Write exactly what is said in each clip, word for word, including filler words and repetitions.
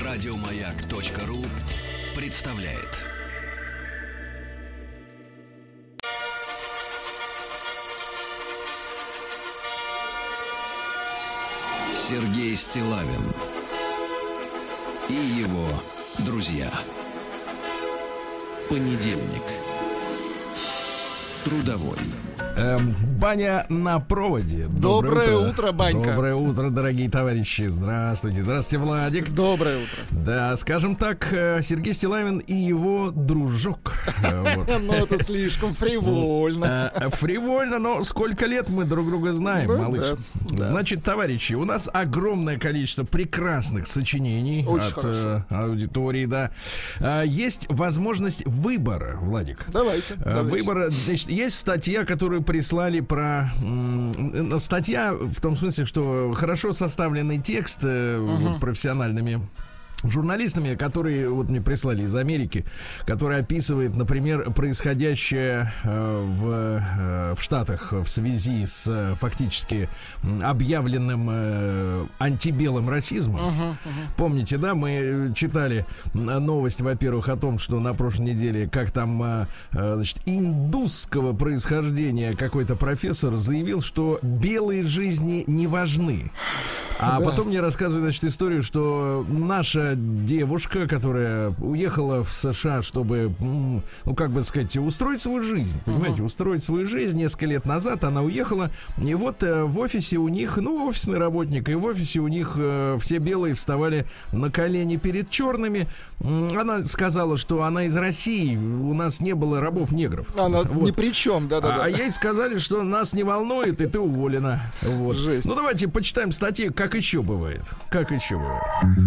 Радиомаяк.ру представляет. Сергей Стиллавин и его друзья. Понедельник. Трудовой. Эм, Баня на проводе. Доброе, Доброе утро. утро, Банька. Доброе утро, дорогие товарищи. Здравствуйте. Здравствуйте, Владик. Доброе утро. Да, скажем так, Сергей Стиллавин и его дружок. Ну, это слишком фривольно. Фривольно, но сколько лет мы друг друга знаем, малыш. Значит, товарищи, у нас огромное количество прекрасных сочинений от аудитории, да. Есть возможность выбора, Владик. Давайте. Выбора. Значит, есть статья, которую прислали про... М, статья в том смысле, что хорошо составленный текст э, uh-huh. профессиональными журналистами, которые вот мне прислали из Америки, который описывает, например, происходящее э, в, э, в Штатах в связи с э, фактически объявленным э, антибелым расизмом. Uh-huh, uh-huh. Помните, да, мы читали новость, во-первых, о том, что на прошлой неделе, как там, э, значит, индусского происхождения какой-то профессор заявил, что белые жизни не важны. А да. потом мне рассказывают, значит, историю, что наша девушка, которая уехала в США, чтобы, ну, как бы сказать, устроить свою жизнь, понимаете, uh-huh. устроить свою жизнь. Несколько лет назад она уехала, и вот э, в офисе у них, ну, офисный работник, и в офисе у них э, все белые вставали на колени перед черными. Она сказала, что она из России, у нас не было рабов-негров. Она вот. ни при чем, да-да-да. А ей сказали, что нас не волнует, и ты уволена. Вот. Жесть. Ну, давайте почитаем статьи, как еще бывает. Как еще бывает.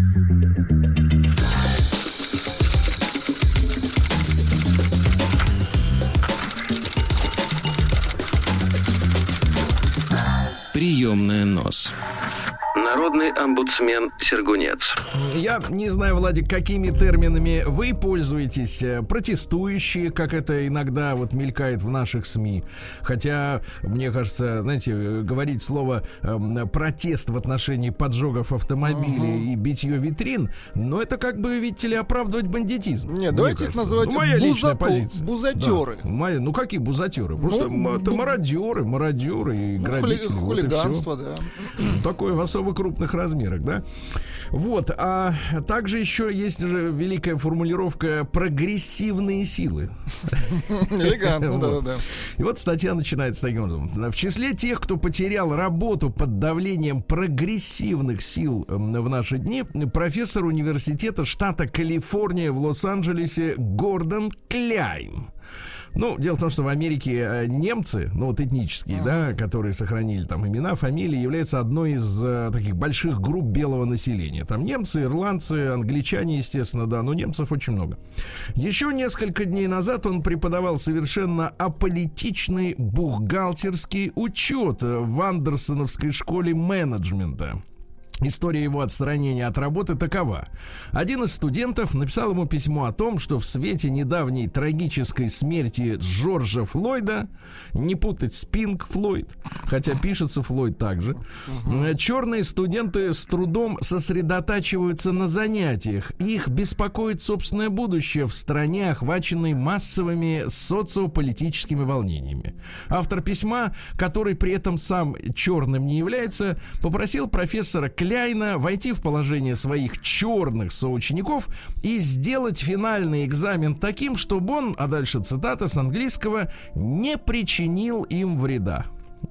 Приемная нос. Народный омбудсмен Сергунец. Я не знаю, Владик, какими терминами вы пользуетесь. Протестующие, как это иногда вот мелькает в наших СМИ. Хотя, мне кажется, знаете, говорить слово э, протест в отношении поджогов автомобилей uh-huh. и битье витрин, но это как бы, видите ли, оправдывать бандитизм. Нет, давайте их называть ну, моя личная буза- позиция. Бузатеры. Да. Моя, ну какие бузатеры? Просто ну, это мародеры, мародеры и ну, грабители. Хули- хулиганство, вот да. Такое в особо крупных размерах, да? Вот, а также еще есть же великая формулировка «прогрессивные силы». Элегантно, да-да-да. И вот статья начинается таким образом. В числе тех, кто потерял работу под давлением прогрессивных сил в наши дни, профессор университета штата Калифорния в Лос-Анджелесе Гордон Кляйн. Ну, дело в том, что в Америке немцы, ну вот этнические, uh-huh. да, которые сохранили там имена, фамилии, являются одной из э, таких больших групп белого населения. Там немцы, ирландцы, англичане, естественно, да, но немцев очень много. Еще несколько дней назад он преподавал совершенно аполитичный бухгалтерский учет в Андерсоновской школе менеджмента. История его отстранения от работы такова. Один из студентов написал ему письмо о том, что в свете недавней трагической смерти Джорджа Флойда, не путать с Пинк Флойд, хотя пишется Флойд также, uh-huh. черные студенты с трудом сосредотачиваются на занятиях. Их беспокоит собственное будущее в стране, охваченной массовыми социополитическими волнениями. Автор письма, который при этом сам черным не является, попросил профессора Кляйна Кляйна войти в положение своих черных соучеников и сделать финальный экзамен таким, чтобы он, а дальше цитата с английского, не причинил им вреда.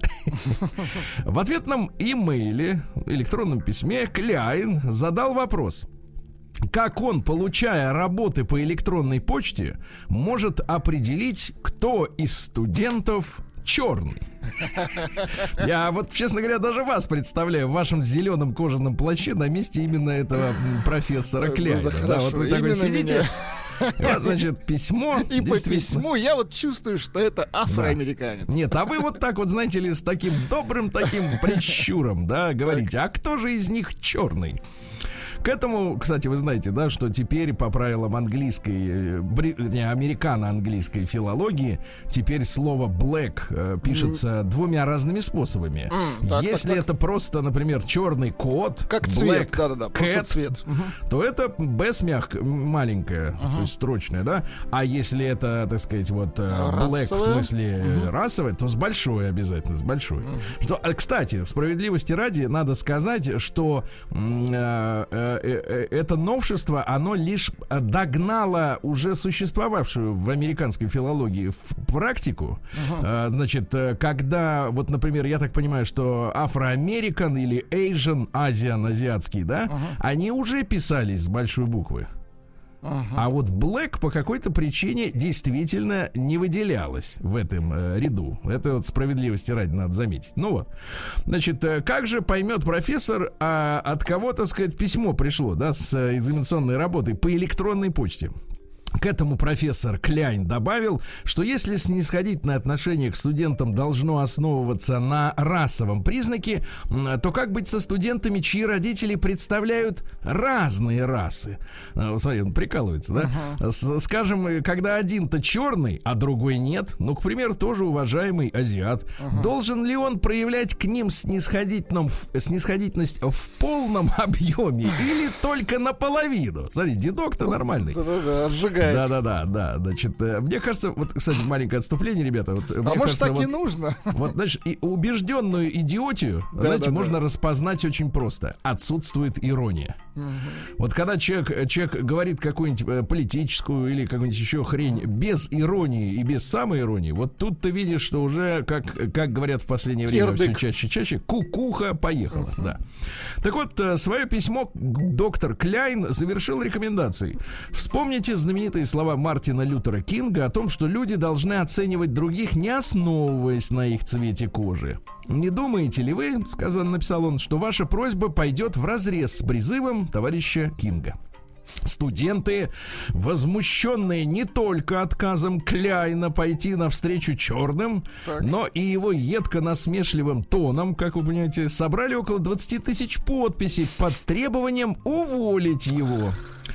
В ответном имейле, электронном письме, Кляйн задал вопрос: как он, получая работы по электронной почте, может определить, кто из студентов черный? Я вот, честно говоря, даже вас представляю в вашем зеленом кожаном плаще на месте именно этого профессора Кляйна. Ну, да, да, вот вы такой сидите. Вот, значит, письмо. И по письму я вот чувствую, что это афроамериканец. Да. Нет, а вы вот так вот, знаете ли, с таким добрым таким прищуром, да, говорите, а кто же из них черный? К этому, кстати, вы знаете, да, что теперь по правилам английской, бри, не, американо-английской филологии, теперь слово black э, пишется mm. двумя разными способами. Mm, так, Если так, так. это просто, например, черный кот, как black цвет, да-да-да, cat, цвет. Uh-huh. то это b с мягкой, маленькая, uh-huh. то есть строчная, да. А если это, так сказать, вот black в смысле uh-huh. расовая, то с большой обязательно, с большой. Uh-huh. Что, кстати, справедливости ради надо сказать, что э, э, э, это новшество, оно лишь догнало уже существовавшую в американской филологии в практику. Uh-huh. Э, значит, когда, вот, например, я так понимаю, что афроамерикан или Asian, азиан, азиатский, да, uh-huh. они уже писались с большой буквы. Uh-huh. А вот Black по какой-то причине действительно не выделялась в этом э, ряду. Это вот справедливости ради надо заметить. Ну вот, значит, э, как же поймет профессор, а, от кого, так сказать, письмо пришло, да, с э, экзаменационной работой по электронной почте? К этому профессор Кляйн добавил, что если снисходительное отношение к студентам должно основываться на расовом признаке, то как быть со студентами, чьи родители представляют разные расы? Смотри, он прикалывается, да? Uh-huh. Скажем, когда один-то черный, а другой нет, ну, к примеру, тоже уважаемый азиат, uh-huh. должен ли он проявлять к ним снисходительность в полном объеме или только наполовину? Смотри, дедок-то нормальный. Да-да-да, сжигает. Да, да, да, да. Значит, мне кажется, вот, кстати, маленькое отступление, ребята. Вот, а мне может, кажется, так вот, и нужно? Вот, значит, и убежденную идиотию, да, знаете, да, можно да. распознать очень просто. Отсутствует ирония. Угу. Вот когда человек, человек говорит какую-нибудь политическую или какую-нибудь еще хрень без иронии и без самоиронии, вот тут ты видишь, что уже, как, как говорят в последнее время все чаще и чаще, кукуха поехала. Угу. Да. Так вот, свое письмо доктор Кляйн завершил рекомендацией. Вспомните знаменитые слова Мартина Лютера Кинга о том, что люди должны оценивать других, не основываясь на их цвете кожи. Не думаете ли вы, сказано, написал он, что ваша просьба пойдет вразрез с призывом товарища Кинга? Студенты, возмущенные не только отказом Кляйна пойти навстречу черным, так. но и его едко-насмешливым тоном, как вы понимаете, собрали около двадцать тысяч подписей под требованием уволить его.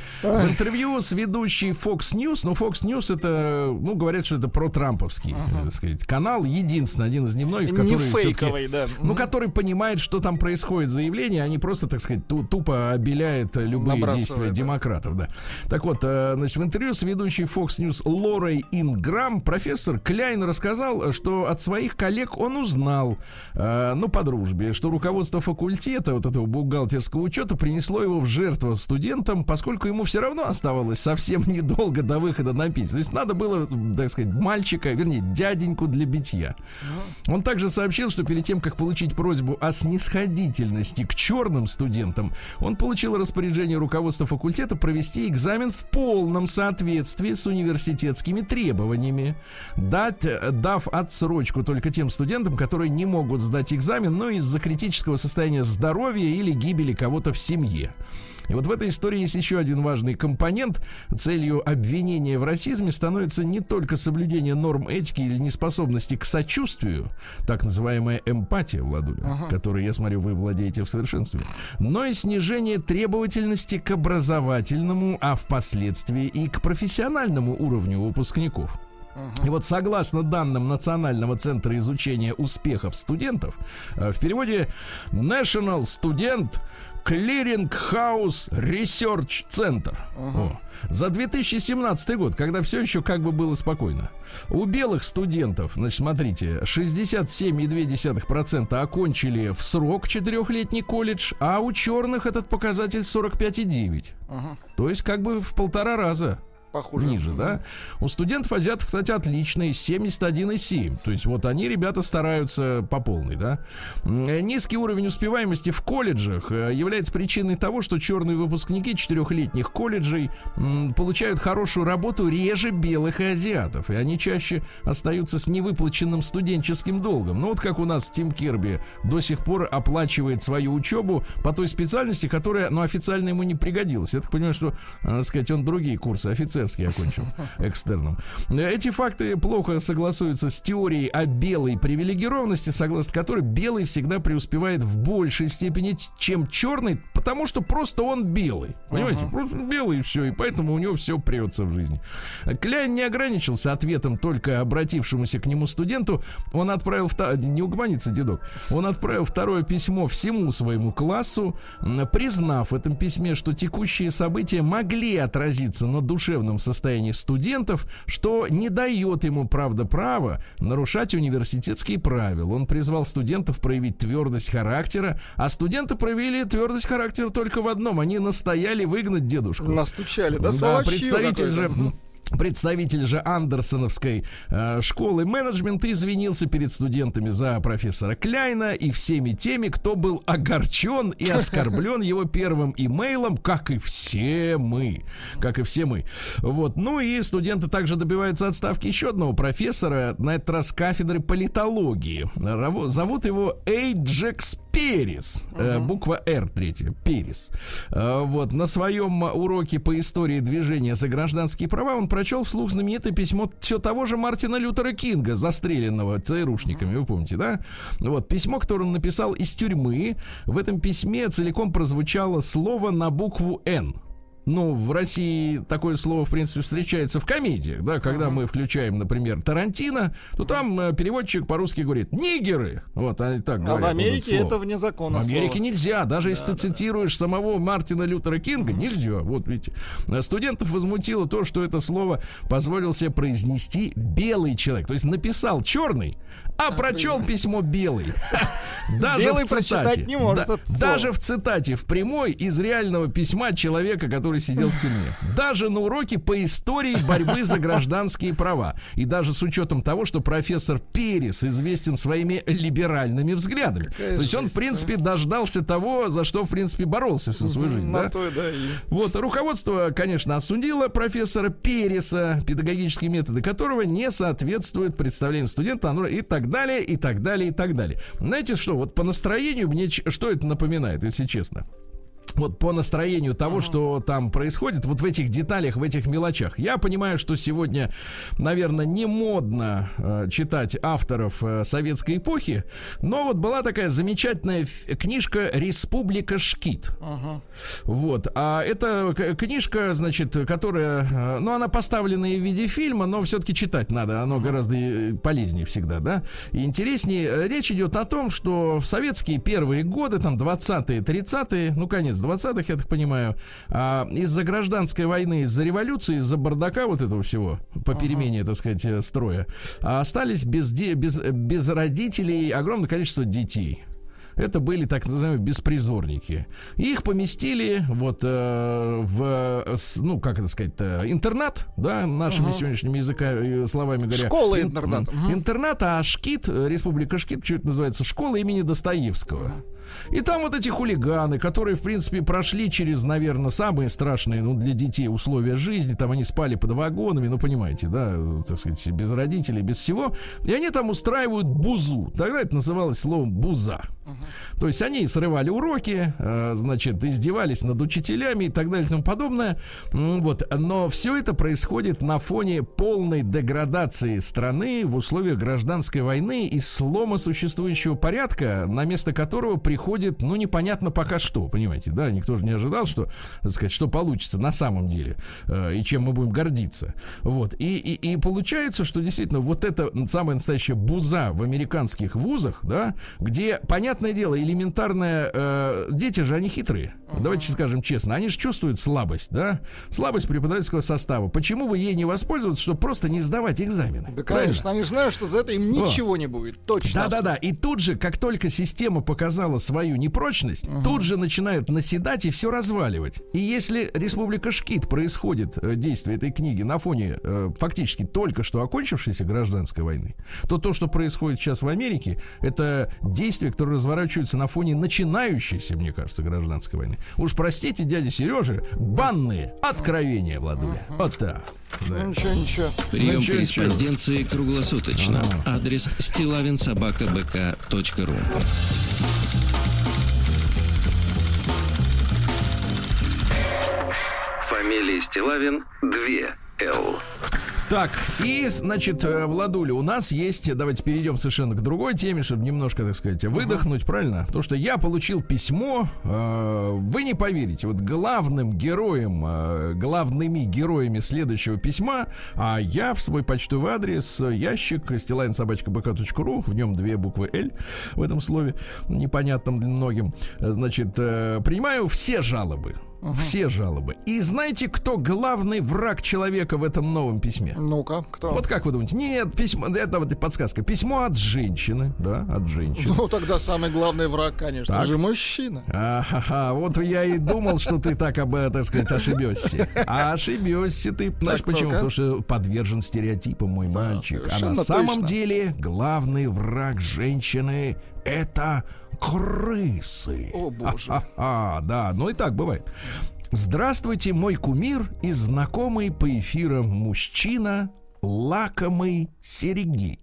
В интервью с ведущей Fox News, ну, Fox News это, ну, говорят, что это протрамповский, uh-huh. так сказать, канал, единственный, один из немногих, не который фейковый, да. ну, который понимает, что там происходит заявление, а не просто, так сказать, тупо обеляет любые действия да. демократов, да. Так вот, значит, в интервью с ведущей Fox News Лорой Инграм профессор Кляйн рассказал, что от своих коллег он узнал, ну, по дружбе, что руководство факультета, вот этого бухгалтерского учета, принесло его в жертву студентам, поскольку ему все равно оставалось совсем недолго до выхода на пенсию. То есть надо было, так сказать, мальчика, вернее, дяденьку для битья. Он также сообщил, что перед тем, как получить просьбу о снисходительности к черным студентам, он получил распоряжение руководства факультета провести экзамен в полном соответствии с университетскими требованиями, дать, дав отсрочку только тем студентам, которые не могут сдать экзамен, но из-за критического состояния здоровья или гибели кого-то в семье. И вот в этой истории есть еще один важный компонент. Целью обвинения в расизме становится не только соблюдение норм этики или неспособности к сочувствию, так называемая эмпатия, Владуля, ага. которой, я смотрю, вы владеете в совершенстве, но и снижение требовательности к образовательному, а впоследствии и к профессиональному уровню выпускников. И вот согласно данным Национального центра изучения успехов студентов, в переводе National Student Clearing House Research Center, uh-huh. за две тысячи семнадцатый год, когда все еще как бы было спокойно, у белых студентов, значит, смотрите, шестьдесят семь целых две десятых процента окончили в срок четырехлетний колледж, а у черных этот показатель сорок пять целых девять десятых. Uh-huh. То есть как бы в полтора раза похуже. Ниже, да? У студентов-азиатов, кстати, отличные, семьдесят один целых семь десятых. То есть вот они, ребята, стараются по полной, да? Низкий уровень успеваемости в колледжах является причиной того, что черные выпускники четырехлетних колледжей м, получают хорошую работу реже белых и азиатов. И они чаще остаются с невыплаченным студенческим долгом. Ну вот как у нас Тим Кирби до сих пор оплачивает свою учебу по той специальности, которая, ну, официально ему не пригодилась. Я так понимаю, что, так сказать, он другие курсы офицерские окончил экстерном. Эти факты плохо согласуются с теорией о белой привилегированности, согласно которой белый всегда преуспевает в большей степени, чем черный, потому что просто он белый. Понимаете? Uh-huh. Просто белый и все, и поэтому у него все прется в жизни. Кляйн не ограничился ответом только обратившемуся к нему студенту. Он отправил, втор... не угомонится, дедок, он отправил второе письмо всему своему классу, признав в этом письме, что текущие события могли отразиться на душевном состоянии студентов, что не дает ему, правда, права нарушать университетские правила. Он призвал студентов проявить твердость характера, а студенты проявили твердость характера только в одном: они настояли выгнать дедушку. Настучали, да, да, представитель же... Представитель же Андерсоновской э, школы менеджмента извинился перед студентами за профессора Кляйна и всеми теми, кто был огорчен и оскорблен его первым имейлом, как и все мы. Как и все мы. Вот. Ну и студенты также добиваются отставки еще одного профессора, на этот раз кафедры политологии. Зовут его Эйджекс Перес. Uh-huh. Буква Р третья. Перес. Вот. На своем уроке по истории движения за гражданские права он прочел вслух знаменитое письмо все того же Мартина Лютера Кинга, застреленного ЦРУшниками, вы помните, да? Вот. Письмо, которое он написал из тюрьмы. В этом письме целиком прозвучало слово на букву «Н». Ну, в России такое слово, в принципе, встречается в комедиях, да, когда uh-huh. мы включаем, например, Тарантино, то там э, переводчик по-русски говорит «нигеры». Вот, они так а говорят. А в Америке это вне закона. В Америке слово. Нельзя, даже да, если да, ты цитируешь да. самого Мартина Лютера Кинга, uh-huh. нельзя. Вот, видите. Студентов возмутило то, что это слово позволил себе произнести белый человек. То есть написал черный, а, а прочел ты... письмо белый. Белый прочитать не может. Даже в цитате, в прямой, из реального письма человека, который сидел в тюрьме. Даже на уроке по истории борьбы за гражданские права. И даже с учетом того, что профессор Перес известен своими либеральными взглядами. Какая То есть он, в принципе, а? дождался того, за что, в принципе, боролся всю свою жизнь. Да? То, да, и... Вот, руководство, конечно, осудило профессора Переса, педагогические методы которого не соответствуют представлению студента, и так далее, и так далее, и так далее. Знаете что, вот по настроению мне что это напоминает, если честно? Вот по настроению того, uh-huh. что там происходит, вот в этих деталях, в этих мелочах. Я понимаю, что сегодня, наверное, не модно э, читать авторов э, советской эпохи, но вот была такая замечательная ф- книжка «Республика Шкит». Uh-huh. Вот. А это к- книжка, значит, которая, э, ну, она поставлена и в виде фильма, но все-таки читать надо, оно uh-huh. гораздо полезнее всегда, да, и интереснее. Речь идет о том, что в советские первые годы, там, двадцатые, тридцатые, ну, конец двадцатых, я так понимаю, а, из-за гражданской войны, из-за революции, из-за бардака вот этого всего, по перемене, uh-huh. так сказать, строя, а остались без, де, без, без родителей огромное количество детей. Это были так называемые беспризорники. Их поместили вот э, в, ну, как это сказать, интернат, да, нашими uh-huh. сегодняшними языками, словами говоря. Школа-интернат. Ин, uh-huh. Интернат, а Шкит, Республика Шкит, что это называется, школа имени Достоевского. Uh-huh. И там вот эти хулиганы, которые, в принципе, прошли через, наверное, самые страшные, ну, для детей условия жизни. Там они спали под вагонами, ну, понимаете, да, так сказать, без родителей, без всего. И они там устраивают бузу. Тогда это называлось словом «буза». Uh-huh. То есть они срывали уроки, э, значит, издевались над учителями и так далее и тому подобное. Вот. Но все это происходит на фоне полной деградации страны в условиях гражданской войны и слома существующего порядка, на место которого приходит, ну, непонятно пока что, понимаете, да, никто же не ожидал, что, так сказать, что получится на самом деле, э, и чем мы будем гордиться. Вот. И, и, и получается, что действительно вот это самая настоящая буза в американских вузах, да, где, понятное дело, элементарная, э, дети же, они хитрые. Uh-huh. Давайте скажем честно, они же чувствуют слабость, да, слабость преподавательского состава. Почему бы ей не воспользоваться, чтобы просто не сдавать экзамены? Да, конечно, правильно? Они же знают, что за это им ничего О. не будет, точно. Да-да-да, и тут же, как только система показала свою непрочность, uh-huh. тут же начинают наседать и все разваливать. И если Республика Шкит происходит, э, действие этой книги на фоне э, фактически только что окончившейся гражданской войны, то то, что происходит сейчас в Америке, это действия, которые разворачиваются на фоне начинающейся, мне кажется, гражданской войны. Уж простите, дядя Сережа, банные откровения, Владуля. Uh-huh. Вот так. Да. Ну, ничего, ничего. Прием ничего, корреспонденции ничего. Круглосуточно. А. Адрес стилавин собака бэ ка точка ру. Фамилия Стилавин две Л. Так, и, значит, Владуля, у нас есть, давайте перейдем совершенно к другой теме, чтобы немножко, так сказать, выдохнуть, uh-huh. правильно? Потому что я получил письмо, э, вы не поверите, вот главным героем, э, главными героями следующего письма, а я в свой почтовый адрес, ящик, стилайн собака бэ ка точка ру, в нем две буквы «Л» в этом слове, непонятном для многим, значит, э, принимаю все жалобы. Угу. Все жалобы. И знаете, кто главный враг человека в этом новом письме? Ну-ка, кто? Вот как вы думаете? Нет, письмо, это вот подсказка. Письмо от женщины, да, от женщины. Ну, тогда самый главный враг, конечно так. же, мужчина. А-ха-ха, вот я и думал, что ты так, об, так сказать, ошибешься. А ошибешься ты. Знаешь так, почему? Потому что подвержен стереотипам, мой да, мальчик. А на самом точно. деле главный враг женщины — это крысы. О, боже. А, да, ну и так бывает. Здравствуйте, мой кумир и знакомый по эфирам мужчина лакомый Сергей.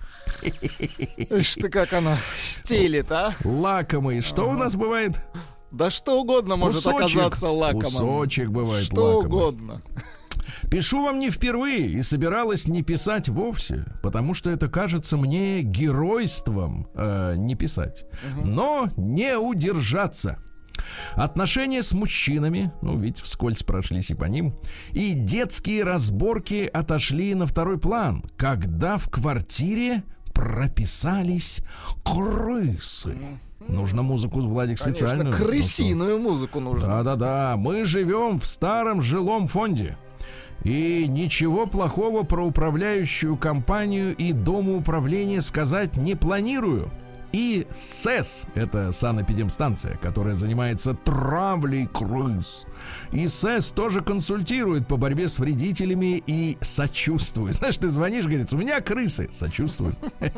Ишь ты, как она стелит, а? Лакомый. Что ага. у нас бывает? Да что угодно может кусочек, оказаться лакомым. Кусочек бывает что лакомый. Что угодно. Пишу вам не впервые и собиралась не писать вовсе, потому что это кажется мне геройством э, не писать. Угу. Но не удержаться. Отношения с мужчинами, ну ведь вскользь прошлись и по ним, и детские разборки отошли на второй план, когда в квартире прописались крысы. Нужно музыку, Владик, специальную. Конечно, крысиную ну, музыку нужно. Да-да-да, мы живем в старом жилом фонде. И ничего плохого про управляющую компанию и домоуправление сказать не планирую. И СЭС, это санэпидемстанция, которая занимается травлей крыс. И СЭС тоже консультирует по борьбе с вредителями и сочувствует. Знаешь, ты звонишь, говорит, у меня крысы. Сочувствуют.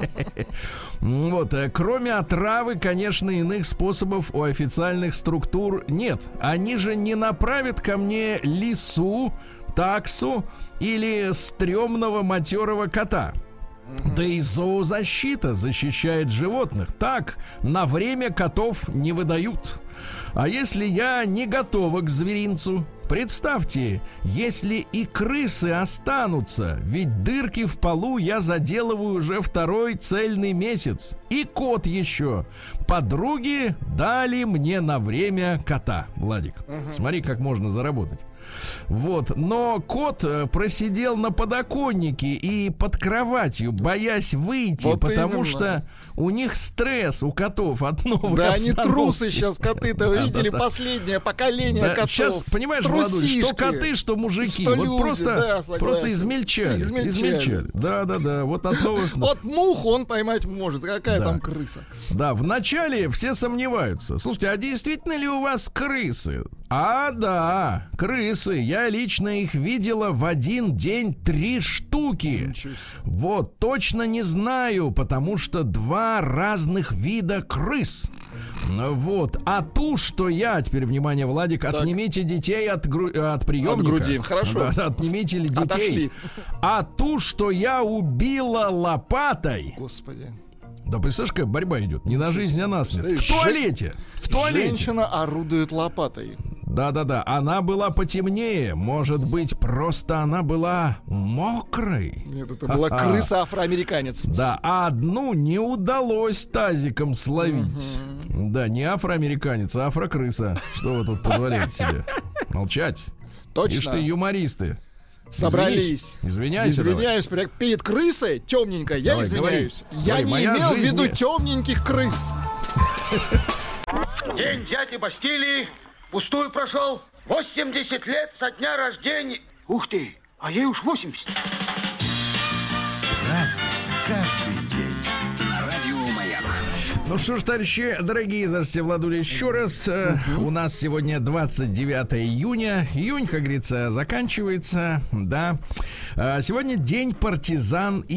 Вот, кроме отравы, конечно, иных способов у официальных структур нет. Они же не направят ко мне лису, таксу или стрёмного матерого кота. Да и зоозащита защищает животных. Так, на время котов не выдают. А если я не готова к зверинцу, представьте, если и крысы останутся, ведь дырки в полу я заделываю уже второй цельный месяц. И кот еще. Подруги дали мне на время кота. Владик, uh-huh. смотри, как можно заработать. Вот, но кот просидел на подоконнике и под кроватью, боясь выйти, вот потому именно. Что у них стресс у котов от новой да, обстановки. Они трусы сейчас, коты-то, вы видели, да, да, последнее поколение да, котов. Сейчас, понимаешь, Владуль, что коты, что мужики, что вот люди, просто, да, просто измельчали, измельчали. измельчали. Да, да, да, вот от новых... Вот муху он поймать может, какая да. там крыса. Да, вначале все сомневаются. Слушайте, а действительно ли у вас крысы? А, да, крысы. Я лично их видела в один день три штуки. Вот, точно не знаю, потому что два разных вида крыс. Вот, а ту, что я, теперь, внимание, Владик, так. отнимите детей от, гру... от приемника. От груди, хорошо. Да, отнимите детей. Отошли. А ту, что я убила лопатой. Господи. Да, представляешь, какая борьба идет? Не на жизнь, а на смерть. В туалете! В туалете! Женщина орудует лопатой. Да-да-да, она была потемнее. Может быть, просто она была мокрой. Нет, это была крыса-афроамериканец. Да, а одну не удалось тазиком словить. Угу. Да, не афроамериканец, а афрокрыса. Что вы тут позволяете себе? Молчать. Точно. Ишь ты, юмористы. Собрались. Извиняйся. Извиняюсь, давай. Перед крысой темненькой. Я давай, извиняюсь. Говори, я говори, не имел в виду не... темненьких крыс. День взятия Бастилии пустую прошел. восемьдесят лет со дня рождения. Ух ты, а ей уж восемьдесят. Разный, каждый день. На радио Маяк. Ну что ж, товарищи, дорогие, здравствуйте, Владуля, еще раз. Uh-huh. У нас сегодня двадцать девятое июня. Июнь, как говорится, заканчивается, да. Сегодня день партизан и под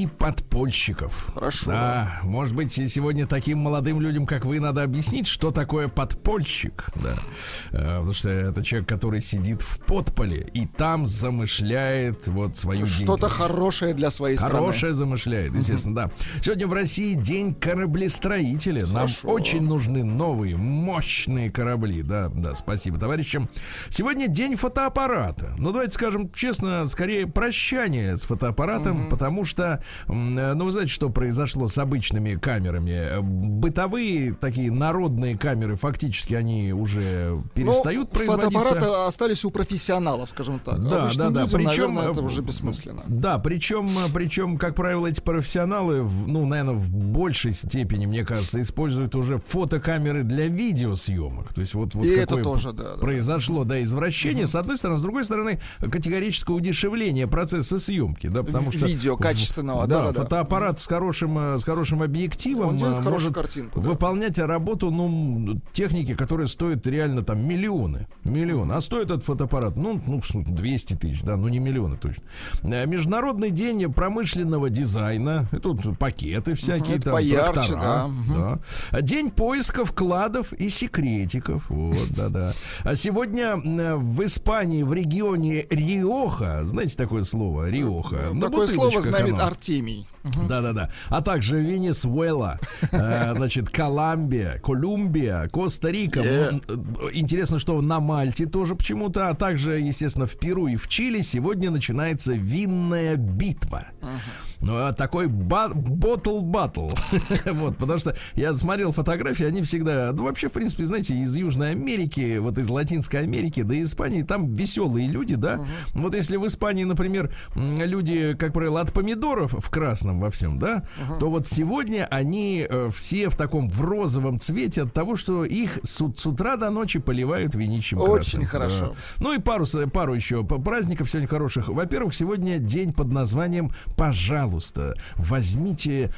подпольщиков. Хорошо. Да, может быть, сегодня таким молодым людям, как вы, надо объяснить, что такое подпольщик. Да. Потому что это человек, который сидит в подполе и там замышляет вот свою Что-то деятельность. хорошее для своей страны. Хорошее замышляет, естественно, да. Сегодня в России день кораблестроителя. Нам Хорошо. очень нужны новые, мощные корабли. Да, да, спасибо товарищам. Сегодня день фотоаппарата. Ну, давайте скажем честно, скорее прощание с фотоаппаратом, угу. потому что, ну, вы знаете, что произошло с обычными камерами? Бытовые такие народные камеры, фактически они уже перестают Но производиться. Фотоаппараты остались у профессионалов, скажем так. Да, Обычным да, да. людям, Причем, наверное, это уже бессмысленно. Да, причем, причем, как правило, эти профессионалы, ну, наверное, в большей степени, мне кажется, используют уже фотокамеры для видеосъемок. То есть вот, вот И какое это тоже, да, произошло, да, извращение, угу. с одной стороны, с другой стороны, категорическое удешевление процесса съемки, да, потому что видео качественного, да, да, да, фотоаппарат да. с хорошим, с хорошим объективом может картинку, да. выполнять работу, ну, техники, которые стоят реально там миллионы, миллионы, а стоит этот фотоаппарат, ну, ну двести тысяч, да, ну не миллионы точно. Международный день промышленного дизайна, и тут пакеты всякие, это там поярче, трактора, да. да. День поиска вкладов и секретиков, вот, да-да. А сегодня в Испании, в регионе Риоха, знаете такое слово, Риоха? Ну, такое слово знает оно. Артемий. Да-да-да. А также Венесуэла, значит, Колумбия, Колумбия, Коста-Рика. Yeah. Интересно, что на Мальте тоже почему-то, а также, естественно, в Перу и в Чили сегодня начинается винная битва. Uh-huh. Такой ботл-баттл. Вот, потому что я смотрел фотографии, они всегда, ну, вообще, в принципе, знаете, из Южной Америки, вот из Латинской Америки, да и Испании, там веселые люди, да. Uh-huh. Вот если в Испании, например, люди, как правило, от помидоров в красном во всем, да, uh-huh. то вот сегодня они э, все в таком в розовом цвете от того, что их с, с утра до ночи поливают винищем красным. Очень хорошо. Да. Ну и пару, пару еще праздников сегодня хороших. Во-первых, сегодня день под названием «Пожалуйста, возьмите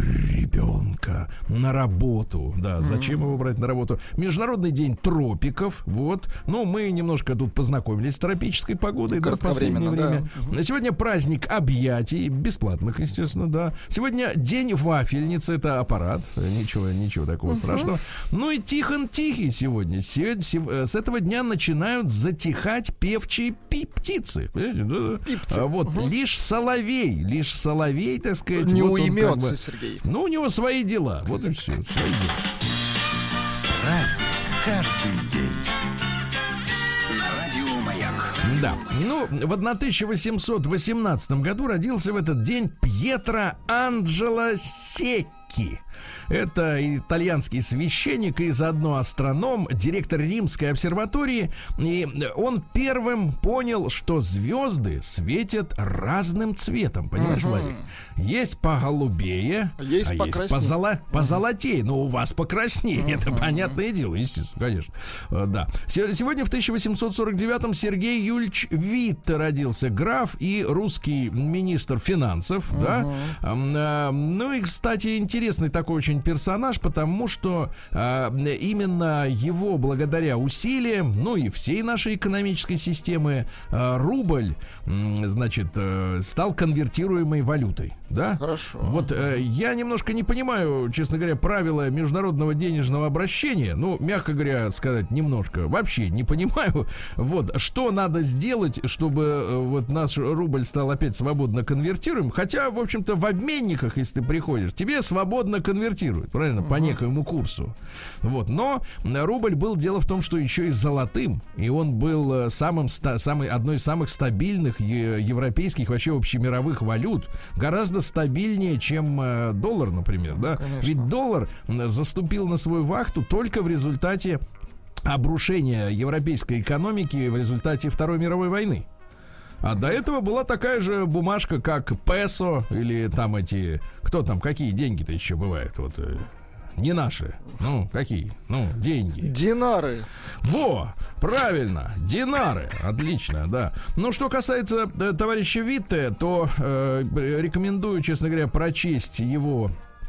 ребенка на работу». Да, зачем mm-hmm. его брать на работу? Международный день тропиков. Вот. Ну, мы немножко тут познакомились с тропической погодой, да, в последнее время. Да. Mm-hmm. Сегодня праздник объятий, бесплатных, естественно, да. Сегодня день вафельницы, это аппарат. Ничего, ничего такого uh-huh. страшного. Ну и Тихон Тихий сегодня. Сегодня. С этого дня начинают затихать певчие пи- птицы. Пипцы. А вот uh-huh. лишь соловей, лишь соловей, так сказать. Не вот уймется, он, как бы, Сергей. Ну, у него свои дела. Вот и все. Свои дела. Праздник каждый день. Да, ну, в тысяча восемьсот восемнадцатом году родился в этот день Пьетро Анджело Секки. Это итальянский священник и заодно астроном, директор Римской обсерватории. И он первым понял, что звезды светят разным цветом. Понимаешь, uh-huh. Владик? Есть поголубее, есть а покраснее. есть позоло... позолотее. Но у вас покраснее, uh-huh. это понятное дело, естественно, конечно. Да. Сегодня в тысяча восемьсот сорок девятом Сергей Юльевич Витте родился, граф и русский министр финансов. Uh-huh. Да? Ну и, кстати, интересный такой очень персонаж, потому что а, именно его, благодаря усилиям, ну и всей нашей экономической системы, а, рубль, м, значит, а, стал конвертируемой валютой, да? Хорошо. Вот а, я немножко не понимаю, честно говоря, правила международного денежного обращения, ну, мягко говоря, сказать, немножко, вообще не понимаю, вот, что надо сделать, чтобы а, вот наш рубль стал опять свободно конвертируемым, хотя, в общем-то, в обменниках, если ты приходишь, тебе свободно конвертируют, правильно, uh-huh. по некоему курсу. Вот. Но рубль был, дело в том, что еще и золотым, и он был самым, самый, одной из самых стабильных европейских, вообще общемировых валют, гораздо стабильнее, чем доллар, например, да? Конечно. Ведь доллар заступил на свою вахту только в результате обрушения европейской экономики в результате Второй мировой войны. А до этого была такая же бумажка, как песо, или там эти... Кто там, какие деньги-то еще бывают? Вот, э, не наши. Ну, какие? Ну, деньги. Динары. Во, правильно, динары. Отлично, да. Ну, что касается э, товарища Витте, то э, рекомендую, честно говоря, прочесть его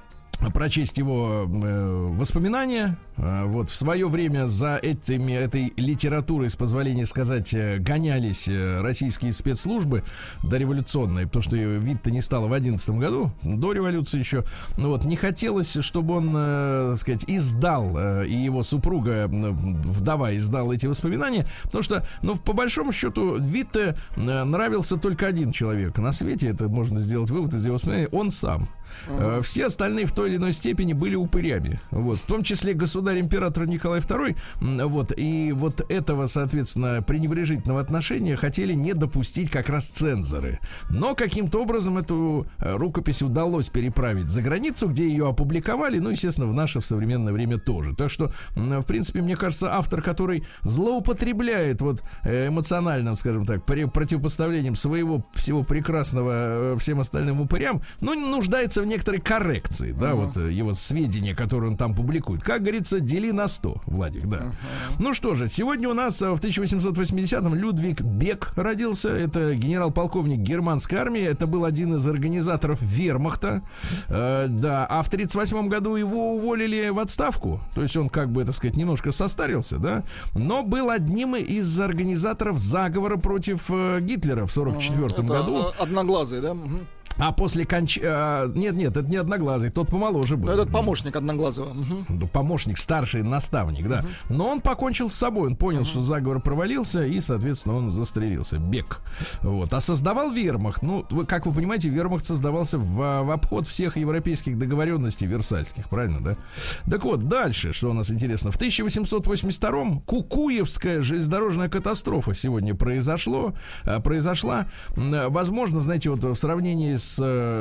прочесть его э, воспоминания. Э, вот в свое время за этими, этой литературой, с позволения сказать, э, гонялись э, российские спецслужбы дореволюционные, потому что вид-то не стало в одиннадцатом году, до революции еще. Ну вот, не хотелось, чтобы он, э, так сказать, издал, э, и его супруга, э, вдова, издала эти воспоминания, потому что, ну, по большому счету, Витте э, нравился только один человек на свете, это можно сделать вывод из его воспоминаний, он сам. Uh-huh. Все остальные в той или иной степени были упырями, вот, в том числе государь-император Николай второй, вот, и вот этого, соответственно, пренебрежительного отношения хотели не допустить как раз цензоры, но каким-то образом эту рукопись удалось переправить за границу, где ее опубликовали, ну, естественно, в наше в современное время тоже, так что, в принципе, мне кажется, автор, который злоупотребляет вот эмоциональным, скажем так, противопоставлением своего всего прекрасного всем остальным упырям, ну, нуждается в некоторой коррекции, да, uh-huh. вот его сведения, которые он там публикует. Как говорится, дели на сто, Владик, да. Uh-huh. Ну что же, сегодня у нас в тысяча восемьсот восьмидесятом Людвиг Бек родился. Это генерал-полковник германской армии. Это был один из организаторов вермахта. Э, да, а в тридцать восьмом году его уволили в отставку. То есть он, как бы, так сказать, немножко состарился, да. Но был одним из организаторов заговора против э, Гитлера в сорок четвёртом uh-huh. году. Одноглазый, да? Uh-huh. А после конч... А, нет, нет, это не Одноглазый, тот помоложе был. Этот помощник Одноглазого. Угу. Помощник, старший наставник, да. Угу. Но он покончил с собой, он понял, угу. что заговор провалился, и, соответственно, он застрелился. Бек. Вот. А создавал вермахт. Ну, вы, как вы понимаете, вермахт создавался в, в обход всех европейских договоренностей версальских, правильно, да? Так вот, дальше, что у нас интересно. В тысяча восемьсот восемьдесят втором Кукуевская железнодорожная катастрофа сегодня произошло, произошла. Возможно, знаете, вот в сравнении с С,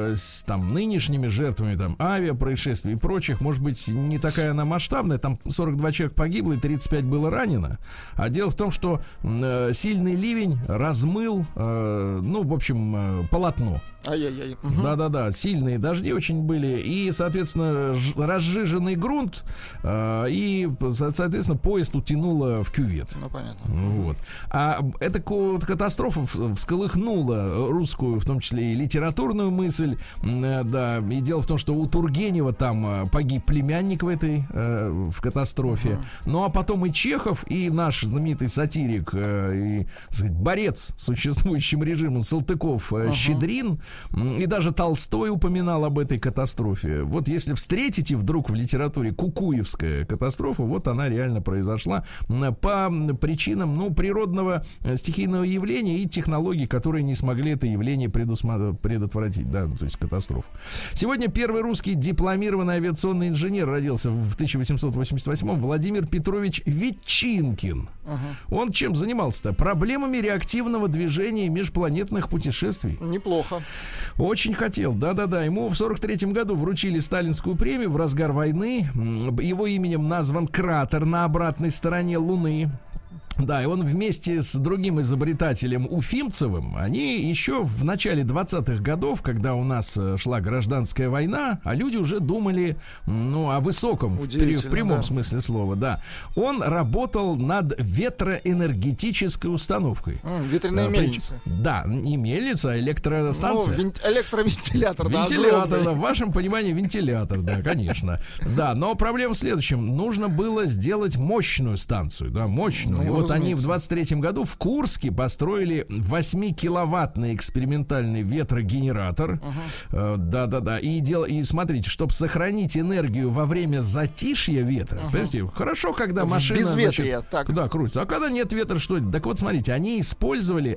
с там нынешними жертвами там авиапроисшествий и прочих, может быть, не такая она масштабная. Там сорок два человека погибло и тридцать пять было ранено. А дело в том, что э, сильный ливень размыл, э, ну, в общем, э, полотно. Ай-яй-яй. Угу. Да-да-да, сильные дожди очень были. И, соответственно, ж- разжиженный грунт. Э, и, соответственно, поезд утянуло в кювет. Ну, понятно. Вот. А эта катастрофа всколыхнула русскую, в том числе и литературную мысль. Э, да. И дело в том, что у Тургенева там погиб племянник в этой э, в катастрофе. Uh-huh. Ну, а потом и Чехов, и наш знаменитый сатирик, э, и, так сказать, борец с существующим режимом Салтыков, э, uh-huh. Щедрин. И даже Толстой упоминал об этой катастрофе. Вот если встретите вдруг в литературе Кукуевская катастрофа, вот она реально произошла по причинам, ну, природного стихийного явления и технологий, которые не смогли это явление предусма- предотвратить, да, то есть катастрофу. Сегодня первый русский дипломированный авиационный инженер родился в тысяча восемьсот восемьдесят восьмом, Владимир Петрович Ветчинкин. Uh-huh. Он чем занимался-то? Проблемами реактивного движения и межпланетных путешествий. Неплохо. Очень хотел, да-да-да. Ему в сорок третьем году вручили сталинскую премию в разгар войны. Его именем назван кратер на обратной стороне Луны. Да, и он вместе с другим изобретателем Уфимцевым, они еще в начале двадцатых годов, когда у нас шла гражданская война, а люди уже думали, ну, о высоком, в, в прямом да. смысле слова, да. Он работал над ветроэнергетической установкой. Mm, ветряная а, мельница. Да, не мельница, а электростанция. Ну, вен- электровентилятор, да. Вентилятор, да, в вашем понимании вентилятор, да, конечно. Да, но проблема в следующем. Нужно было сделать мощную станцию, да, мощную. Ну, вот они в двадцать третьем году в Курске построили восьмикиловаттный экспериментальный ветрогенератор. Uh-huh. Да-да-да. И, дел... и смотрите, чтобы сохранить энергию во время затишья ветра. Uh-huh. Понимаете, хорошо, когда машина... Безветрие, значит, так. Да, крутится. А когда нет ветра, что это? Так вот, смотрите, они использовали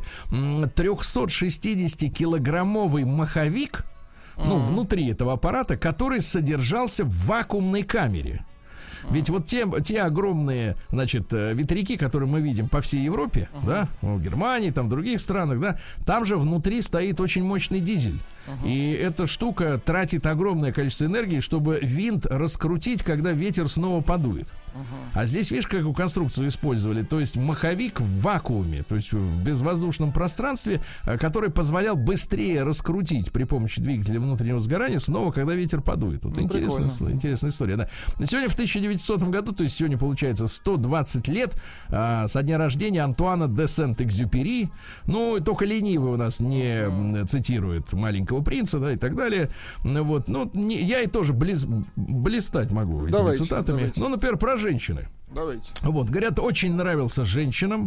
трехсотшестидесятикилограммовый маховик, uh-huh. ну, внутри этого аппарата, который содержался в вакуумной камере. Ведь вот те, те огромные, значит, ветряки, которые мы видим по всей Европе, uh-huh. да, в Германии, там, в других странах, да, там же внутри стоит очень мощный дизель. Uh-huh. И эта штука тратит огромное количество энергии, чтобы винт раскрутить, когда ветер снова подует. А здесь, видишь, какую конструкцию использовали? То есть маховик в вакууме, то есть в безвоздушном пространстве, который позволял быстрее раскрутить при помощи двигателя внутреннего сгорания снова, когда ветер подует. Вот ну, интересная, интересная история, да. Сегодня в тысяча девятисотом году, то есть сегодня получается сто двадцать лет а, со дня рождения Антуана де Сент-Экзюпери. Ну, только ленивый у нас не цитирует «Маленького принца», да, и так далее. Вот, ну, не, я и тоже близ, блистать могу этими давайте, цитатами. давайте. Ну, например, про женщины. Давайте. Вот, говорят, очень нравился женщинам,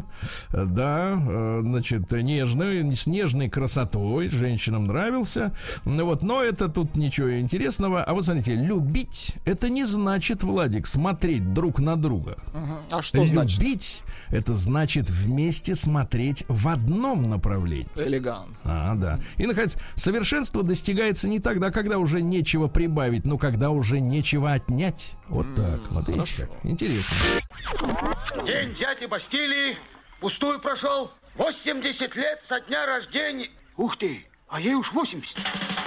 да, значит, нежный, с нежной красотой женщинам нравился, вот, но это тут ничего интересного. А вот смотрите, любить — это не значит, Владик, смотреть друг на друга. Uh-huh. А что значит? Любить — это значит вместе смотреть в одном направлении. Элегант. А, да. И, наконец, совершенство достигается не тогда, когда уже нечего прибавить, но когда уже нечего отнять. Вот mm, так. Смотрите, как интересно. День дяди Бастилии пустую прошел. восемьдесят лет со дня рождения. Ух ты, а ей уж восемьдесят.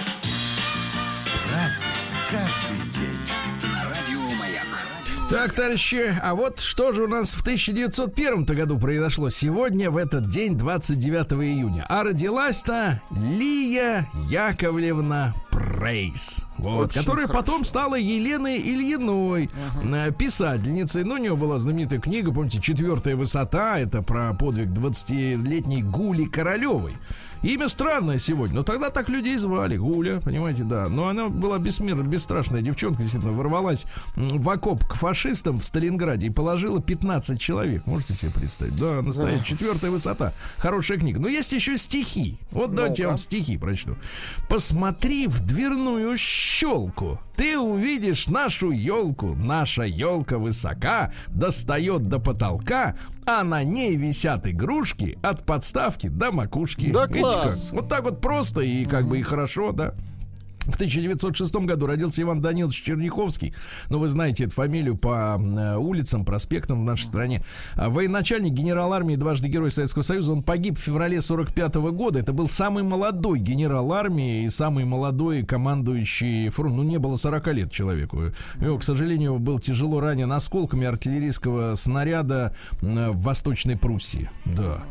Разный, каждый день. На радио Маяк. Так, товарищи, а вот что же у нас в тысяча девятьсот первом году произошло сегодня, в этот день, двадцать девятого июня. А родилась-то Лия Яковлевна Прейс, вот, которая хорошо. Потом стала Еленой Ильиной, uh-huh. писательницей. Ну, у нее была знаменитая книга, помните, «Четвертая высота». Это про подвиг двадцатилетней Гули Королевой. Имя странное сегодня, но тогда так людей звали. Гуля, понимаете, да. Но она была бессмертная, бесстрашная девчонка, действительно, ворвалась в окоп к фашистам в Сталинграде и положила пятнадцать человек. Можете себе представить? Да, настоящая «Четвертая высота». Хорошая книга. Но есть еще стихи. Вот ну-ка. Давайте я вам стихи прочту. «Посмотри в дверную щелку, ты увидишь нашу елку. Наша елка высока, достает до потолка, а на ней висят игрушки от подставки до макушки». Да, видите, класс. как? Вот так вот просто и как бы и хорошо, да. В тысяча девятьсот шестом году родился Иван Данилович Черняховский. Ну, вы знаете эту фамилию по э, улицам, проспектам в нашей стране. Военачальник, генерал армии, дважды Герой Советского Союза. Он погиб в феврале сорок пятого года. Это был самый молодой генерал армии и самый молодой командующий фронт. Ну, не было сорока лет человеку. Его, к сожалению, был тяжело ранен осколками артиллерийского снаряда в Восточной Пруссии. Да.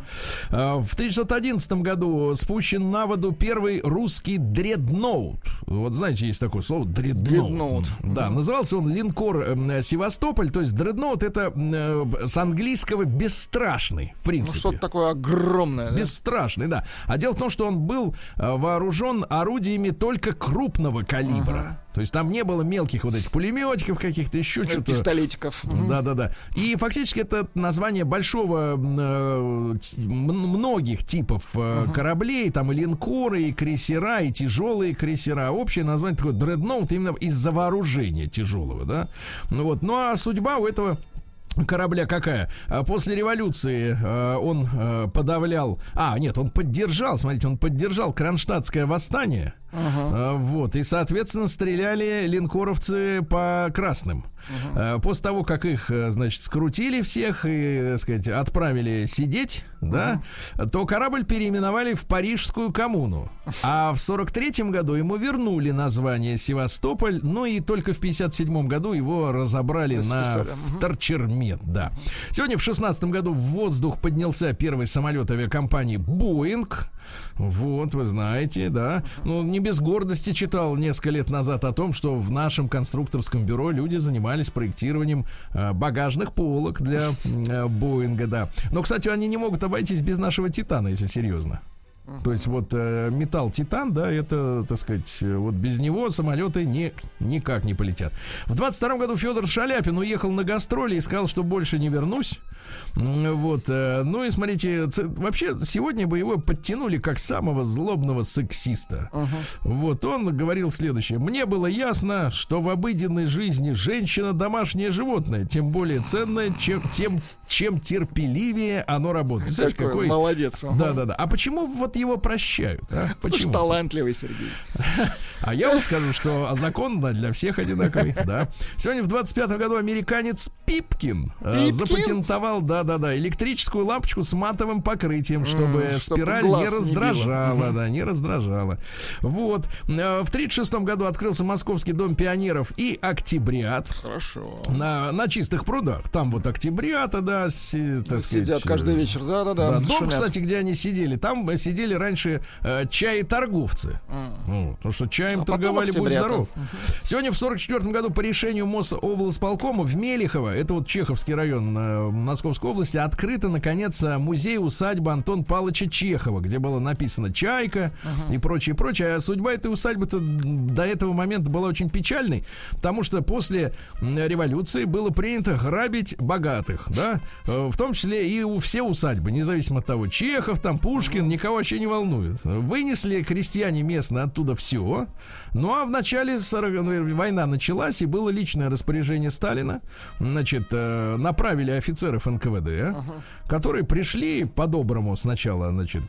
В тысяча девятьсот одиннадцатом году спущен на воду первый русский дредноут. Вот знаете, есть такое слово дредноут. Дредноут. Да, mm-hmm. назывался он линкор э, Севастополь. То есть дредноут — это э, с английского бесстрашный, в принципе. Ну, что-то такое огромное. Бесстрашный, да? да. А дело в том, что он был э, вооружен орудиями только крупного калибра. Uh-huh. То есть там не было мелких вот этих пулеметиков каких-то, еще что-то. Пистолетиков. Да-да-да. И фактически это название большого, э, многих типов э, uh-huh. кораблей, там и линкоры, и крейсера, и тяжелые крейсера. Общее название такое дредноут именно из-за вооружения тяжелого, да. Ну вот. Ну а судьба у этого корабля какая? После революции э, он э, подавлял... А, нет, он поддержал, смотрите, он поддержал Кронштадтское восстание. Uh-huh. э, вот, и, соответственно, стреляли линкоровцы по красным. Uh-huh. э, После того, как их, значит, скрутили всех и, так сказать, отправили сидеть, uh-huh. да, то корабль переименовали в Парижскую коммуну. А в сорок третьем году ему вернули название Севастополь, ну и только в пятьдесят седьмом году его разобрали на вторчермет, да. Сегодня в шестнадцатом году в воздух поднялся первый самолет авиакомпании «Боинг». Вот, вы знаете, да. Ну, не без гордости читал несколько лет назад о том, что в нашем конструкторском бюро люди занимались проектированием э, багажных полок для э, Боинга, да. Но, кстати, они не могут обойтись без нашего Титана, если серьезно. То есть вот э, металл Титан, да, это, так сказать, вот без него самолеты не, никак не полетят. В двадцать втором году Федор Шаляпин уехал на гастроли и сказал, что больше не вернусь. Вот, э, ну и смотрите, ц- вообще сегодня бы его подтянули как самого злобного сексиста. Uh-huh. Вот, он говорил следующее: мне было ясно, что в обыденной жизни женщина домашнее животное, тем более ценное, чем, тем, чем терпеливее оно работает. Какой, какой молодец. Uh-huh. Да, да, да. А почему вот его прощают? А? Почему? Талантливый Сергей. А я вам скажу, что закон да, для всех одинаковый. Да. Сегодня в двадцать пятом году американец Пипкин, Пипкин? запатентовал, да-да-да, электрическую лампочку с матовым покрытием, чтобы mm, спираль не раздражала, не да, не раздражала. Вот. В тридцать шестом году открылся Московский дом пионеров и Октябрят. Хорошо. На, на чистых прудах. Там вот Октябрята, да, си, так сидят сказать, каждый вечер, да-да-да. Да, дом, кстати, где они сидели, там сидели раньше э, чаеторговцы. Mm. Ну, потому что чаем а торговали, будь здоров. Uh-huh. Сегодня в сорок четвёртом году по решению Мособлсполкома в Мелихово, это вот Чеховский район э, Московской области, открыто, наконец, музей-усадьба Антона Павловича Чехова, где было написано «Чайка» uh-huh. и прочее, прочее. А судьба этой усадьбы-то до этого момента была очень печальной, потому что после революции было принято грабить богатых, да, в том числе и у все усадьбы, независимо от того, Чехов, там, Пушкин, никого вообще не волнует. Вынесли крестьяне местные оттуда все. Ну, а в начале война началась, и было личное распоряжение Сталина. Значит, направили офицеров эн ка вэ дэ, uh-huh. которые пришли по-доброму сначала, значит,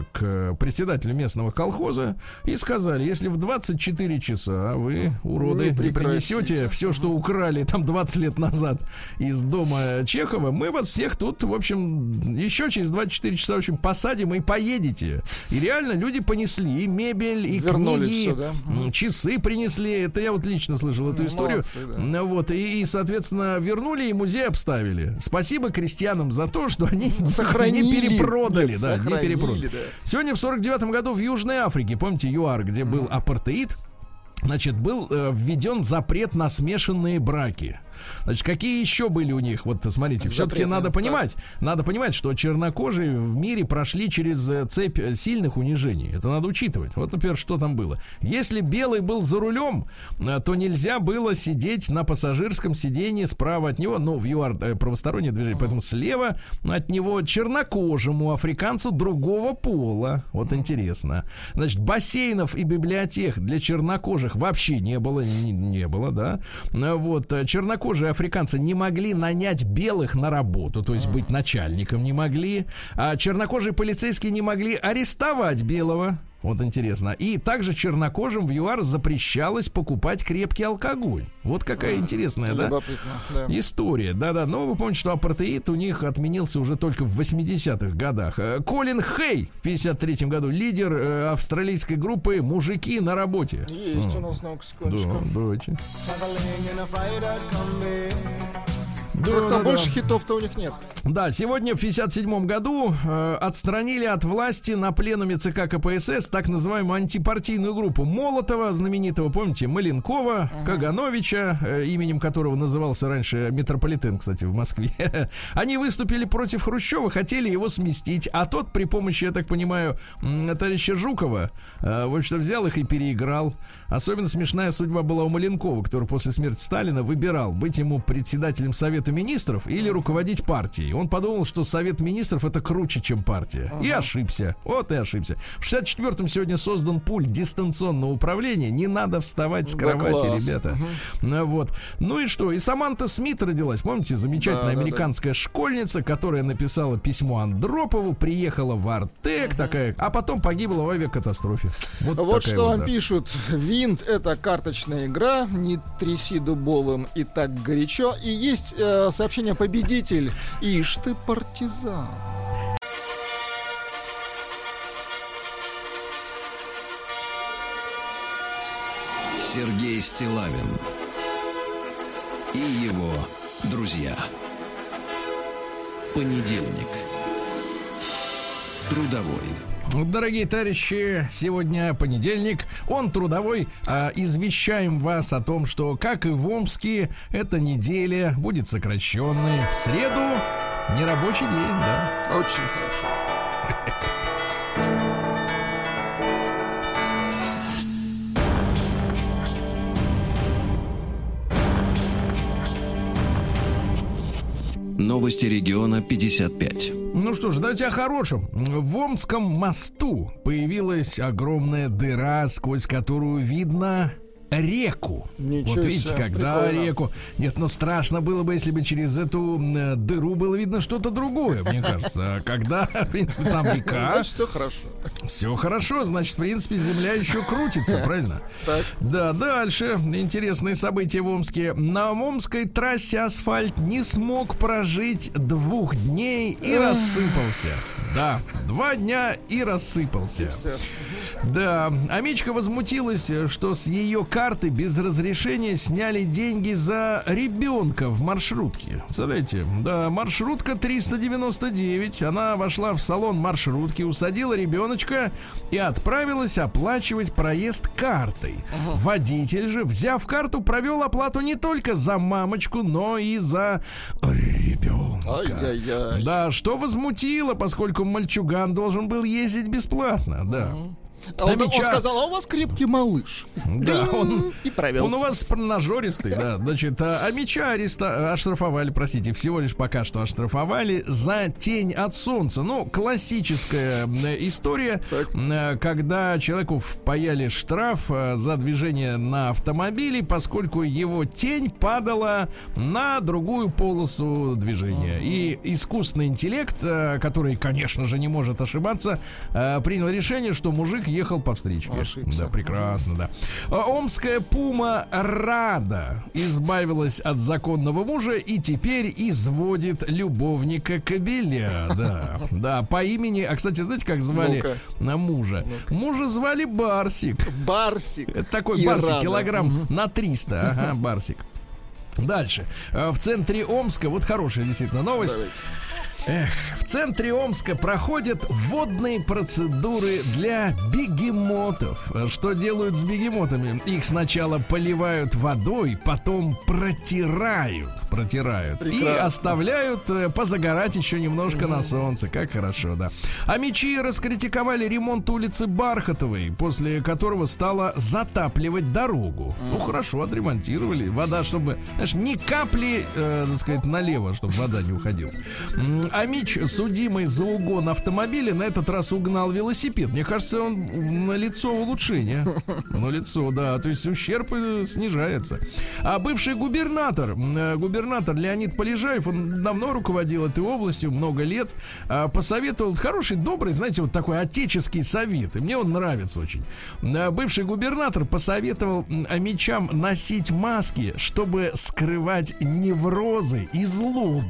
к председателю местного колхоза и сказали, если в двадцать четыре часа вы, уроды, не принесете все, что украли там двадцать лет назад из дома Чехова, мы вас всех тут, в общем, еще через двадцать четыре часа, в общем, посадим и поедете. И реально люди понесли и мебель, и вернули книги, все, да? Часы принесли. Это я вот лично слышал эту ну, историю. Молодцы, да. Вот, и, и, соответственно, вернули и музей обставили. Спасибо крестьянам за то, что они сохранили, не перепродали. Нет, да, не перепродали. Да. Сегодня в сорок девятом году в Южной Африке, помните, ЮАР, где был апартеид, значит, был э, введен запрет на смешанные браки. Значит, какие еще были у них? Вот, смотрите, все-таки надо понимать, надо понимать, что чернокожие в мире прошли через цепь сильных унижений. Это надо учитывать. Вот, например, что там было. Если белый был за рулем, то нельзя было сидеть на пассажирском сидении справа от него, ну, в ЮАР правостороннее движение, поэтому слева от него чернокожему африканцу другого пола. Вот интересно. Значит, бассейнов и библиотек для чернокожих вообще не было, не, не было, да. Вот, чернокожие африканцы не могли нанять белых на работу, то есть быть начальником не могли, а чернокожие полицейские не могли арестовать белого. Вот интересно. И также чернокожим в ЮАР запрещалось покупать крепкий алкоголь. Вот какая интересная, да? Да, история. Да-да. Но вы помните, что апартеид у них отменился уже только в восьмидесятых годах. Колин Хей в пятьдесят третьем году лидер э, австралийской группы «Мужики на работе». Есть у нас наука, секундочку. Да, давайте. Да, Как-то да, больше да. хитов-то у них нет. Да, сегодня в пятьдесят седьмом году э, отстранили от власти на пленуме ЦК ка пэ эс эс так называемую антипартийную группу Молотова, знаменитого, помните, Маленкова, uh-huh. Кагановича, э, именем которого назывался раньше метрополитен, кстати, в Москве. Они выступили против Хрущева, хотели его сместить, а тот при помощи, я так понимаю, товарища Жукова, э, в общем-то, взял их и переиграл. Особенно смешная судьба была у Маленкова, который после смерти Сталина выбирал, быть ему председателем Совета министров или руководить партией. Он подумал, что Совет министров это круче, чем партия. Uh-huh. И ошибся. Вот и ошибся. В шестьдесят четвёртом сегодня создан пульт дистанционного управления. Не надо вставать с кровати, да, ребята. Uh-huh. Вот. Ну и что? И Саманта Смит родилась. Помните, замечательная да, американская да, да. школьница, которая написала письмо Андропову, приехала в Артек, uh-huh. такая, а потом погибла в авиакатастрофе. Вот, вот что вот, вам да. пишут. Винт — это карточная игра. Не тряси дубовым и так горячо. И есть э, сообщение «Победитель». Ишь ты, партизан. Сергей Стиллавин и его друзья. Понедельник. Трудовой. Дорогие товарищи, сегодня понедельник, он трудовой. а, Извещаем вас о том, что, как и в Омске, эта неделя будет сокращенной. В среду нерабочий день, да. Очень хорошо. Новости региона пятьдесят пять. Ну что ж, давайте о хорошем. В Омском мосту появилась огромная дыра, сквозь которую видно реку. Ничего вот видите, себе, когда прикольно. Реку. Нет, ну страшно было бы, если бы через эту э, дыру было видно что-то другое, мне кажется. А когда, в принципе, там река. Значит, все хорошо. Все хорошо, значит, в принципе, земля еще крутится, правильно? Так. Да, дальше. Интересные события в Омске. На Омской трассе асфальт не смог прожить двух дней и рассыпался. Да, два дня и рассыпался. Да, Амичка возмутилась, что с ее карты без разрешения сняли деньги за ребенка в маршрутке. Представляете? Да, маршрутка триста девяносто девять. Она вошла в салон маршрутки, усадила ребеночка и отправилась оплачивать проезд картой. Ага. Водитель же, взяв карту, провел оплату не только за мамочку, но и за ребенка. Ай-яй-яй. Да, что возмутило, поскольку мальчуган должен был ездить бесплатно. Да. Ага. А он, он сказал, а у вас крепкий малыш. Да, он, и провел. Он у вас нажористый, да. Значит, а Мича ареста, оштрафовали, простите, всего лишь пока что оштрафовали за тень от солнца. Ну, классическая история, так. Когда человеку впаяли штраф за движение на автомобиле, поскольку его тень падала на другую полосу движения. Uh-huh. И искусственный интеллект, который, конечно же, не может ошибаться, принял решение, что мужик ехал по встречке. Ошибся. Да, прекрасно, да. Омская пума Рада избавилась от законного мужа и теперь изводит любовника кобеля. Да, да, по имени. А, кстати, знаете, как звали на мужа? Ну-ка. Мужа звали Барсик. Барсик. Это такой и Барсик, Рада. Килограмм угу. на триста. Ага, Барсик. Дальше. В центре Омска, вот хорошая действительно новость. Давайте. Эх, в центре Омска проходят водные процедуры для бегемотов. Что делают с бегемотами? Их сначала поливают водой, потом протирают, протирают и оставляют позагорать еще немножко на солнце. Как хорошо, да. А Мичи раскритиковали ремонт улицы Бархатовой, после которого стало затапливать дорогу. Ну хорошо, отремонтировали. Вода, чтобы, знаешь, ни капли, э, так сказать, налево, чтобы вода не уходила. А Мич, судимый за угон автомобиля, на этот раз угнал велосипед. Мне кажется, он на лицо улучшение. На лицо, да. То есть ущерб снижается. А бывший губернатор, губернатор Леонид Полежаев, он давно руководил этой областью, много лет, посоветовал хороший, добрый, знаете, вот такой отеческий совет. И мне он нравится очень. Бывший губернатор посоветовал амичам носить маски, чтобы скрывать неврозы и злобу.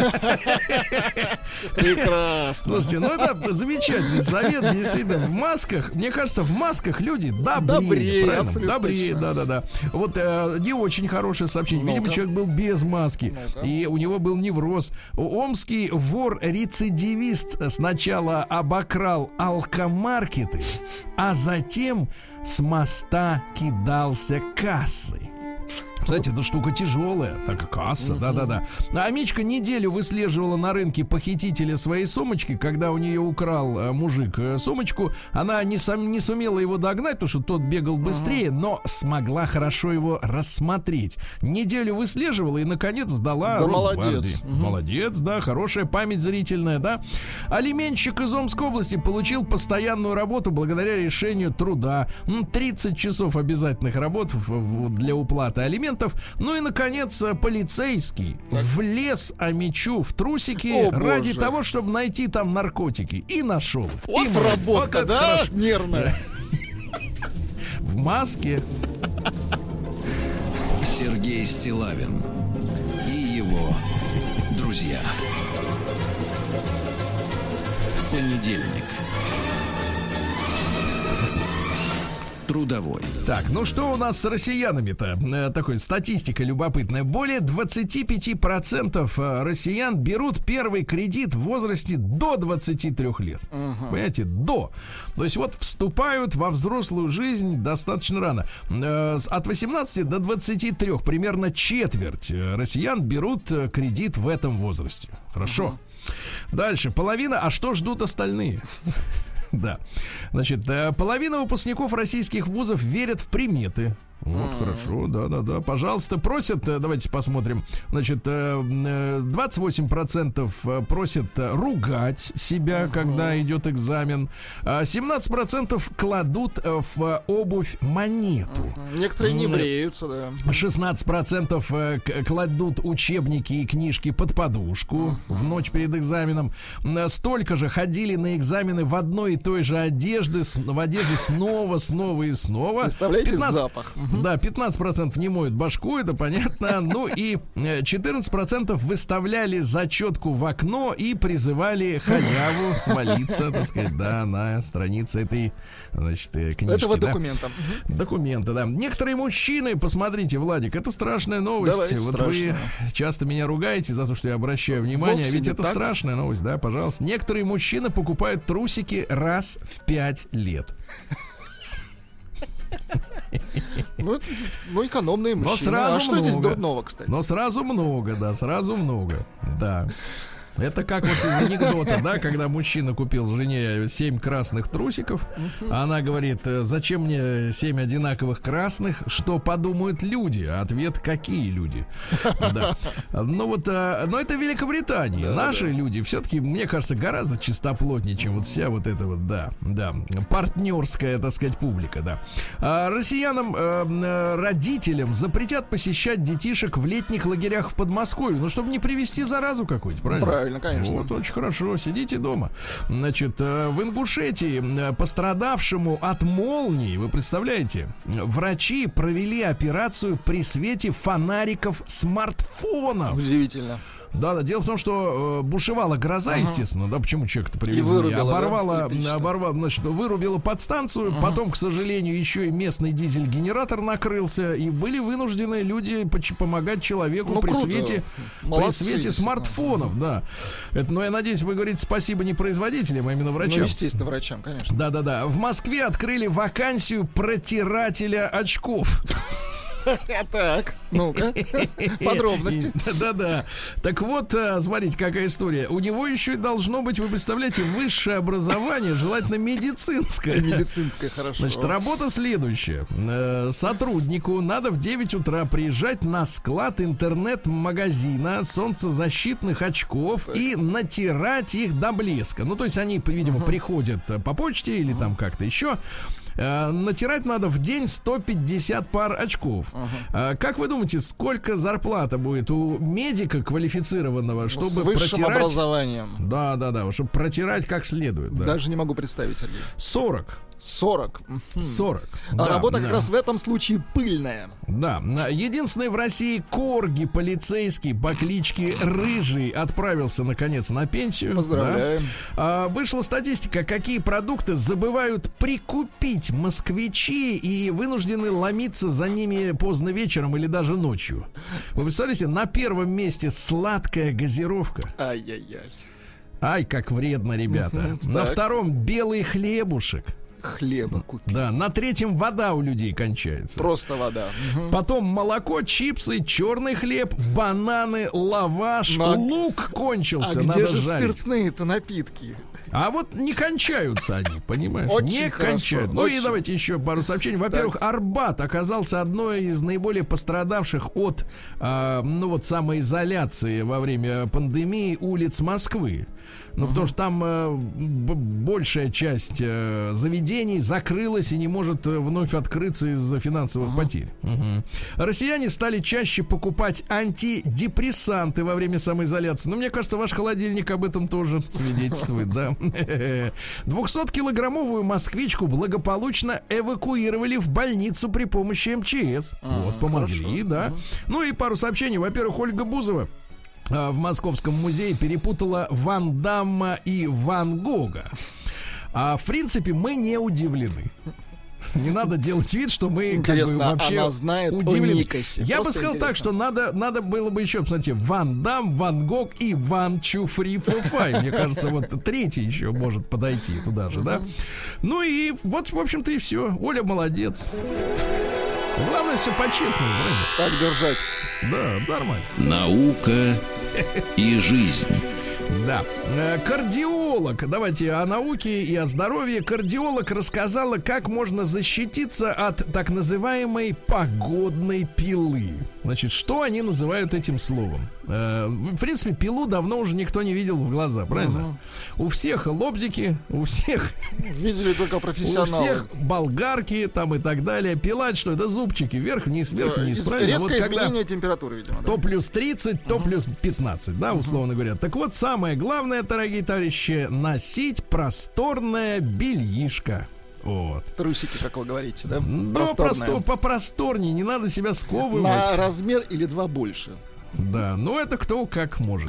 Прекрасно. Слушайте, ну это замечательный совет. Действительно, в масках, мне кажется, в масках люди добрее. Добрее, абсолютно. Добрее, да-да-да. Вот э, не очень хорошее сообщение. Ну-ка. Видимо, человек был без маски. Ну-ка. И у него был невроз. Омский вор-рецидивист сначала обокрал алкомаркеты, а затем с моста кидался кассой. Кстати, эта штука тяжелая, так касса, uh-huh. да-да-да. А Мичка неделю выслеживала на рынке похитителя своей сумочки. Когда у нее украл э, мужик э, сумочку, она не, сам, не сумела его догнать, потому что тот бегал быстрее, uh-huh. но смогла хорошо его рассмотреть. Неделю выслеживала и, наконец, сдала да Росгвардии. Молодец. Uh-huh. Молодец, да, хорошая память зрительная, да. Алиментщик из Омской области получил постоянную работу благодаря решению труда. тридцать часов обязательных работ в, в, для уплаты алиментов. Ну и, наконец, полицейский так. влез амичу в трусики О, ради боже. того, чтобы найти там наркотики. И нашел. Вот и работка, вот да? Хорошо. Нервная. В маске. Сергей Стиллавин и его друзья. Понедельник. Трудовой. Так, ну что у нас с россиянами-то? Э, такой статистика любопытная. Более двадцать пять процентов россиян берут первый кредит в возрасте до двадцати трёх лет. Uh-huh. Понимаете, до. То есть вот вступают во взрослую жизнь достаточно рано. Э, от восемнадцати до двадцати трёх примерно четверть россиян берут кредит в этом возрасте. Хорошо. Uh-huh. Дальше. Половина. А что ждут остальные? Да. Значит, половина выпускников российских вузов верят в приметы. Вот, mm-hmm. хорошо, да-да-да, пожалуйста, просят, давайте посмотрим, значит, двадцать восемь процентов просят ругать себя, mm-hmm. когда идет экзамен, семнадцать процентов кладут в обувь монету. Mm-hmm. Некоторые не бреются, да. шестнадцать процентов кладут учебники и книжки под подушку mm-hmm. в ночь перед экзаменом. Столько же ходили на экзамены в одной и той же одежде, в одежде снова, снова и снова. Представляете пятнадцать запах? Да, пятнадцать процентов не моют башку, это понятно. Ну и четырнадцать процентов выставляли зачетку в окно и призывали халяву свалиться, так сказать, да, на странице этой, значит, книжки. Этого да? документа. Документа, да. Некоторые мужчины, посмотрите, Владик, это страшная новость. Давай, вот страшно. Вы часто меня ругаете за то, что я обращаю внимание, Вовсе ведь это так. страшная новость, да, пожалуйста. Некоторые мужчины покупают трусики раз в пять лет. Ну, ну, экономные мужчины. Но сразу а что много. здесь дурного, кстати? Но сразу много, да, сразу много, да. Это как вот из анекдота, да, когда мужчина купил жене семь красных трусиков, а она говорит: зачем мне семь одинаковых красных, что подумают люди? Ответ: какие люди? Да. Ну вот, но это Великобритания. Да, Наши да. люди все-таки, мне кажется, гораздо чистоплотнее, чем вот вся вот эта вот, да, да, партнерская, так сказать, публика, да. А россиянам, родителям запретят посещать детишек в летних лагерях в Подмосковье, ну, чтобы не привести заразу какую-нибудь, правильно? Правильно. Конечно. Вот, очень хорошо, сидите дома. Значит, в Ингушетии пострадавшему от молнии, вы представляете, врачи провели операцию при свете фонариков смартфонов. Удивительно. Да, да, дело в том, что э, бушевала гроза, ага. естественно, да, почему человек-то привезли, оборвала, да, оборвала, значит, вырубила подстанцию, ага. потом, к сожалению, еще и местный дизель-генератор накрылся, и были вынуждены люди поч- помогать человеку ну, при круто. свете, Молодцы, при свете смартфонов, да. Это, но я надеюсь, вы говорите спасибо не производителям, а именно врачам. Ну, естественно, врачам, конечно. Да, да, да. В Москве открыли вакансию протирателя очков. Так, ну-ка, подробности. Да-да. Так вот, смотрите, какая история. У него еще и должно быть, вы представляете, высшее образование, желательно медицинское. Медицинское, хорошо. Значит, работа следующая. Сотруднику надо в девять утра приезжать на склад интернет-магазина солнцезащитных очков и натирать их до блеска. Ну, то есть они, видимо, приходят по почте или там как-то еще. Натирать надо в день сто пятьдесят пар очков. Uh-huh. Как вы думаете, сколько зарплата будет у медика квалифицированного, чтобы с высшим протирать... образованием. Да, да, да, чтобы протирать как следует. Да. Даже не могу представить, Сергей. сорок. сорок. сорок. А да, работа да. как раз в этом случае пыльная. Да. Единственный в России корги полицейский по кличке Рыжий отправился, наконец, на пенсию. Поздравляем. Да. А, вышла статистика, какие продукты забывают прикупить москвичи и вынуждены ломиться за ними поздно вечером или даже ночью. Вы представляете, на первом месте сладкая газировка. Ай-яй-яй. Ай, как вредно, ребята. На втором белый хлебушек. Хлеба купить. Да, на третьем вода у людей кончается. Просто вода. Потом молоко, чипсы, черный хлеб, бананы, лаваш, Но... лук кончился. А надо где же жарить. Спиртные-то напитки? А вот не кончаются они, понимаешь? Очень не хорошо, кончаются. Ну очень. И давайте еще пару сообщений. Во-первых, так. Арбат оказался одной из наиболее пострадавших от, э, ну вот, самоизоляции во время пандемии улиц Москвы. Ну, uh-huh. потому что там э, б- большая часть э, заведений закрылась и не может э, вновь открыться из-за финансовых uh-huh. потерь. Uh-huh. Россияне стали чаще покупать антидепрессанты во время самоизоляции. Но мне кажется, ваш холодильник об этом тоже свидетельствует, да. двухсоткилограммовую москвичку благополучно эвакуировали в больницу при помощи эм че эс. Вот, помогли, да. Ну и пару сообщений. Во-первых, Ольга Бузова в Московском музее перепутала Ван Дамма и Ван Гога. А в принципе мы не удивлены. Не надо делать вид, что мы интересно, как бы вообще она знает удивлены. Никосе. Я Просто бы сказал интересно. так, что надо, надо было бы еще, посмотрите, Ван Дам, Ван Гог и Ван Чу Фри Фо Фай. Мне кажется, вот третий еще может подойти туда же, да? Ну и вот, в общем-то, и все. Оля молодец. Главное, все по-честному, правильно? Так держать. Да, нормально. Наука и жизнь. Да. Кардиолог, давайте о науке и о здоровье. Кардиолог рассказала, как можно защититься от так называемой погодной пилы. Значит, что они называют этим словом? В принципе, пилу давно уже никто не видел в глаза, правильно? Угу. У всех лобзики, у всех... Видели только профессионалы. У всех болгарки там и так далее. Пила, что это зубчики, вверх-вниз, вверх-вниз, да, правильно? Резкое вот изменение температуры, видимо. То да? плюс тридцать, то uh-huh. плюс пятнадцать, да, условно uh-huh. говоря. Так вот, самое главное, дорогие товарищи, носить просторное бельишко. Вот. Трусики, как вы говорите, да? Да, просто попросторнее, не надо себя сковывать. На размер или два больше. Да, ну это кто как может.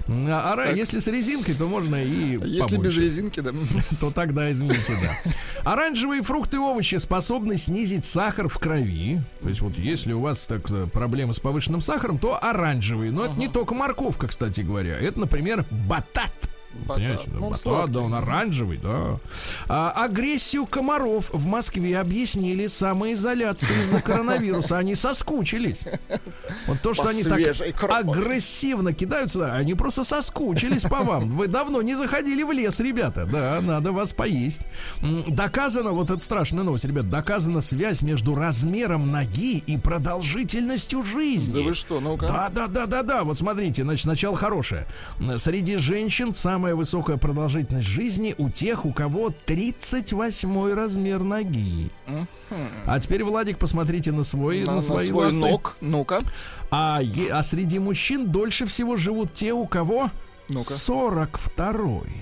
А, а если с резинкой, то можно и если побольше. Без резинки, да. То тогда, извините, да. Оранжевые фрукты и овощи способны снизить сахар в крови. То есть вот если у вас так проблемы с повышенным сахаром, то оранжевые. Но uh-huh. это не только морковка, кстати говоря. Это, например, батат. Понимаете, да, он батат, да, он оранжевый, да. А, агрессию комаров в Москве объяснили самоизоляцией из-за коронавируса. Они соскучились. Вот то, что по они так крови. агрессивно кидаются, они просто соскучились по вам. Вы давно не заходили в лес, ребята. Да, надо вас поесть. Доказано, вот это страшная новость, ребят, доказана связь между размером ноги и продолжительностью жизни. Да вы что, ну-ка. Да, да, да, да, да. Вот смотрите, значит, начало хорошее. Среди женщин самое Самая высокая продолжительность жизни у тех, у кого тридцать восьмой размер ноги. Uh-huh. А теперь, Владик, посмотрите на свой, на, на свои свой ласты. ног. Ну-ка. А, а среди мужчин дольше всего живут те, у кого Ну-ка. сорок второй.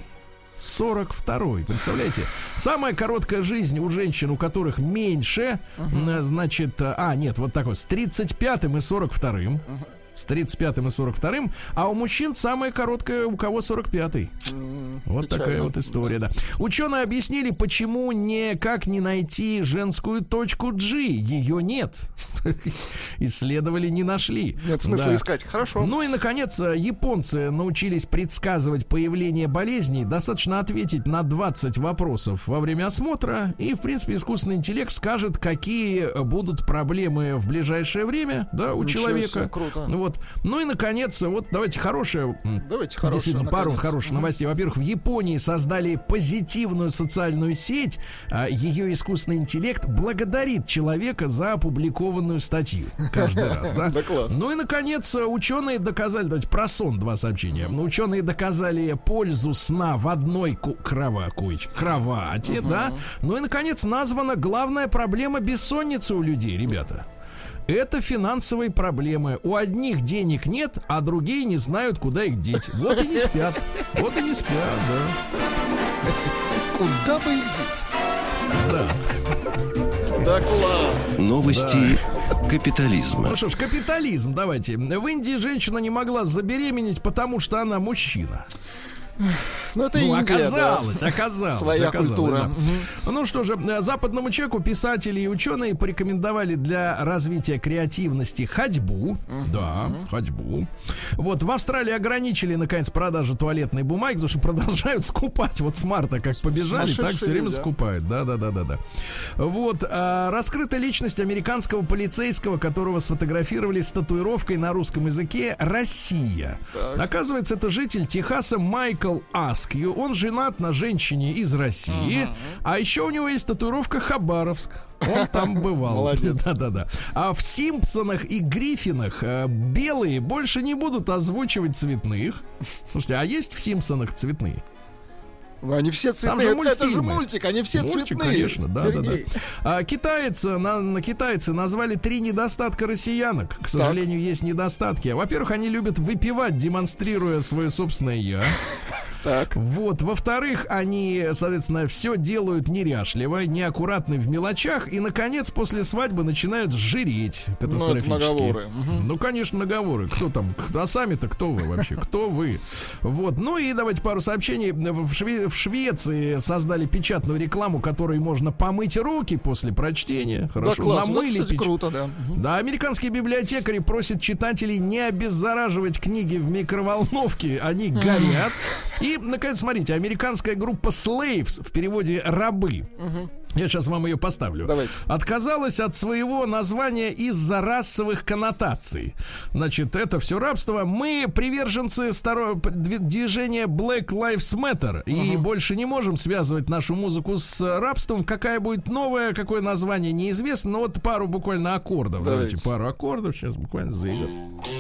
сорок второй, представляете? Самая короткая жизнь у женщин, у которых меньше, uh-huh. значит, а, нет, вот такой, с тридцать пятым и сорок вторым. Uh-huh. С тридцать пятым и сорок вторым, а у мужчин самая короткая, у кого сорок пятый. Mm, вот печально. Такая вот история, да. да. Ученые объяснили, почему никак не найти женскую точку G. Ее нет. Исследовали, не нашли. Нет смысла да. искать. Хорошо. Ну и, наконец, японцы научились предсказывать появление болезней. Достаточно ответить на двадцать вопросов во время осмотра. И, в принципе, искусственный интеллект скажет, какие будут проблемы в ближайшее время, да, у Ничего человека. Себе, круто. Вот. Ну и, наконец, вот давайте хорошее, давайте действительно, хорошее, пару наконец. хороших новостей. Во-первых, в Японии создали позитивную социальную сеть. Ее искусственный интеллект благодарит человека за опубликованную статью каждый раз, да? Да, класс. Ну и, наконец, ученые доказали, давайте про сон два сообщения. Ученые доказали пользу сна в одной ко- крова- коечке, кровати, uh-huh. да? Ну и, наконец, названа главная проблема бессонницы у людей, ребята. Это финансовые проблемы. У одних денег нет, а другие не знают, куда их деть. Вот и не спят. Вот и не спят, да. Куда бы их деть? Да. Да, класс. Новости да. капитализма. Ну что ж, капитализм, давайте. В Индии женщина не могла забеременеть, потому что она мужчина. Ну, это ну, Индия, оказалось, да. оказалось. Своя оказалось, культура. Да. Угу. Ну что же, западному человеку писатели и ученые порекомендовали для развития креативности ходьбу. Угу. Да, ходьбу. Вот, в Австралии ограничили, наконец, продажу туалетной бумаги, потому что продолжают скупать. Вот с марта как побежали, так все время скупают. Да, да, да, да, да. Вот, а, раскрыта личность американского полицейского, которого сфотографировали с татуировкой на русском языке «Россия». Так. Оказывается, это житель Техаса Майкл Аскью. Он женат на женщине из России. Uh-huh. А еще у него есть татуировка Хабаровск. Он там бывал. Молодец. Да-да-да. А в Симпсонах и Гриффинах э, белые больше не будут озвучивать цветных. Слушайте, а есть в Симпсонах цветные? Они все цветные. Же это, это же мультик, они все мультик, цветные. Конечно, да, да, да. А, китайцы, на, на китайцы назвали три недостатка россиянок. К сожалению, так. есть недостатки. Во-первых, они любят выпивать, демонстрируя свое собственное я. Так. Вот. Во-вторых, они, соответственно, все делают неряшливо, неаккуратно в мелочах. И, наконец, после свадьбы начинают жиреть катастрофически. Ну, наговоры. Угу. Ну, конечно, наговоры. Кто там? А сами-то кто вы вообще? Кто вы? Вот. Ну и давайте пару сообщений. В, Шве- в Швеции создали печатную рекламу, которой можно помыть руки после прочтения. Хорошо. Да, класс. Намыли. Вот, кстати, печ... круто, да. Угу. Да, американские библиотекари просят читателей не обеззараживать книги в микроволновке. Они горят. И, наконец, смотрите, американская группа Slaves, в переводе «рабы», uh-huh. Я сейчас вам ее поставлю. Давайте. Отказалась от своего названия из-за расовых коннотаций. Значит, это все рабство. Мы приверженцы старого движения Black Lives Matter. И uh-huh. больше не можем связывать нашу музыку с рабством. Какая будет новая, какое название, неизвестно. Но вот пару буквально аккордов. Давайте, Давайте пару аккордов. Сейчас буквально заиграем.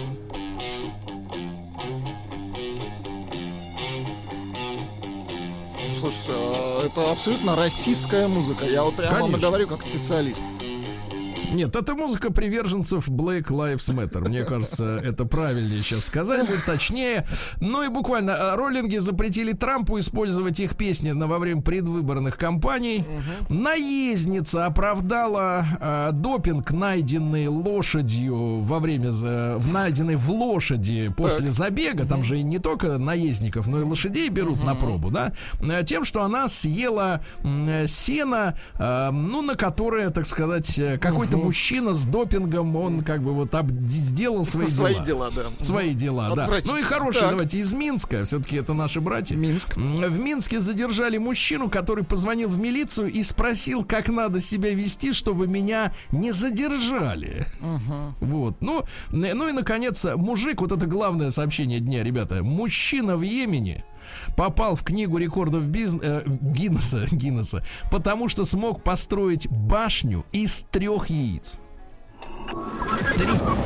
Слушайте, это абсолютно российская музыка. Я вот прямо вам говорю как специалист. Нет, это музыка приверженцев Black Lives Matter. Мне кажется, это правильнее сейчас сказать, будет точнее. Ну и буквально роллинги запретили Трампу использовать их песни на, во время предвыборных кампаний. Угу. Наездница оправдала э, допинг, найденный лошадью во время, в найденный в лошади после так. забега. Там угу. же не только наездников, но и лошадей берут угу. на пробу, да? Тем, что она съела э, сено, э, ну, на которое, так сказать, какой-то мужчина с допингом, он как бы вот об... сделал свои, свои дела. дела. да. Свои дела, да. Ну и хорошие, так. давайте, из Минска, все-таки это наши братья. Минск. В Минске задержали мужчину, который позвонил в милицию и спросил, как надо себя вести, чтобы меня не задержали. Uh-huh. Вот. Ну, ну и, наконец, мужик, вот это главное сообщение дня, ребята. Мужчина в Йемене попал в книгу рекордов бизн... э, Гиннесса, Гиннесса, потому что смог построить башню из трех яиц. Три.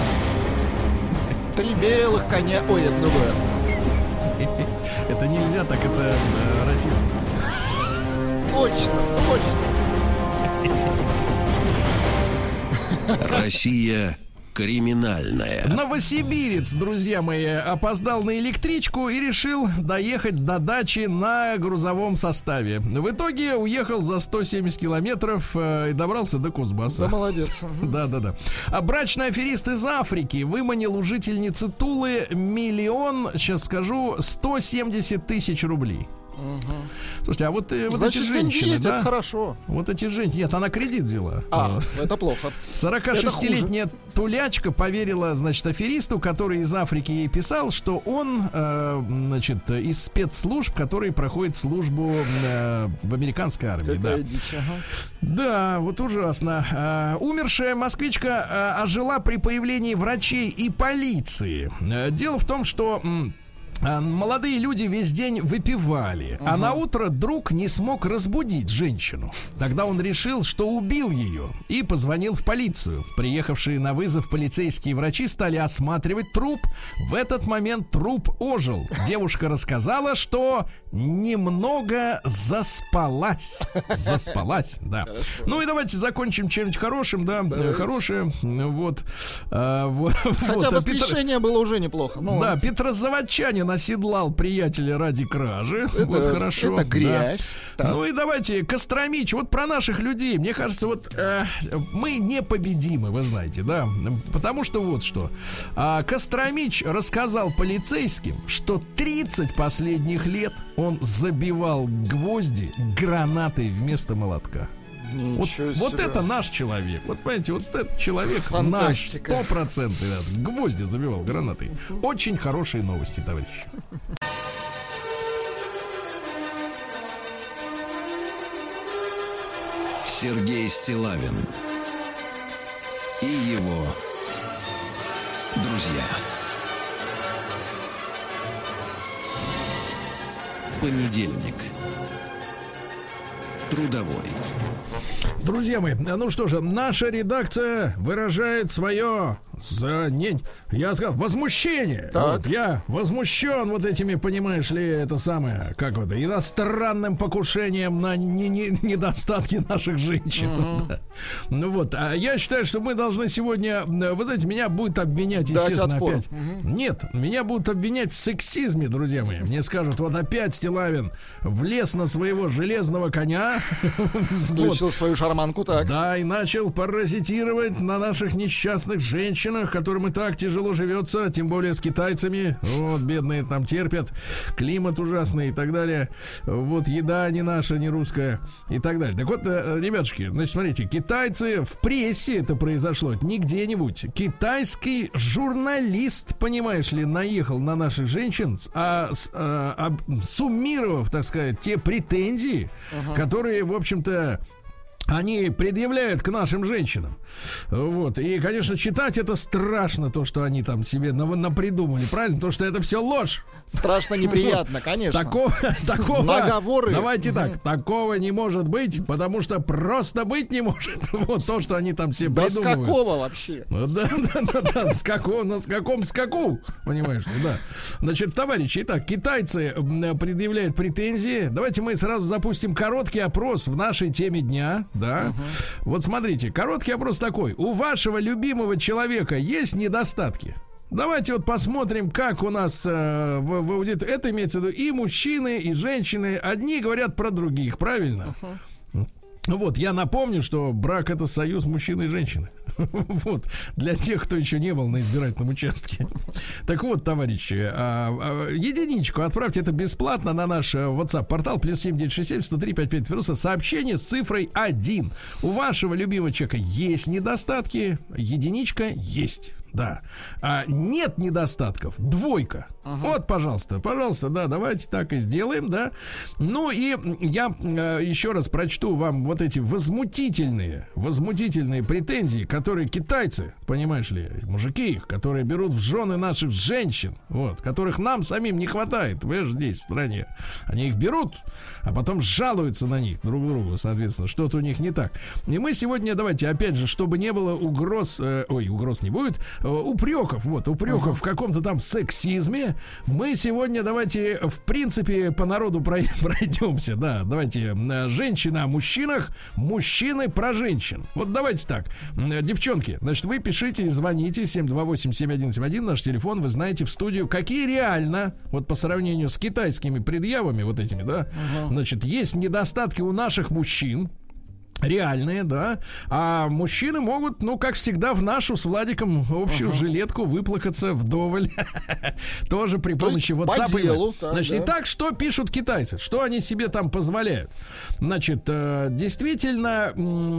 Три белых коня. Ой, это другое. Это нельзя так, это э, расизм. Точно, точно. Россия криминальная. Новосибирец, друзья мои, опоздал на электричку и решил доехать до дачи на грузовом составе. В итоге уехал за сто семьдесят километров э, и добрался до Кузбасса. Да, молодец. Да-да-да. А брачный аферист из Африки выманил у жительницы Тулы миллион, сейчас скажу, сто семьдесят тысяч рублей. Угу. Слушайте, а вот, вот Значит, эти женщины, есть, да? Это хорошо. Вот эти женщины, нет, она кредит взяла. А, это плохо. сорокашестилетняя тулячка поверила, значит, аферисту, который из Африки ей писал, что он, э, значит, из спецслужб, которые проходят службу э, в американской армии. Да. Дичь, ага. Да, вот ужасно. Э, умершая москвичка э, ожила при появлении врачей и полиции. Э, дело в том, что молодые люди весь день выпивали, uh-huh. а на утро друг не смог разбудить женщину. Тогда он решил, что убил ее, и позвонил в полицию. Приехавшие на вызов полицейские врачи стали осматривать труп. В этот момент труп ожил. Девушка рассказала, что немного заспалась. Заспалась, да. Хорошо. Ну и давайте закончим чем-нибудь хорошим, да, давайте. Хорошее. Вот. А, вот. Хотя вот. воскрешение Петр... было уже неплохо. Ну... Да, петрозаводчанин оседлал приятеля ради кражи. Это, вот хорошо. Это грязь. Да. Ну и давайте, Костромич, вот про наших людей. Мне кажется, вот э, мы непобедимы, вы знаете, да. Потому что вот что. А, Костромич рассказал полицейским, что тридцать последних лет он забивал гвозди гранатой вместо молотка. Вот, вот это наш человек. Вот понимаете, вот этот человек фантастика. Наш сто процентов гвозди забивал гранатой. Очень хорошие новости, товарищи. Сергей Стиллавин и его друзья. Понедельник. Трудовой. Друзья мои, ну что же, наша редакция выражает свое за не... Я сказал, возмущение. Вот, я возмущен вот этими, понимаешь ли, это самое, как вот, иностранным покушением на не, не, недостатки наших женщин. Mm-hmm. Да. Ну вот, а я считаю, что мы должны сегодня, вы знаете, меня будут обвинять, естественно, опять. Mm-hmm. Нет, меня будут обвинять в сексизме, друзья мои. Мне скажут, вот опять Стиллавин влез на своего железного коня. Включил свою шарманку, так. Да, и начал паразитировать на наших несчастных женщинах, которым и так тяжело живется, тем более с китайцами. Вот, бедные там терпят. Климат ужасный и так далее. Вот, еда не наша, не русская и так далее. Так вот, ребятушки, значит, смотрите, китайцы, в прессе это произошло, не где-нибудь. Китайский журналист, понимаешь ли, наехал на наших женщин, а, а, а, суммировав, так сказать, те претензии, uh-huh. которые, в общем-то, они предъявляют к нашим женщинам. Вот. И, конечно, читать это страшно, то, что они там себе напридумали, правильно? Потому что это все ложь. Страшно неприятно, конечно. Такого, такого, наговоры. Давайте так, такого не может быть, потому что просто быть не может. Вот то, что они там себе да придумывают. с какого вообще? Да, да, да, да, с какого, на с каком скаку, понимаешь, да. Значит, товарищи, итак, китайцы предъявляют претензии. Давайте мы сразу запустим короткий опрос в нашей теме дня, да. Uh-huh. Вот смотрите, короткий опрос такой. У вашего любимого человека есть недостатки? Давайте вот посмотрим, как у нас э, в, в аудитории. Это имеется в виду и мужчины, и женщины. Одни говорят про других, правильно? Uh-huh. Вот, я напомню, что брак — это союз мужчины и женщины. Вот, для тех, кто еще не был на избирательном участке. Так вот, товарищи, а, а, единичку отправьте, это бесплатно, на наш WhatsApp-портал плюс семь девять шесть семь сто три пять пять. Просто сообщение с цифрой один. У вашего любимого человека есть недостатки, единичка есть. Да. А нет недостатков, двойка. Uh-huh. Вот, пожалуйста, пожалуйста, да, давайте так и сделаем, да. Ну и я э, еще раз прочту вам вот эти возмутительные, возмутительные претензии, которые китайцы, понимаешь ли, мужики их, которые берут в жены наших женщин, вот, которых нам самим не хватает, вы же здесь, в стране. Они их берут, а потом жалуются на них друг другу, соответственно, что-то у них не так. И мы сегодня, давайте, опять же, чтобы не было угроз, э, ой, угроз не будет, упреков, вот, упреков uh-huh. в каком-то там сексизме. Мы сегодня, давайте, в принципе, по народу пройдемся, да, давайте, женщины о мужчинах, мужчины про женщин. Вот давайте так, девчонки, значит, вы пишите и звоните семь два восемь семь один семь один, наш телефон, вы знаете, в студию, какие реально, вот по сравнению с китайскими предъявами вот этими, да, uh-huh. значит, есть недостатки у наших мужчин, реальные, да. А мужчины могут, ну, как всегда, в нашу с Владиком общую uh-huh. жилетку выплакаться вдоволь. Тоже при помощи WhatsApp. По делу, так, Значит, да. итак, что пишут китайцы? Что они себе там позволяют? Значит, э, действительно,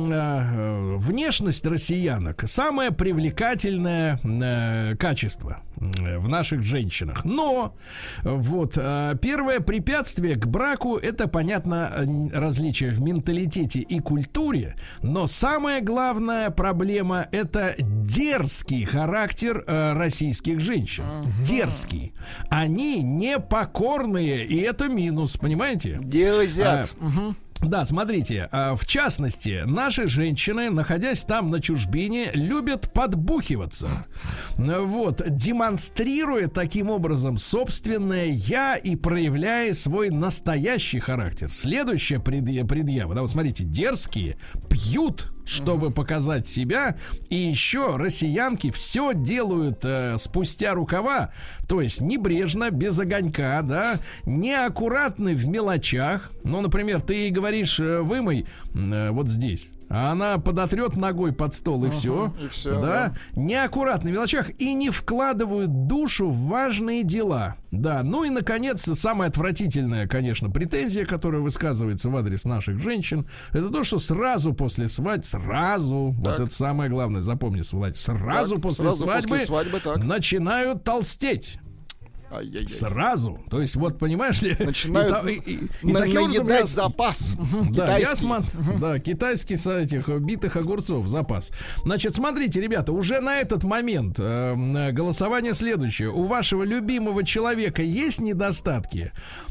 э, внешность россиянок самое привлекательное э, качество э, в наших женщинах. Но вот э, первое препятствие к браку — это, понятно, различие в менталитете и культуре. Но самая главная проблема — это дерзкий характер э, российских женщин. Uh-huh. Дерзкий. Они непокорные, и это минус, понимаете? Дерзят. А, uh-huh. Да, смотрите, в частности, наши женщины, находясь там на чужбине, любят подбухиваться. Вот, демонстрируя таким образом собственное «я» и проявляя свой настоящий характер. Следующая предъява, да, вот смотрите, дерзкие пьют, чтобы показать себя, и еще россиянки все делают э, спустя рукава, то есть небрежно, без огонька, да, неаккуратны в мелочах. Ну, например, ты ей говоришь, э, вымой э, вот здесь, а она подотрет ногой под стол, и, uh-huh, все, и все. Да, да. Неаккуратны в мелочах и не вкладывают душу в важные дела. Да, ну и, наконец, самая отвратительная, конечно, претензия, которая высказывается в адрес наших женщин, это то, что сразу после свадьбы, сразу, так. вот это самое главное, запомни, Владимир, сразу, так, после, сразу свадьбы после свадьбы начинают толстеть. Ай-яй-яй. Сразу. То есть, вот, понимаешь ли, начинают и, и, и, на, и наедать я, запас. Да, я смотрю, да, китайский с этих битых огурцов запас. Значит, смотрите, ребята, уже на этот момент э, голосование следующее. У вашего любимого человека есть недостатки?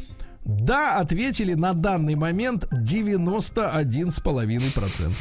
Да, ответили на данный момент девяносто один и пять десятых процента.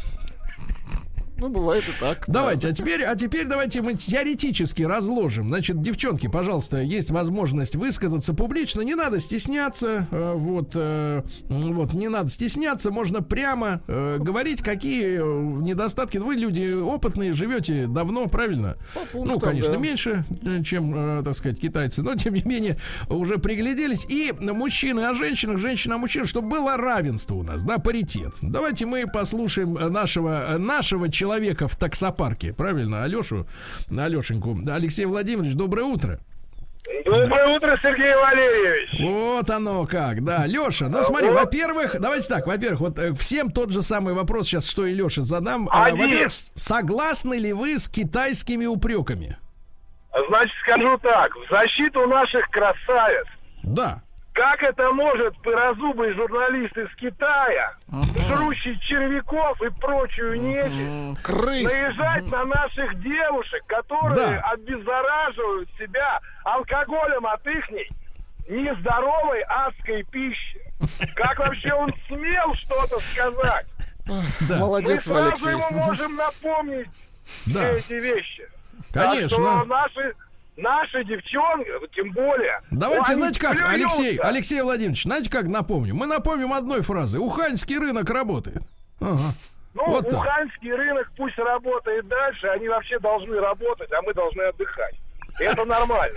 Ну, бывает и так. Давайте, да. а теперь, а теперь давайте мы теоретически разложим. Значит, девчонки, пожалуйста, есть возможность высказаться публично. Не надо стесняться. Э, вот, э, вот, не надо стесняться. Можно прямо э, говорить, какие недостатки. Вы люди опытные, живете давно, правильно? По пунктам, ну, конечно, да. меньше, чем, э, так сказать, китайцы, но тем не менее уже пригляделись. И мужчины о женщинах, женщины о мужчинах, чтобы было равенство у нас, да, паритет. Давайте мы послушаем нашего, нашего человека. Человека в таксопарке, правильно, Алешу, Алешеньку. Алексей Владимирович, доброе утро. Доброе утро, Сергей Валерьевич. Вот оно как, да, Леша. Ну смотри, вот. во-первых, давайте так, во-первых, вот всем тот же самый вопрос сейчас, что и Леше задам. Один. Во-первых, согласны ли вы с китайскими упреками? Значит, скажу так, в защиту наших красавиц. Да. Как это может пырозубый журналист из Китая, uh-huh. жрущий червяков и прочую нечисть, uh-huh. Крыс. наезжать на наших девушек, которые да. обеззараживают себя алкоголем от ихней нездоровой адской пищи? Как вообще он смел что-то сказать? Да. Молодец, Мы сразу Алексей. ему можем напомнить Да. все эти вещи. Конечно. Так что наши, наши девчонки, тем более... Давайте, они знаете как, плюются. Алексей, Алексей Владимирович, знаете как напомним? Мы напомним одной фразой. Уханьский рынок работает. Ага. Ну, Вот так. уханьский рынок пусть работает дальше, они вообще должны работать, а мы должны отдыхать. Это нормально.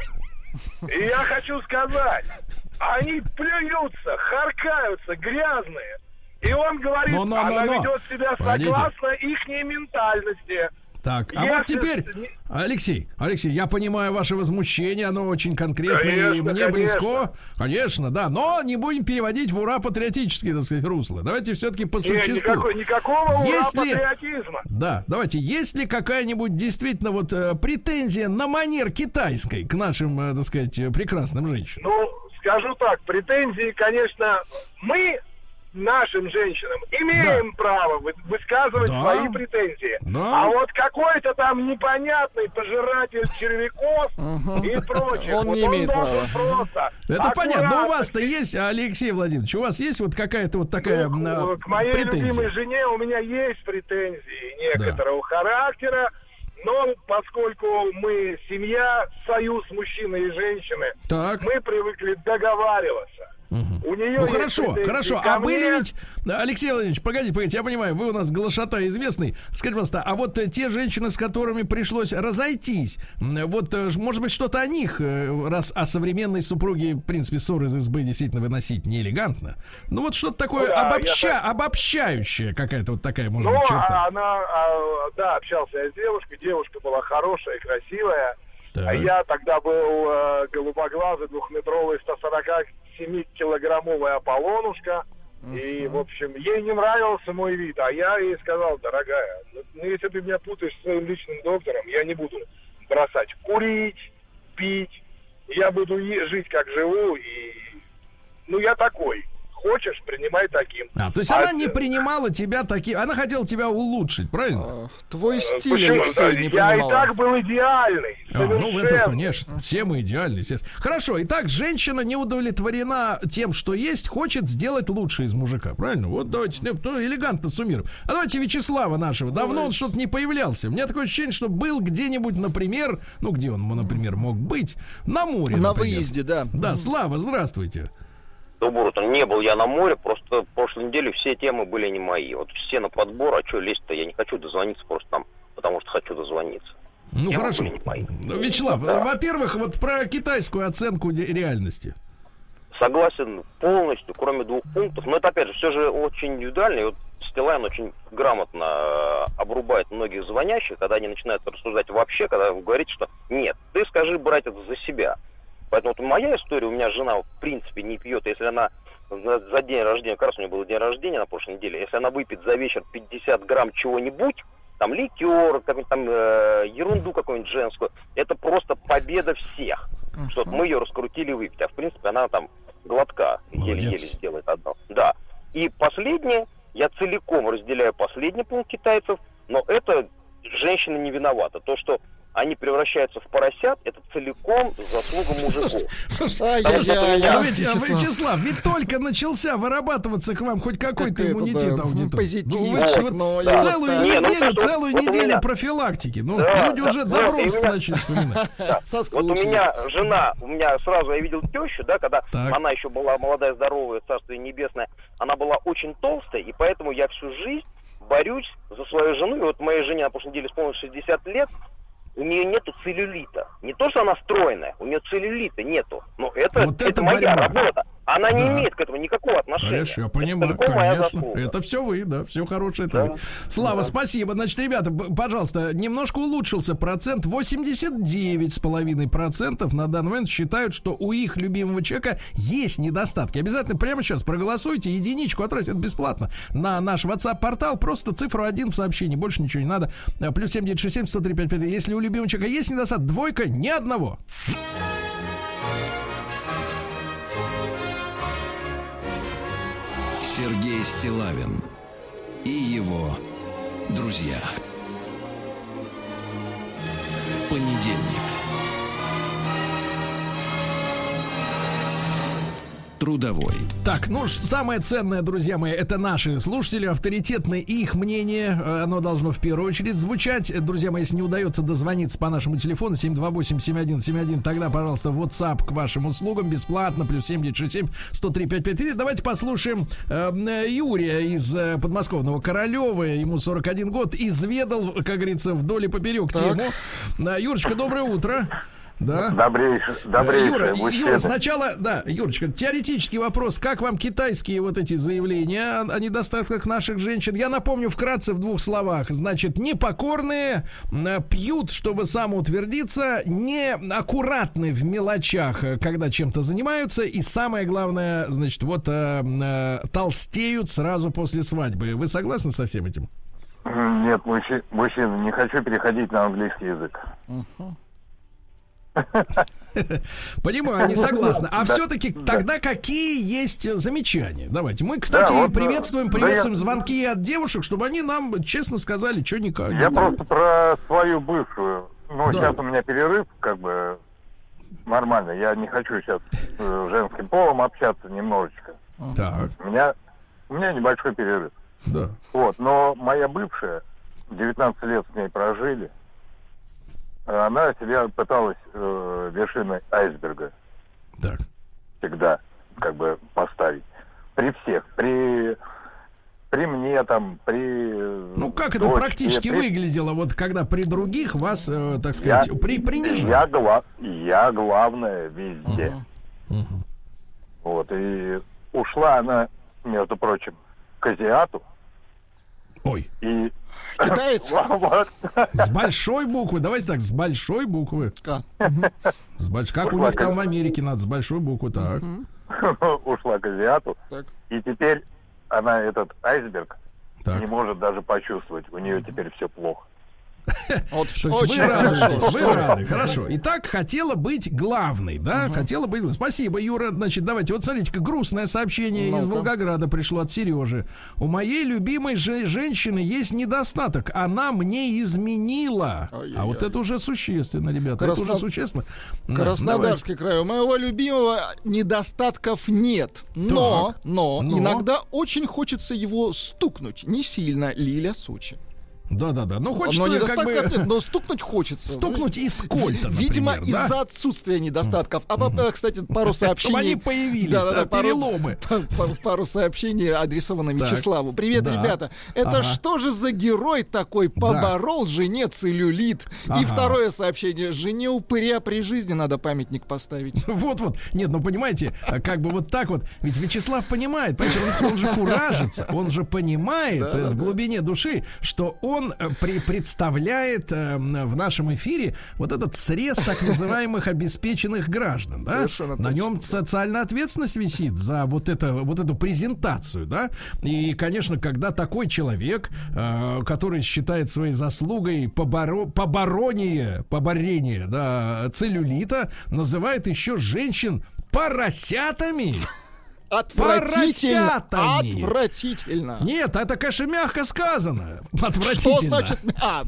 И я хочу сказать, они плюются, харкаются, грязные. И он говорит, Но, но, но, она но. ведет себя Погодите. согласно ихней ментальности. Так, а Если вот теперь, с- не- Алексей, Алексей, я понимаю ваше возмущение, оно очень конкретное и Конечно, мне конечно. близко. Конечно, да, но не будем переводить в ура-патриотические, так сказать, русло. Давайте все-таки по Нет, существу. никакой, никакого Если- ура-патриотизма. Да, давайте, есть ли какая-нибудь действительно вот э, претензия на манер китайской к нашим, э, так сказать, э, прекрасным женщинам? Ну, скажу так, претензии, конечно, мы, нашим женщинам, имеем право вы- высказывать Да. свои претензии. Да. А вот какой-то там непонятный пожиратель червяков и прочее, Он вот не имеет он должен права. просто... Это понятно, но у аккуратно вас-то есть, Алексей Владимирович, у вас есть вот какая-то вот такая Ну, э, к моей претензия? любимой жене у меня есть претензии некоторого характера, но поскольку мы семья, союз мужчины и женщины, Так. мы привыкли договариваться. У нее Ну есть хорошо, претензии хорошо. ко А были мне. ведь, Алексей Владимирович, погодите, погодите, я понимаю, вы у нас глашатай известный. Скажите, пожалуйста, а вот э, те женщины, с которыми пришлось разойтись, м, вот, э, ж- может быть, что-то о них, э, раз о современной супруге, в принципе, ссоры из избы действительно выносить неэлегантно. Ну вот что-то такое Ну да, обобща, я обобщающее, какая-то вот такая, может Ну, быть, черта. а она, а, да, общался я с девушкой, девушка была хорошая, красивая. Так. А я тогда был э, голубоглазый, двухметровый, сто сорок семь килограммовый Аполлонушка. И, в общем, ей не нравился мой вид. А я ей сказал, дорогая, ну, ну, если ты меня путаешь с своим личным доктором, я не буду бросать курить, пить. Я буду е- жить, как живу. И, ну, я такой. Хочешь, принимай таким. А, то есть А она это- не принимала тебя таким, она хотела тебя улучшить, правильно? А, Твой стиль, Почему? Алексей, Да, не я принимал. и так был идеальный. А, ну, это, совершенно. конечно, все мы идеальны, естественно. Хорошо, итак, женщина не удовлетворена тем, что есть, хочет сделать лучше из мужика, правильно? Вот давайте, ну, элегантно суммируем. А давайте Вячеслава нашего. Давно он что-то не появлялся. У меня такое ощущение, что был где-нибудь, например, ну, где он, например, мог быть, на море, На например. выезде, да. Да, Слава, здравствуйте. Доброе утро. Не был я на море, просто в прошлой неделе все темы были не мои. Вот все на подбор, а что лезть-то? Я не хочу дозвониться просто там, потому что хочу дозвониться. Ну, Темы хорошо. были не мои. Ну, Вячеслав, Да. во-первых, вот про китайскую оценку де- реальности. Согласен полностью, кроме двух пунктов. Но это, опять же, все же очень индивидуально. И вот Стилайн очень грамотно э, обрубает многих звонящих, когда они начинают рассуждать вообще, когда вы говорите, что нет, ты скажи, брать это за себя. Поэтому вот моя история, у меня жена в принципе не пьет, если она за, за день рождения, как раз у нее был день рождения на прошлой неделе, если она выпьет за вечер пятьдесят грамм чего-нибудь, там ликер, какую-нибудь там э, ерунду какую-нибудь женскую, это просто победа всех. Uh-huh. Что мы ее раскрутили выпить, а в принципе она там глотка еле-еле сделает одно. Да. И последнее, я целиком разделяю последний пункт китайцев, но это женщина не виновата. То, что они превращаются в поросят, это целиком заслуга мужиков. Слушайте, Ай-яй-яй, слушайте, я- ну ведь, Вячеслав. Вячеслав, ведь только начался вырабатываться к вам хоть какой-то Как это, иммунитет да, аудитории. позитив, Ну, вы же вот но я целую вот так. Не, ну, неделю, просто целую вот у неделю меня- профилактики. Ну, Да, люди да, уже да, добром и у меня- начали вспоминать. Вот у меня жена, у меня сразу я видел тещу, да, когда Так. она еще была молодая, здоровая, царствие небесное, она была очень толстая, и поэтому я всю жизнь борюсь за свою жену. И вот моей жене на прошлой неделе исполнилось шестьдесят лет, у нее нету целлюлита. Не то, что она стройная, у нее целлюлита нету. Но это, Вот это, это моя борьба. работа. Она не Да. имеет к этому никакого отношения. Хорошо, я Это понимаю, целиком моя конечно. заслуга. Это все вы, да, все хорошее это Да. вы. Слава, Да. спасибо. Значит, ребята, б- пожалуйста, немножко улучшился процент. восемьдесят девять целых пять десятых процента на данный момент считают, что у их любимого человека есть недостатки. Обязательно прямо сейчас проголосуйте, единичку отправьте, это бесплатно, на наш WhatsApp-портал, просто цифру один в сообщении, больше ничего не надо. Плюс семь девять шесть семь сто три пять пять. Если у любимого человека есть недостаток, двойка, ни одного. Сергей Стиллавин и его друзья. Понедельник. Трудовой. Так, ну самое ценное, друзья мои, это наши слушатели, авторитетное их мнение. Оно должно в первую очередь звучать. Друзья мои, если не удается дозвониться по нашему телефону семь два восемь семь один семь один, тогда, пожалуйста, WhatsApp к вашим услугам бесплатно, плюс семь девять шесть семь сто три пять пять три. Давайте послушаем э, Юрия из э, подмосковного Королева. Ему сорок один год. Изведал, как говорится, вдоль и поперек так. тему. Да, Юрочка, доброе утро. Да. Добрейший, добрейший Юра, Юра, сначала, да, Юрочка, теоретический вопрос. Как вам китайские вот эти заявления о недостатках наших женщин? Я напомню вкратце в двух словах. Значит, непокорные, пьют, чтобы самоутвердиться, неаккуратны в мелочах, когда чем-то занимаются, и самое главное, значит, вот э, э, толстеют сразу после свадьбы. Вы согласны со всем этим? Нет, мужчина, мужчина, не хочу переходить на английский язык. Uh-huh. Понимаю, не согласна. А все-таки тогда какие есть замечания? Давайте. Мы, кстати, да, вот, приветствуем, приветствуем да, звонки я... от девушек, чтобы они нам честно сказали, что никак. Я не просто про свою бывшую. Ну, да. Сейчас у меня перерыв, как бы нормально. Я не хочу сейчас с женским полом общаться немножечко. Так. У меня, у меня небольшой перерыв. Да. Вот, но моя бывшая, девятнадцать лет с ней прожили. Она себя пыталась э, вершиной айсберга так. всегда как бы поставить. При всех. При, при мне там, при... Ну, как это дочке, практически при... выглядело, вот когда при других вас, э, так сказать, я, при, принижали? Я, гла... я главная везде. Uh-huh. Uh-huh. Вот, и ушла она, между прочим, к азиату. Ой. И... Китаец? С большой буквы. Давайте так, с большой буквы. Как? С больш... Как у них там в Америке надо, с большой буквы, так. Ушла к азиату. И теперь она этот айсберг не может даже почувствовать. У нее теперь все плохо. Вот, то есть вы радуетесь, вы рады, хорошо. Итак, хотела быть главной, да? Угу. Хотела быть. Спасибо, Юра. Значит, давайте, вот смотрите, грустное сообщение ну-ка. из Волгограда пришло от Сережи. У моей любимой же женщины есть недостаток. Она мне изменила. Ой-ой-ой. А вот это уже существенно, ребята. Красно... Это уже существенно. Краснодарский край. У моего любимого недостатков нет. Но, но, но иногда очень хочется его стукнуть. Не сильно. Лиля, Сочи. Да-да-да, ну хочется но как бы... нет, но стукнуть хочется. Стукнуть из кольта, например, видимо, да? из-за отсутствия недостатков. А, mm-hmm. кстати, пару сообщений... Чтобы они появились, да, да, да, пару, переломы. Пару, пару сообщений адресовано Вячеславу. Привет, да. ребята. Это ага. что же за герой такой поборол да. жене целлюлит? Ага. И второе сообщение. Жене упыря при жизни надо памятник поставить. Вот-вот. Нет, ну понимаете, как бы вот так вот. Ведь Вячеслав понимает, понимаете, он, он же куражится, он же понимает да, в да, глубине да. души, что он при, представляет э, в нашем эфире вот этот срез так называемых обеспеченных граждан, да? На нем социальная ответственность висит за вот, это, вот эту презентацию, да? И, конечно, когда такой человек, э, который считает своей заслугой поборо, побороние, поборение, да, целлюлита, называет еще женщин поросятами. Отвратительно. Отвратительно. Нет, это, конечно, мягко сказано. Отвратительно. Что значит? А.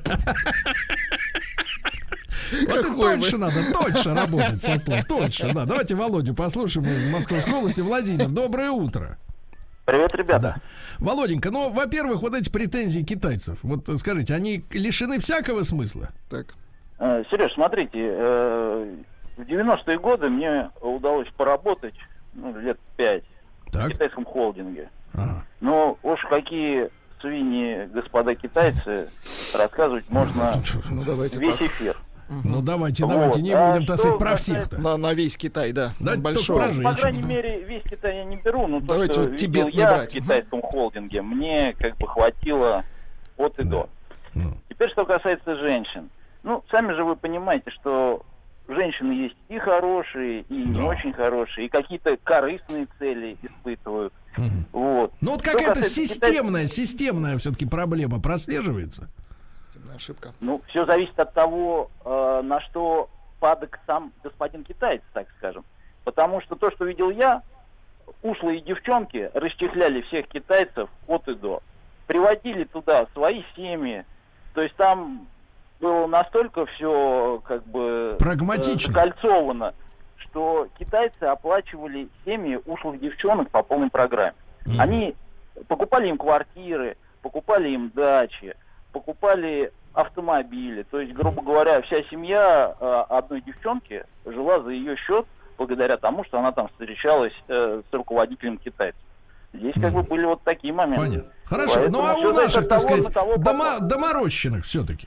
Вот и тоньше надо, тоньше работать со словом. Тоньше, да. Давайте Володю послушаем из Московской области. Владимир, доброе утро. Привет, ребята. Да. Володенька, ну, во-первых, вот эти претензии китайцев, вот скажите, они лишены всякого смысла? Так. Сереж, смотрите, в девяностые годы мне удалось поработать ну, лет пять так. в китайском холдинге. Ага. Но уж какие свиньи, господа китайцы, рассказывать можно ну, весь эфир. Ну давайте, давайте, вот. не будем а тасать про всех-то. На, на весь Китай, да. да большой. Ну, по крайней мере, весь Китай я не беру, но то, что видел я в китайском холдинге, мне как бы хватило от и да. до. Ну. Теперь, что касается женщин. Ну, сами же вы понимаете, что женщины есть и хорошие, и да. не очень хорошие, и какие-то корыстные цели испытывают. Угу. Вот. Ну вот какая-то системная, китай... системная все-таки проблема прослеживается. Ошибка. Ну, все зависит от того, э, на что падок сам господин китаец, так скажем. Потому что то, что видел я, ушлые девчонки расчехляли всех китайцев от и до. Приводили туда свои семьи. То есть там было настолько все как бы прагматично, закольцовано, что китайцы оплачивали семьи ушлых девчонок по полной программе. Mm. Они покупали им квартиры, покупали им дачи, покупали автомобили. То есть, грубо говоря, вся семья э, одной девчонки жила за ее счет, благодаря тому, что она там встречалась э, с руководителем китайцев. Здесь как бы были вот такие моменты. Понятно. Хорошо, поэтому, ну а у наших, так сказать, дома, доморощенных все-таки?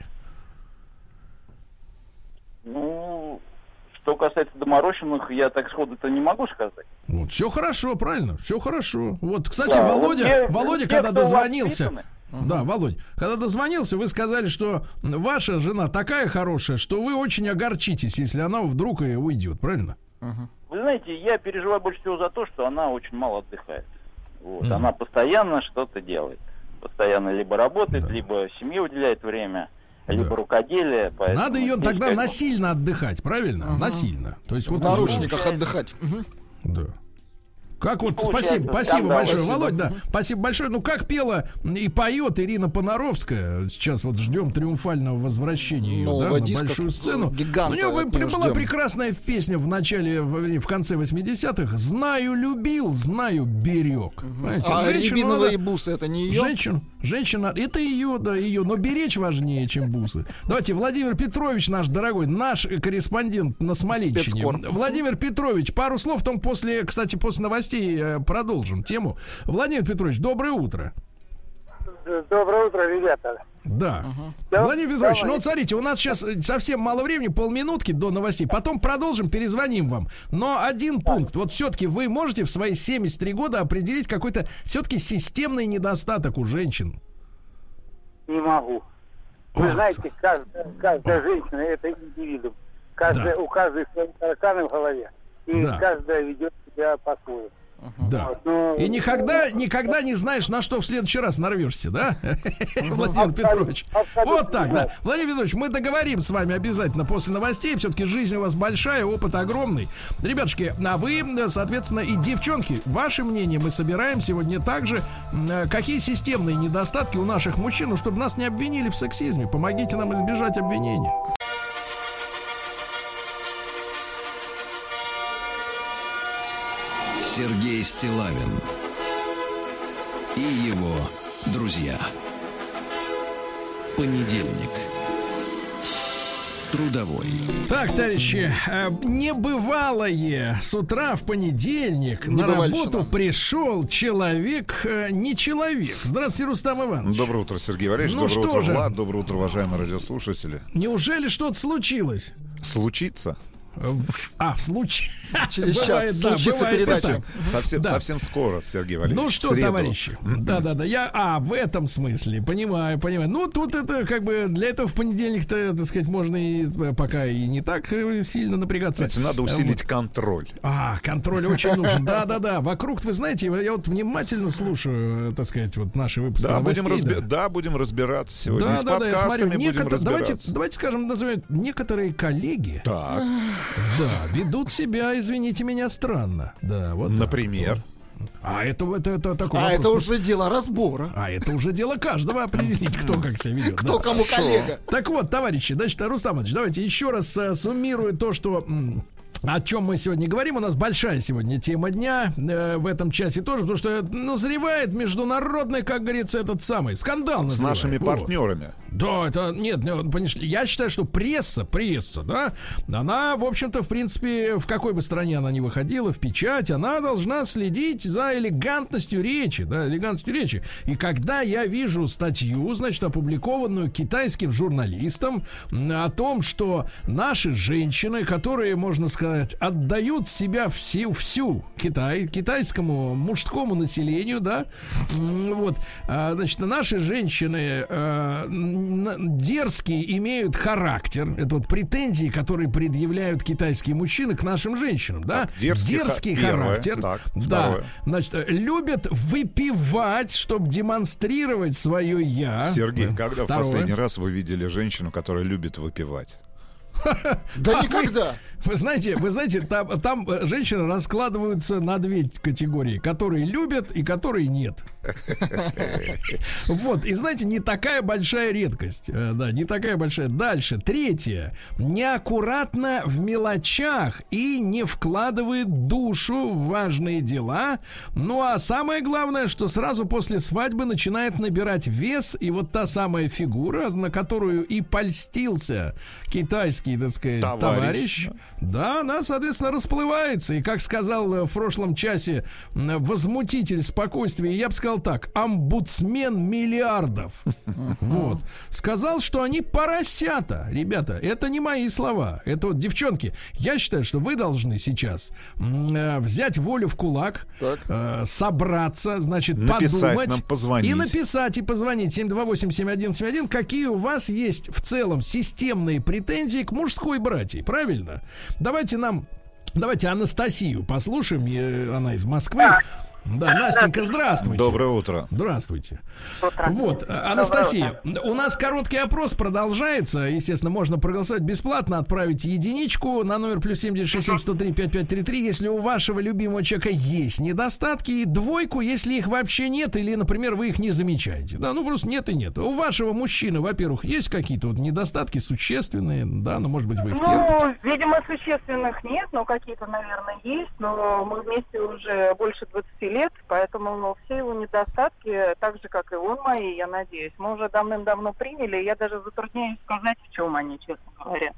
Ну, что касается доморощенных, я так сходу-то не могу сказать. Вот, все хорошо, правильно, все хорошо. Вот, кстати, да, Володя, те, Володя, те, когда дозвонился... Да, Володь, когда дозвонился, вы сказали, что ваша жена такая хорошая, что вы очень огорчитесь, если она вдруг и уйдет, правильно? Uh-huh. Вы знаете, я переживаю больше всего за то, что она очень мало отдыхает. Вот. Mm. Она постоянно что-то делает. Постоянно либо работает, да. либо семье уделяет время, да. либо рукоделие. Надо ее тогда насильно отдыхать, правильно? Uh-huh. Насильно. То есть вот в наручниках отдыхать. Uh-huh. Да. Как вот, спасибо, спасибо большое, спасибо. Володь, да, спасибо большое. Ну, как пела и поет Ирина Понаровская, сейчас вот ждем триумфального возвращения ее, ну, да, на большую сцену. Гиганта, у нее была ждем. прекрасная песня в начале, в, в конце восьмидесятых. Знаю, любил, знаю, берег. Угу. А рябиновые надо... бусы, это не ее? Женщину, женщина, это ее, да, ее, но беречь важнее, чем бусы. Давайте, Владимир Петрович, наш дорогой, наш корреспондент на Смоленщине. Спецкор. Владимир Петрович, пару слов, потом после, кстати, после новостей продолжим тему. Владимир Петрович, доброе утро. Доброе утро, ребята. Да. Угу. Владимир Петрович, ну вот смотрите, у нас сейчас совсем мало времени, полминутки до новостей. Потом продолжим, перезвоним вам. Но один пункт. Вот все-таки вы можете в свои семьдесят три года определить какой-то все-таки системный недостаток у женщин? Не могу. Вы вот. знаете, каждая, каждая женщина это индивидуум. Каждая, да. У каждой свои тараканы в голове. И да. каждая ведет себя по-своему. Да. Вот, но... И никогда, никогда не знаешь, на что в следующий раз нарвешься, да? Владимир Петрович. Вот так, да. Владимир Петрович, мы договорим с вами обязательно после новостей. Все-таки жизнь у вас большая, опыт огромный. Ребятушки, а вы, соответственно, и девчонки, ваше мнение мы собираем сегодня также. Какие системные недостатки у наших мужчин, чтобы нас не обвинили в сексизме? Помогите нам избежать обвинения. Сергей Стиллавин и его друзья. Понедельник. Трудовой. Так, товарищи, небывалое. С утра в понедельник на работу пришел человек, не человек. Здравствуйте, Рустам Иванович. Доброе утро, Сергей Валерьевич. Ну, доброе утро, же? Влад. Доброе утро, уважаемые радиослушатели. Неужели что-то случилось? Случится? А, в случае. Через час случится передача. Совсем, да. совсем скоро, Сергей Валерьевич. Ну что, товарищи, да-да-да, я, а, в этом смысле, понимаю, понимаю. Ну, тут это, как бы, для этого в понедельник-то, так сказать, можно и пока и не так сильно напрягаться. Знаете, надо усилить вот. контроль. А, контроль очень нужен, да-да-да. Вокруг, вы знаете, я вот внимательно слушаю, так сказать, вот наши выпуски да, новостей. Будем разби- да. да, будем разбираться сегодня. Да, с да, да, я смотрю, будем некотор... давайте, давайте скажем, назовем, некоторые коллеги. Так. Да, ведут себя, извините меня, странно. Да, вот. Например. Вот. А это, это, это такой А вопрос. это уже дело разбора. А это уже дело каждого определить, кто как себя ведет. Кто кому коллега. Так вот, товарищи, значит, Рустам Ильич, давайте еще раз суммирую то, что... О чем мы сегодня говорим. У нас большая сегодня тема дня э, в этом часе тоже, потому что назревает международный, как говорится, этот самый скандал назревает. С нашими партнерами. Да, это, нет, понимаешь, я считаю, что пресса, пресса, да, она, в общем-то, в принципе, в какой бы стране она ни выходила, в печать, она должна следить за элегантностью речи, да, элегантностью речи. И когда я вижу статью, значит, опубликованную китайским журналистом о том, что наши женщины, которые, можно сказать, отдают себя всю, всю Китай, китайскому мужскому населению, да, вот, значит, наши женщины дерзкие имеют характер, это вот претензии, которые предъявляют китайские мужчины к нашим женщинам, да, так, дерзкий, дерзкий ха- характер, так, да, значит, любят выпивать, чтобы демонстрировать свое я. Сергей, когда Второе. в последний раз вы видели женщину, которая любит выпивать? Да никогда. Вы знаете, вы знаете, там, там женщины раскладываются на две категории, которые любят и которые нет. Вот, и знаете, не такая большая редкость. Да, не такая большая. Дальше, третье. Неаккуратно в мелочах и не вкладывает душу в важные дела. Ну, а самое главное, что сразу после свадьбы начинает набирать вес, и вот та самая фигура, на которую и польстился китайский, так сказать, товарищ, товарищ да, она, соответственно, расплывается. И, как сказал в прошлом часе возмутитель спокойствия, я бы сказал так, омбудсмен миллиардов. Вот. Сказал, что они поросята. Ребята, это не мои слова. Это вот, девчонки, я считаю, что вы должны сейчас э, взять волю в кулак, э, собраться, значит, написать, подумать нам, позвонить. И написать, и позвонить семь два восемь семь один семь один, какие у вас есть в целом системные претензии к мужской братьи. Правильно? Давайте нам, давайте Анастасию послушаем, она из Москвы. Да, Настенька, здравствуйте. Доброе утро. Здравствуйте. Утро. Вот, Анастасия, у нас короткий опрос продолжается. Естественно, можно проголосовать бесплатно, отправить единичку на номер плюс семь девять шесть семь сто три пять пять три три, если у вашего любимого человека есть недостатки, и двойку, если их вообще нет, или, например, вы их не замечаете. Да, ну просто нет и нет. У вашего мужчины, во-первых, есть какие-то вот недостатки существенные, да, ну, может быть, вы их терпите? Ну, видимо, существенных нет, но какие-то, наверное, есть, но мы вместе уже больше двадцати лет. Поэтому, ну, все его недостатки, так же, как и он мои, я надеюсь, мы уже давным-давно приняли, и я даже затрудняюсь сказать, в чем они, честно говоря.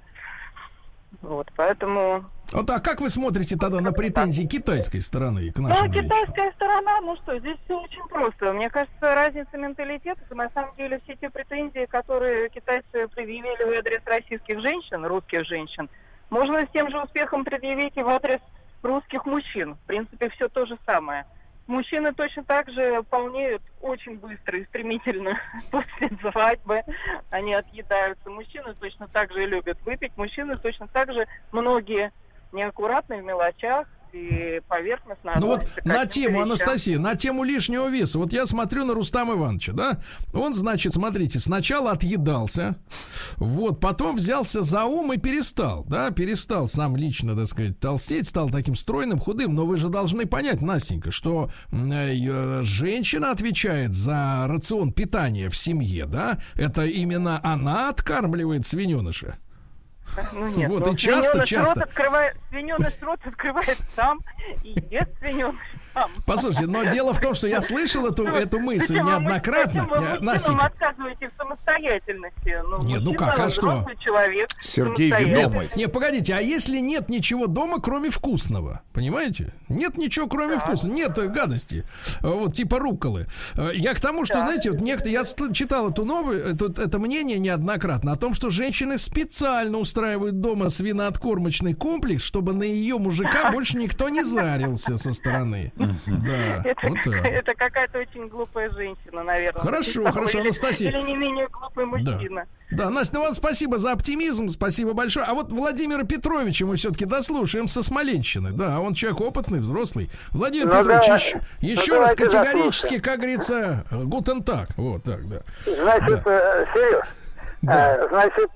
Вот, поэтому... Вот, а как вы смотрите тогда на претензии китайской стороны к нашему Ну, китайская речи? Сторона, ну что, здесь все очень просто. Мне кажется, разница менталитета, это на самом деле все те претензии, которые китайцы предъявили в адрес российских женщин, русских женщин, можно с тем же успехом предъявить и в адрес русских мужчин. В принципе, все то же самое. Мужчины точно так же полнеют очень быстро и стремительно после свадьбы. Они отъедаются. Мужчины точно так же любят выпить. Мужчины точно так же многие неаккуратны в мелочах и поверхностно. Ну вот на тему, вещам. Анастасия, на тему лишнего веса. Вот я смотрю на Рустама Ивановича, да? Он, значит, смотрите, сначала отъедался, вот, потом взялся за ум и перестал, да? Перестал сам лично, так сказать, толстеть, стал таким стройным, худым. Но вы же должны понять, Настенька, что э, женщина отвечает за рацион питания в семье, да? Это именно она откармливает свиненыша. Ну нет, вот ну, и часто, часто. Рот открывает, свиненыш рот открывает сам и ест свиненыш сам. Послушайте, но дело в том, что я слышал эту, эту мысль зачем неоднократно. Вы мужчинам отказываете в самостоятельности. Ну, нет, ну как, а что? Человек, Сергей думает. Не, погодите, а если нет ничего дома, кроме вкусного? Понимаете? Нет ничего, кроме да. вкусного. Нет гадости. Вот типа рукколы. Я к тому, что, да. знаете, вот некто, я читал эту новую, это, это мнение неоднократно о том, что женщины специально устраивают дома свинооткормочный комплекс, чтобы на ее мужика больше никто не зарился со стороны. Да, это, вот это какая-то очень глупая женщина, наверное. Хорошо, хорошо, или, Анастасия. Или не менее глупый мужчина. Да, да, Настя, ну вам спасибо за оптимизм, спасибо большое. А вот Владимира Петровича мы все-таки дослушаем со Смоленщины. Да, он человек опытный, взрослый. Владимир ну, Петрович, да, еще, ну, еще раз категорически, заслушаем. Как говорится, гутен так. Вот так, да. Значит, да. Сереж, да. значит,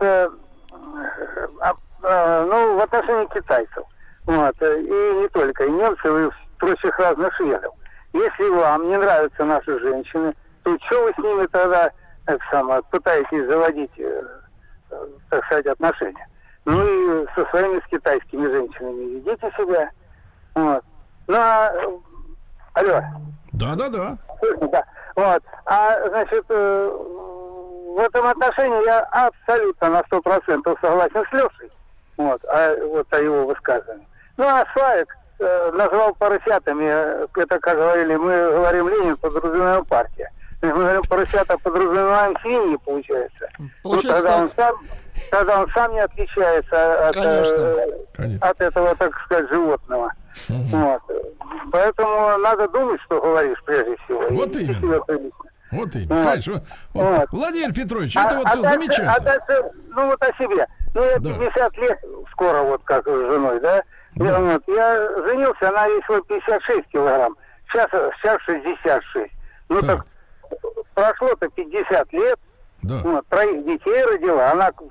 ну, в отношении китайцев, вот, и не только, и немцев, и прочих разных шведов. Если вам не нравятся наши женщины, то что вы с ними тогда так самое, пытаетесь заводить, э, так сказать, отношения? Ну и со своими с китайскими женщинами ведите себя. Вот. Ну, а... Алло. Да-да-да. Да. Вот. А, значит, э, в этом отношении я абсолютно на сто процентов согласен с Лешей. Вот, а, вот о его высказывании. Ну, а Славик э, назвал поросятами, это, как говорили, мы говорим Ленин, подразумеваем партия. Мы говорим поросята, подразумеваем свиньи, получается. получается ну, тогда, он сам, тогда он сам не отличается от, э, от этого, так сказать, животного. Угу. Вот. Поэтому надо думать, что говоришь, прежде всего. Вот именно. Вот именно. Вот. Конечно. Вот. Вот. Владимир Петрович, это а, вот а замечательно. Дальше, а дальше, ну вот о себе. Ну, я да. пятьдесят лет скоро, вот как с женой, да? да. Я, вот, я женился, она весила пятьдесят шесть килограмм. Сейчас, сейчас шестьдесят шесть. Ну так, так прошло-то пятьдесят лет. Да. Вот, троих детей родила. Она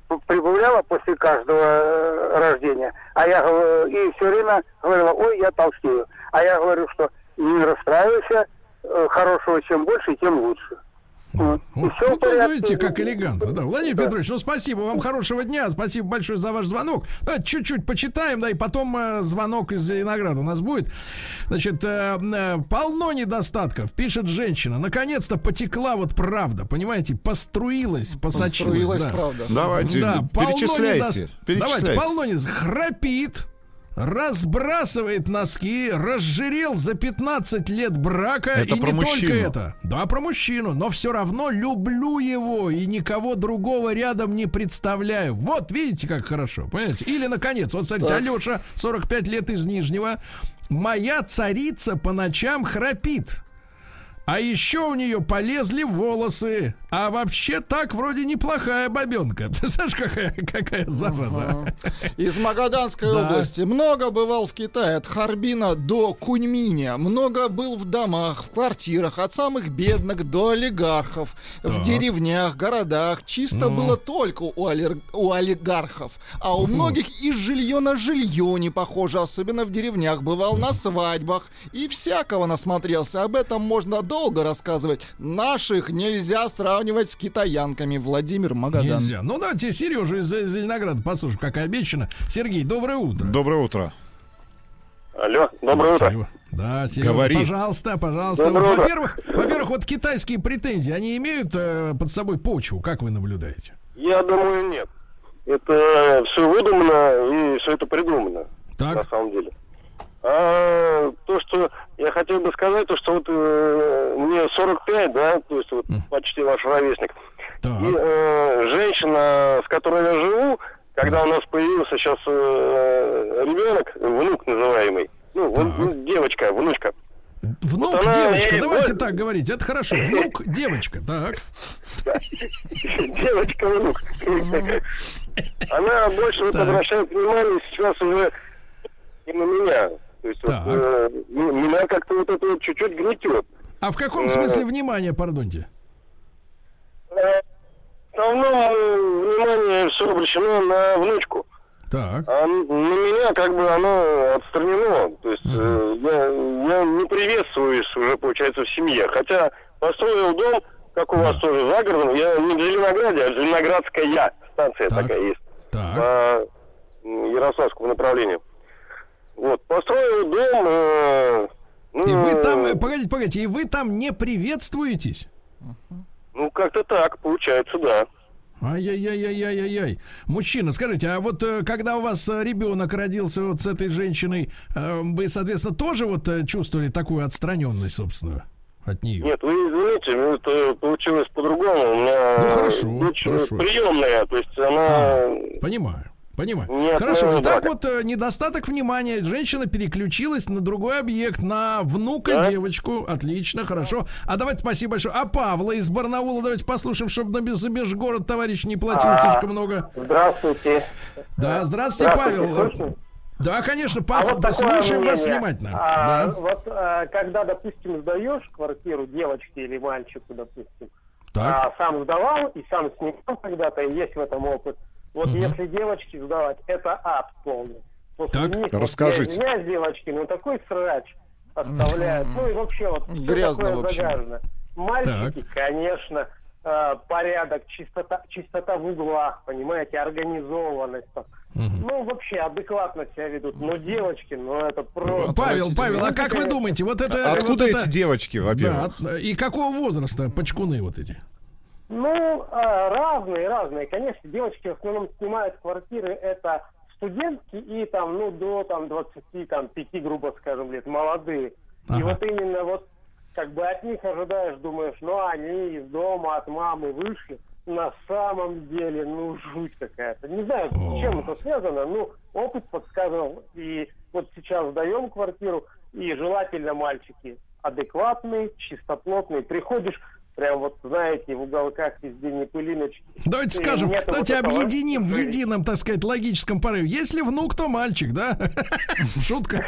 прибавляла после каждого рождения. А я и все время говорила, ой, я толстею. А я говорю, что не расстраивайся, хорошего чем больше, тем лучше. Вот. Вот. Ну, ну, видите, как элегантно. Да. Владимир да. Петрович, ну спасибо вам, хорошего дня, спасибо большое за ваш звонок. Давайте чуть-чуть почитаем, да, и потом э, звонок из Зеленограда у нас будет. Значит, э, э, полно недостатков, пишет женщина. Наконец-то потекла вот правда, понимаете, поструилась, посочилась. Поструилась да. правда. Давайте, да, перечисляйте, недост... перечисляйте. Давайте, полно недостатков. Храпит. Разбрасывает носки, разжирел за пятнадцать лет брака. Это и про не мужчину. только это. Да, про мужчину. Но все равно люблю его и никого другого рядом не представляю. Вот, видите, как хорошо, понимаете? Или, наконец, вот, смотрите, так. Алеша, сорок пять лет из Нижнего. Моя царица по ночам храпит. А еще у нее полезли волосы. А вообще так вроде неплохая бабенка. Ты знаешь, какая, какая зараза? Uh-huh. Из Магаданской да. области. Много бывал в Китае. От Харбина до Куньминя. Много был в домах, в квартирах. От самых бедных до олигархов. Так. В деревнях, городах. Чисто uh-huh. было только у, олер... у олигархов. А у uh-huh. многих и жилье на жилье не похоже. Особенно в деревнях. Бывал uh-huh. на свадьбах. И всякого насмотрелся. Об этом можно долго рассказывать. Наших нельзя сравнивать с китаянками. Владимир, Магадан. Нельзя. Ну, давайте Сережу из Зеленограда послушаем, как и обещано. Сергей, доброе утро. Доброе утро. Алло, доброе утро. Серега. Да, Серега, Говори. пожалуйста, пожалуйста. Вот, во-первых, во-первых, вот китайские претензии, они имеют э, под собой почву, как вы наблюдаете? Я думаю, нет. Это все выдумано и все это придумано. Так. На самом деле. А то, что я хотел бы сказать, то, что вот э, мне сорок пять, да, то есть вот mm. почти ваш ровесник. Так. И э, женщина, с которой я живу, когда у нас появился сейчас э, ребенок, внук называемый, ну, вон, девочка, внучка. Внук, вот девочка, она, давайте так говорить, это хорошо. Внук, девочка, так. Девочка, внук. Она больше обращает внимание сейчас уже и на меня. То есть вот, э, меня как-то вот это вот чуть-чуть гнетет. А в каком смысле внимание, пардоньте? В основном внимание все обращено на внучку. Так. А на меня как бы оно отстранено. То есть uh-huh. э, я, я не приветствуюсь уже, получается, в семье. Хотя построил дом, как у вас да. тоже за городом. Я не в Зеленограде, а в Зеленоградская станция так. такая есть. Так. По Ярославскому направлению. Вот, построил дом. Э, ну, и вы там, погодите, погодите, и вы там не приветствуетесь? Ну, как-то так, получается, да. Ай-яй-яй-яй-яй-яй. Мужчина, скажите, а вот когда у вас ребенок родился вот с этой женщиной, вы, соответственно, тоже вот чувствовали такую отстраненность, собственно, от нее? Нет, вы извините, это получилось по-другому. У меня ну, хорошо, дочь хорошо. приемная, то есть она... А, понимаю. Понимаю. Нет, хорошо, ну, итак, да. вот э, недостаток внимания. Женщина переключилась на другой объект, на внука, да? девочку. Отлично, хорошо. А давайте, спасибо большое. А Павла из Барнаула давайте послушаем, чтобы на межгород товарищ не платил а, слишком много. Здравствуйте. Да, здравствуйте, здравствуйте Павел. Слышно? Да, конечно, пос... а вот слушаем вас внимательно. А, да. Вот а, когда, допустим, сдаешь квартиру девочке или мальчику, допустим, а, сам сдавал и сам снимал когда-то, и есть в этом опыт. Вот угу. если девочки сдавать, это ад полный. После так, них, расскажите. Вот, меня девочки, ну такой срач оставляют. Ну и вообще вот грязно все такое вообще. загажено. Мальчики, так. конечно, э, порядок, чистота, чистота в углах, понимаете, организованность. Угу. Ну вообще адекватно себя ведут. Но девочки, ну это просто... Павел, Павел, а как вы думаете, вот это... Откуда вот эти это... девочки, во-первых? Да, и какого возраста почкуны вот эти? Ну, разные, разные. Конечно, девочки в основном снимают квартиры, это студентки и там, ну, до там двадцати пяти, грубо скажем, лет, молодые. Ага. И вот именно вот, как бы от них ожидаешь, думаешь, ну, они из дома от мамы вышли. На самом деле, ну, жуть какая-то. Не знаю, с чем это связано, ну, опыт подсказывал. И вот сейчас сдаем квартиру, и желательно мальчики адекватные, чистоплотные. Приходишь, прям вот, знаете, в уголках везде не пылиночки. Давайте и скажем, давайте вот объединим в едином, так сказать, логическом порыве. Если внук, то мальчик, да? Шутка.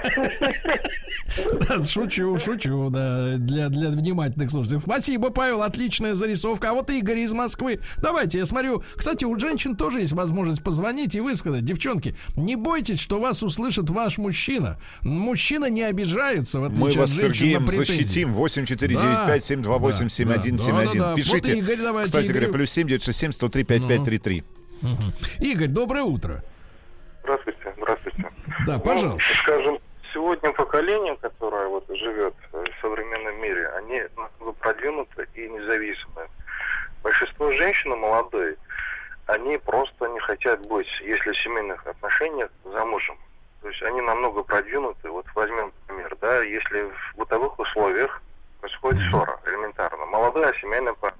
Шучу, шучу, да, для, для внимательных слушателей. Спасибо, Павел, отличная зарисовка. А вот Игорь из Москвы. Давайте, я смотрю, кстати, у женщин тоже есть возможность позвонить и высказать. Девчонки, не бойтесь, что вас услышит ваш мужчина. Мужчина не обижается, в отличие Мы от вас женщин, с Сергеем на претензии. защитим. восемь четыре девять пять семь два восемь семь один семь один. Да, да, да. Пишите. Вот Игорь, давайте, кстати Игорь. говоря, плюс семь девять шесть семь сто три пятьдесят пять тридцать три. Угу. Игорь, доброе утро. Здравствуйте, здравствуйте. Да, пожалуйста. Ну, скажем, сегодня поколение, которое вот живет в современном мире, они намного продвинуты и независимы. Большинство женщин молодые, они просто не хотят быть, если в семейных отношениях, замужем. То есть они намного продвинуты. Вот возьмем пример, да, если в бытовых условиях происходит ссора, элементарно. Молодая семейная пара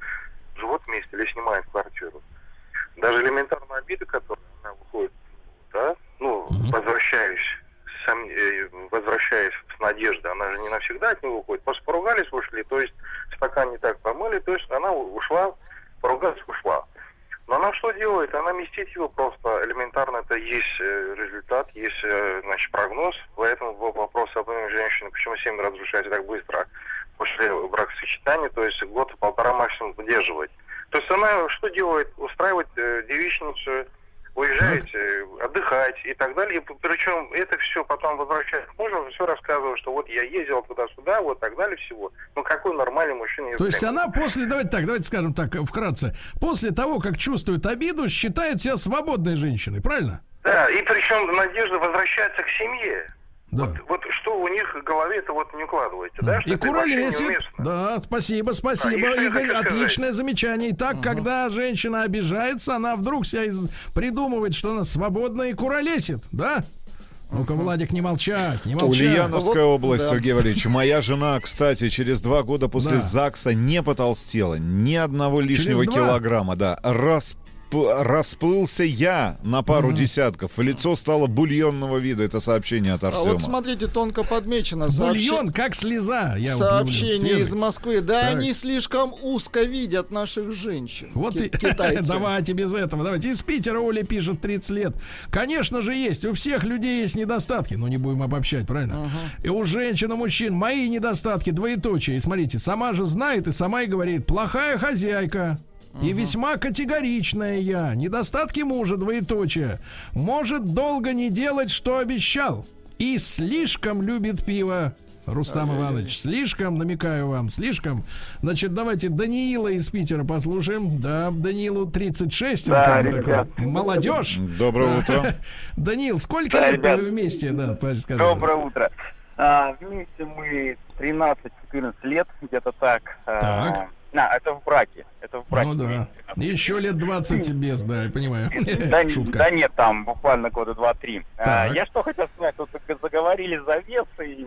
живут вместе или снимают квартиру. Даже элементарные обиды, которые она выходит, да, ну, возвращаясь, сам, э, возвращаясь с надеждой, она же не навсегда от него уходит. Просто поругались, ушли, то есть стакан не так помыли, то есть она ушла, поругалась, ушла. Но она что делает? Она местит его просто элементарно. Это есть э, результат, есть э, значит, прогноз. Поэтому вопрос об этом женщине, почему семья разрушается так быстро после бракосочетания, то есть год-полтора максимум выдерживать. То есть она что делает? Устраивает э, девичницу, уезжает, э, отдыхать и так далее. И, причем это все потом возвращается к мужу, все рассказывает, что вот я ездил туда-сюда, вот так далее всего. Ну какой нормальный мужчина? То есть она после, давайте так, давайте скажем так, вкратце, после того, как чувствует обиду, считает себя свободной женщиной, правильно? Да, и причем надежда возвращается к семье. Да. Вот, вот что у них в голове это вот не укладывается, да? И куролесит. Да, спасибо, спасибо, да, Игорь, отличное сказать. замечание. Итак, угу. когда женщина обижается, она вдруг себя из... придумывает, что она свободна и куролесит, да? Ну-ка, Владик, не молчать, не молчать. Ульяновская область, да. Сергей Валерьевич. Моя жена, кстати, через два года после да. ЗАГСа не потолстела. Ни одного лишнего через килограмма, да. Расп... Расплылся я на пару mm-hmm. десятков. Лицо стало бульонного вида. Это сообщение от Артема. А вот смотрите, тонко подмечено. Бульон, сообщ... как слеза. Я Сообщение из Москвы. Да, так. они слишком узко видят наших женщин. Вот ки- и... китайцы. Давайте без этого. Давайте. Из Питера Оля пишет, тридцать лет. Конечно же есть. У всех людей есть недостатки. Но не будем обобщать, правильно? Uh-huh. И у женщин, и мужчин мои недостатки, двоеточие. И смотрите, сама же знает и сама и говорит: плохая хозяйка. И uh-huh. весьма категоричная я. Недостатки мужа, двоеточие. Может долго не делать, что обещал. И слишком любит пиво. Рустам а, Иванович, слишком, намекаю вам, слишком. Значит, давайте Даниила из Питера послушаем. Да, Даниилу тридцать шесть. Да, он как бы такой. Молодежь. Доброе утро. Даниил, сколько да, лет ребят, вы вместе? Да, скажи, доброе утро. А, вместе мы тринадцать-четырнадцать лет, где-то так. Так. А, это в браке. Это в браке. Ну да. Еще лет двадцать без, да, я понимаю. Да, да нет, там буквально года два-три. А, я что хотел сказать, тут заговорили за вес и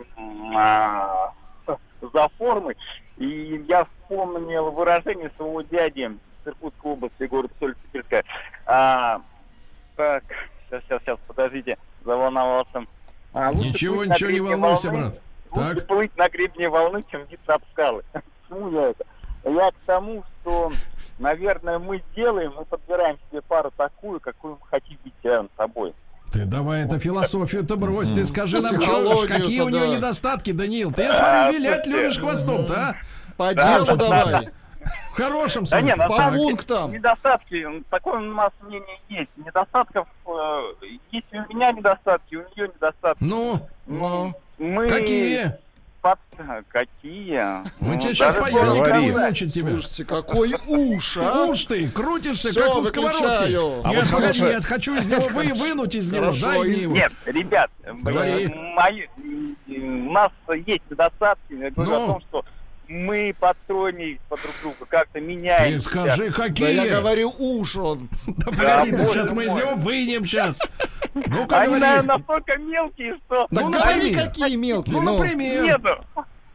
а, за формы. И я вспомнил выражение своего дяди с Иркутской области, город Соль-Сибирская. А, так, сейчас, сейчас, сейчас, подождите, заволновался. А, ничего, ничего, не волнуйся, волны, брат. Лучше Так. плыть на гребне волны, чем биться об скалы. Почему я это? Я к тому, что, наверное, мы делаем, мы подбираем себе пару такую, какую мы хотим быть рядом с собой. Ты давай эту философию-то брось, ты скажи нам, Психологию-то, какие у нее да. недостатки, Даниил. Ты, я смотрю, вилять любишь хвостом-то, а? По делу давай. В хорошем Да смысле. нет, на По самом деле, пунктам. недостатки, такое у нас мнение есть. Недостатков, э, есть у меня недостатки, у нее недостатки. Ну, Ну, Мы... какие? Под... Какие? Мы Ну, тебе сейчас даже поем, сложно не сказать. мучить тебя. слушайте, какой уж, а? Уж ты, крутишься, Всё, как на сковородке. выключаю. А Я, вот погоди, хорошая- я хочу из него вы, вынуть из него, Хорошо, дай мне и- его. Нет, ребят, Говори. мои, у нас есть недостатки. Я говорю Ну? о том, что мы подстроены под друг друга, как-то Ты меняемся. скажи, Да какие? я говорю уж он. Да погоди, Да, ты, боже сейчас мы из мой. него вынем сейчас. Ну-ка, Они, говори. наверное, настолько мелкие, что Ну, Так говори, например. какие мелкие. Ну, например. нету.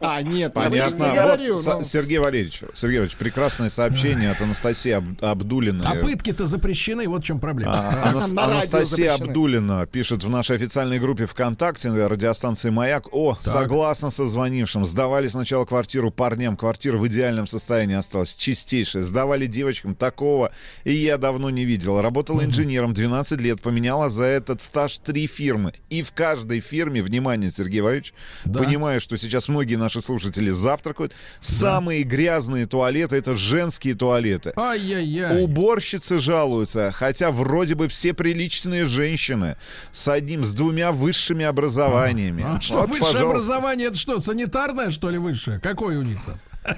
А, нет, понятно. я не говорю, вот, но... Сергей Валерьевич, Сергей Валерьевич, прекрасное сообщение от Анастасии Аб- Абдулиной. А пытки-то запрещены, вот в чем проблема. А, Анас- Анастасия Абдулина пишет в нашей официальной группе ВКонтакте радиостанции «Маяк». О, так. Согласна со звонившим. Сдавали сначала квартиру парням. Квартира в идеальном состоянии осталась. Чистейшая. Сдавали девочкам. Такого и я давно не видел. Работала инженером двенадцать лет. Поменяла за этот стаж три фирмы. И в каждой фирме, внимание, Сергей Валерьевич, да. Понимаю, что сейчас многие наши слушатели завтракают. Да. Самые грязные туалеты — это женские туалеты. Ай-яй-яй. Уборщицы жалуются. Хотя вроде бы все приличные женщины с одним, с двумя высшими образованиями. А, а что, вот, высшее пожалуйста. Образование, это что, санитарное, что ли, высшее? Какое у них там?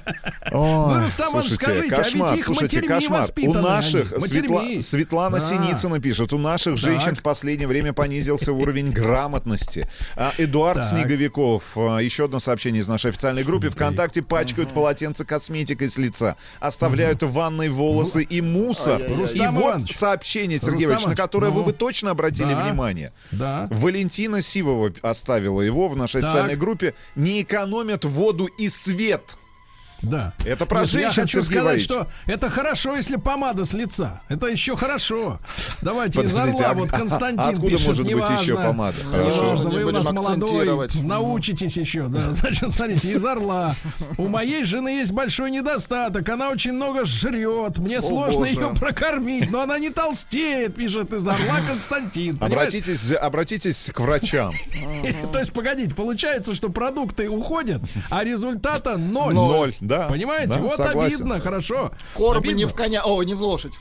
Ой, вы, Рустам, слушайте, скажите, кошмар, а ведь их слушайте, матерьми кошмар. воспитаны. У наших, Светла, Светлана да. Синицына пишет, у наших так. женщин в последнее время понизился уровень грамотности. А Эдуард так. Снеговиков, еще одно сообщение из нашей официальной группы. ВКонтакте пачкают uh-huh. полотенце косметикой с лица, оставляют uh-huh. в ванной волосы uh-huh. и мусор. Uh-huh. И Рустам вот Иванович. Сообщение, Сергей Иванович, на которое ну. вы бы точно обратили да. внимание. Да. Валентина Сивова оставила его в нашей так. официальной группе. Не экономят воду и свет. Да. Это про Нет, женщин, я хочу Сергей сказать, Валерьевич. что это хорошо, если помада с лица. Это еще хорошо. Давайте Подождите, из Орла. А, вот Константин а откуда пишет, может неважно, быть еще помада? Хорошо. Неважно, вы у нас молодой, научитесь еще. Да. Значит, смотрите, из Орла. У моей жены есть большой недостаток. Она очень много жрет. Мне О, сложно Боже. ее прокормить. Но она не толстеет, пишет из Орла Константин. Обратитесь, обратитесь к врачам. То есть, погодите, получается, что продукты уходят, а результата ноль. Ноль, да. Понимаете? Да, вот согласен. обидно, хорошо. Корм обидно. не в коня, о, не в лошадь.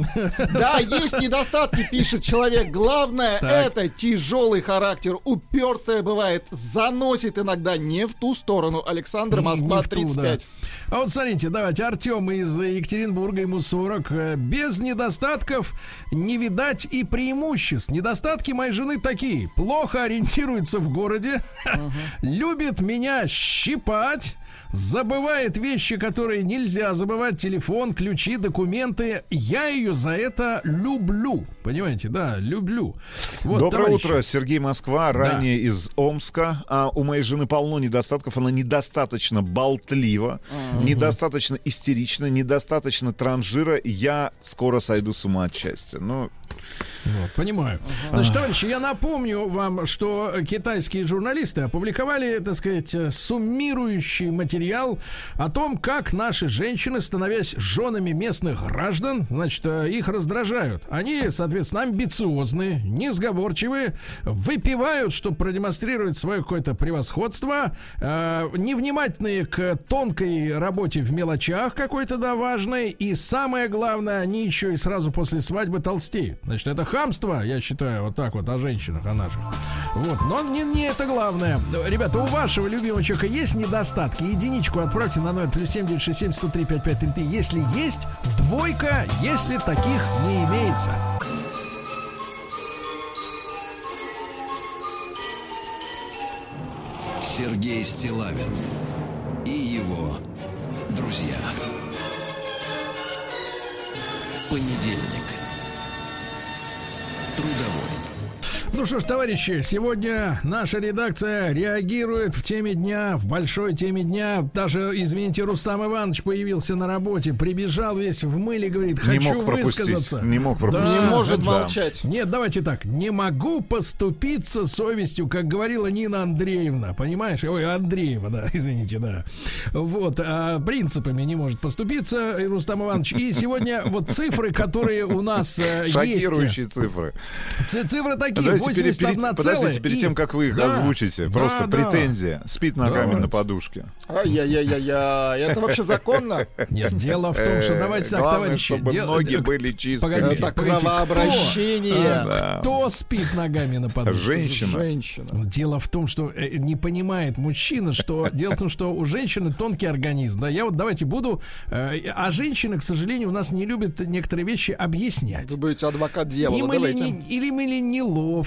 Да, есть недостатки, пишет человек. Главное, так. это тяжелый характер. Упертая бывает, заносит иногда не в ту сторону. Александр, Москва, тридцать пять. А вот смотрите, давайте, Артем из Екатеринбурга, ему сорок. Без недостатков не видать и преимуществ. Недостатки моей жены такие. Плохо ориентируется в городе, uh-huh. любит меня щипать, забывает вещи, которые нельзя забывать: телефон, ключи, документы. Я ее за это люблю. Понимаете, да, люблю. Вот, доброе товарищи. утро, Сергей, Москва, ранее да. из Омска. А у моей жены полно недостатков. Она недостаточно болтлива, uh-huh. недостаточно истерична, недостаточно транжира. Я скоро сойду с ума от счастья. Ну... Вот, понимаю. Значит, товарищи, я напомню вам, что китайские журналисты опубликовали, так сказать, суммирующий материал о том, как наши женщины, становясь женами местных граждан, значит, их раздражают. Они, соответственно, амбициозные, несговорчивые, выпивают, чтобы продемонстрировать свое какое-то превосходство, э, невнимательные к тонкой работе в мелочах какой-то, да, важной, и самое главное, они еще и сразу после свадьбы толстеют. Значит, это хамство, я считаю, вот так вот о женщинах, о наших. Вот, но не, не это главное. Ребята, у вашего любимого человека есть недостатки? Единичку отправьте на номер плюс семь девять шесть семь сто три пять пять три три. Если есть, двойка, если таких не имеется. Сергей Стиллавин и его друзья. Понедельник. Трудовой. Ну что ж, товарищи, сегодня наша редакция реагирует в теме дня, в большой теме дня. Даже, извините, Рустам Иванович появился на работе, прибежал весь в мыле, говорит, хочу высказаться. Не мог пропустить. Да, не может да. молчать. Нет, давайте так, не могу поступиться совестью, как говорила Нина Андреевна, понимаешь? Ой, Андреева, да, извините, да. Вот, а принципами не может поступиться Рустам Иванович. И сегодня вот цифры, которые у нас есть. Шокирующие цифры. Цифры такие. Перед, перед, подождите, перед и... тем, как вы их да, озвучите, да, просто да. претензия. Спит ногами да. на подушке. Ай-яй-яй-яй, это вообще законно? Нет, дело в том, что давайте так, товарищи. Чтобы ноги были чистыми. Это кровообращение. Кто спит ногами на подушке? Женщина. Женщина. Дело в том, что не понимает мужчина, что дело в том, что у женщины тонкий организм. Да, я вот давайте буду. А женщины, к сожалению, у нас не любят некоторые вещи объяснять. Вы будете адвокат дьявола. Или мы неловко.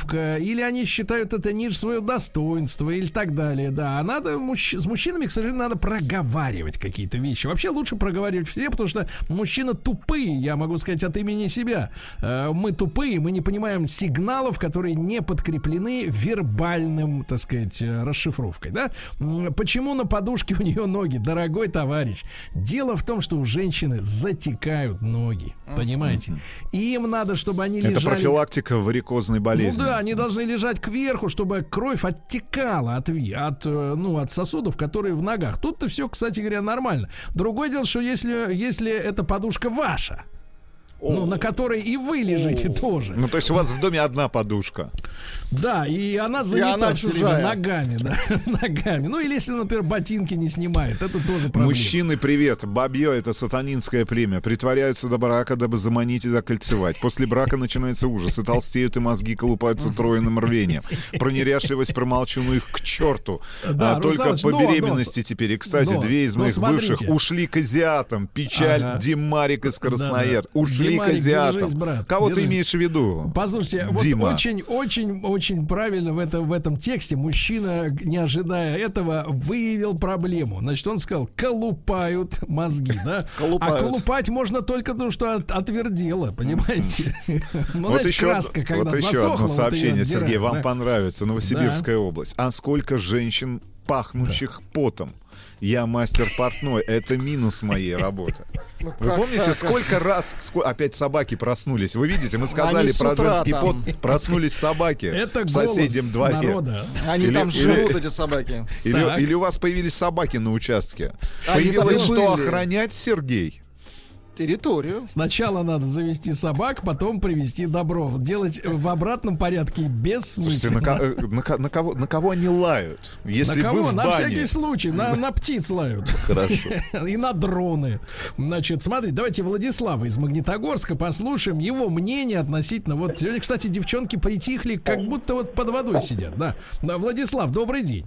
расшифровка, или они считают это ниже своего достоинства, или так далее, да. А надо, мужч... с мужчинами, к сожалению, надо проговаривать какие-то вещи. Вообще лучше проговаривать все, потому что мужчины тупые, я могу сказать от имени себя. Мы тупые, мы не понимаем сигналов, которые не подкреплены вербальным, так сказать, расшифровкой, да. Почему на подушке у нее ноги, дорогой товарищ? Дело в том, что у женщины затекают ноги, понимаете? И им надо, чтобы они лежали... Это профилактика варикозной болезни. Ну да, они должны лежать кверху, чтобы кровь оттекала от, от, ну, от сосудов, которые в ногах. Тут-то все, кстати говоря, нормально. Другое дело, что если, если эта подушка ваша, ну, на которой и вы лежите О. тоже. Ну, то есть у вас в доме одна подушка. Да, и она занята и она все время ногами, да, ногами. Ну, или если, например, ботинки не снимает, это тоже проблема. Мужчины, привет. Бабье — это сатанинское племя. Притворяются до брака, дабы заманить и закольцевать. После брака начинается ужас. И толстеют, и мозги колупаются троиным рвением. Про неряшливость промолчу, ну их к черту. Да, а только по беременности но, теперь. И, кстати, но, две из моих бывших ушли к азиатам. Печаль, ага. Димарик из Красноярска. Да, да. Ушли Димарик, к азиатам. Держись, брат, Кого держись. Ты имеешь в виду? Послушайте, Дима. вот очень, очень, очень правильно в, это, в этом тексте мужчина, не ожидая этого, выявил проблему. Значит, он сказал, колупают мозги, да? Колупают. А колупать можно только то, что от, отвердело, понимаете? Ну, вот еще, краска, когда вот еще одно сообщение, Сергей, вам понравится. Новосибирская область. А сколько женщин, пахнущих потом? Я мастер портной, это минус моей работы. Ну, вы как, помните, как, сколько как? раз сколько, опять собаки проснулись? Вы видите, мы сказали Они про женский там. пот, проснулись собаки это в соседнем дворе. Народа. Они или, там живут, или, эти собаки. Или, или у вас появились собаки на участке. Они Появилось что были. охранять, Сергей? Территорию. Сначала надо завести собак, потом привести добро. Делать в обратном порядке бессмысленно. Слушайте, на, на, на, кого, на кого они лают? Если на кого? Вы в на бане. всякий случай. На, на птиц лают. Хорошо. И на дроны. Значит, смотрите, давайте Владислава из Магнитогорска послушаем его мнение относительно... Вот сегодня, кстати, девчонки притихли, как будто вот под водой сидят. Да. Владислав, добрый день.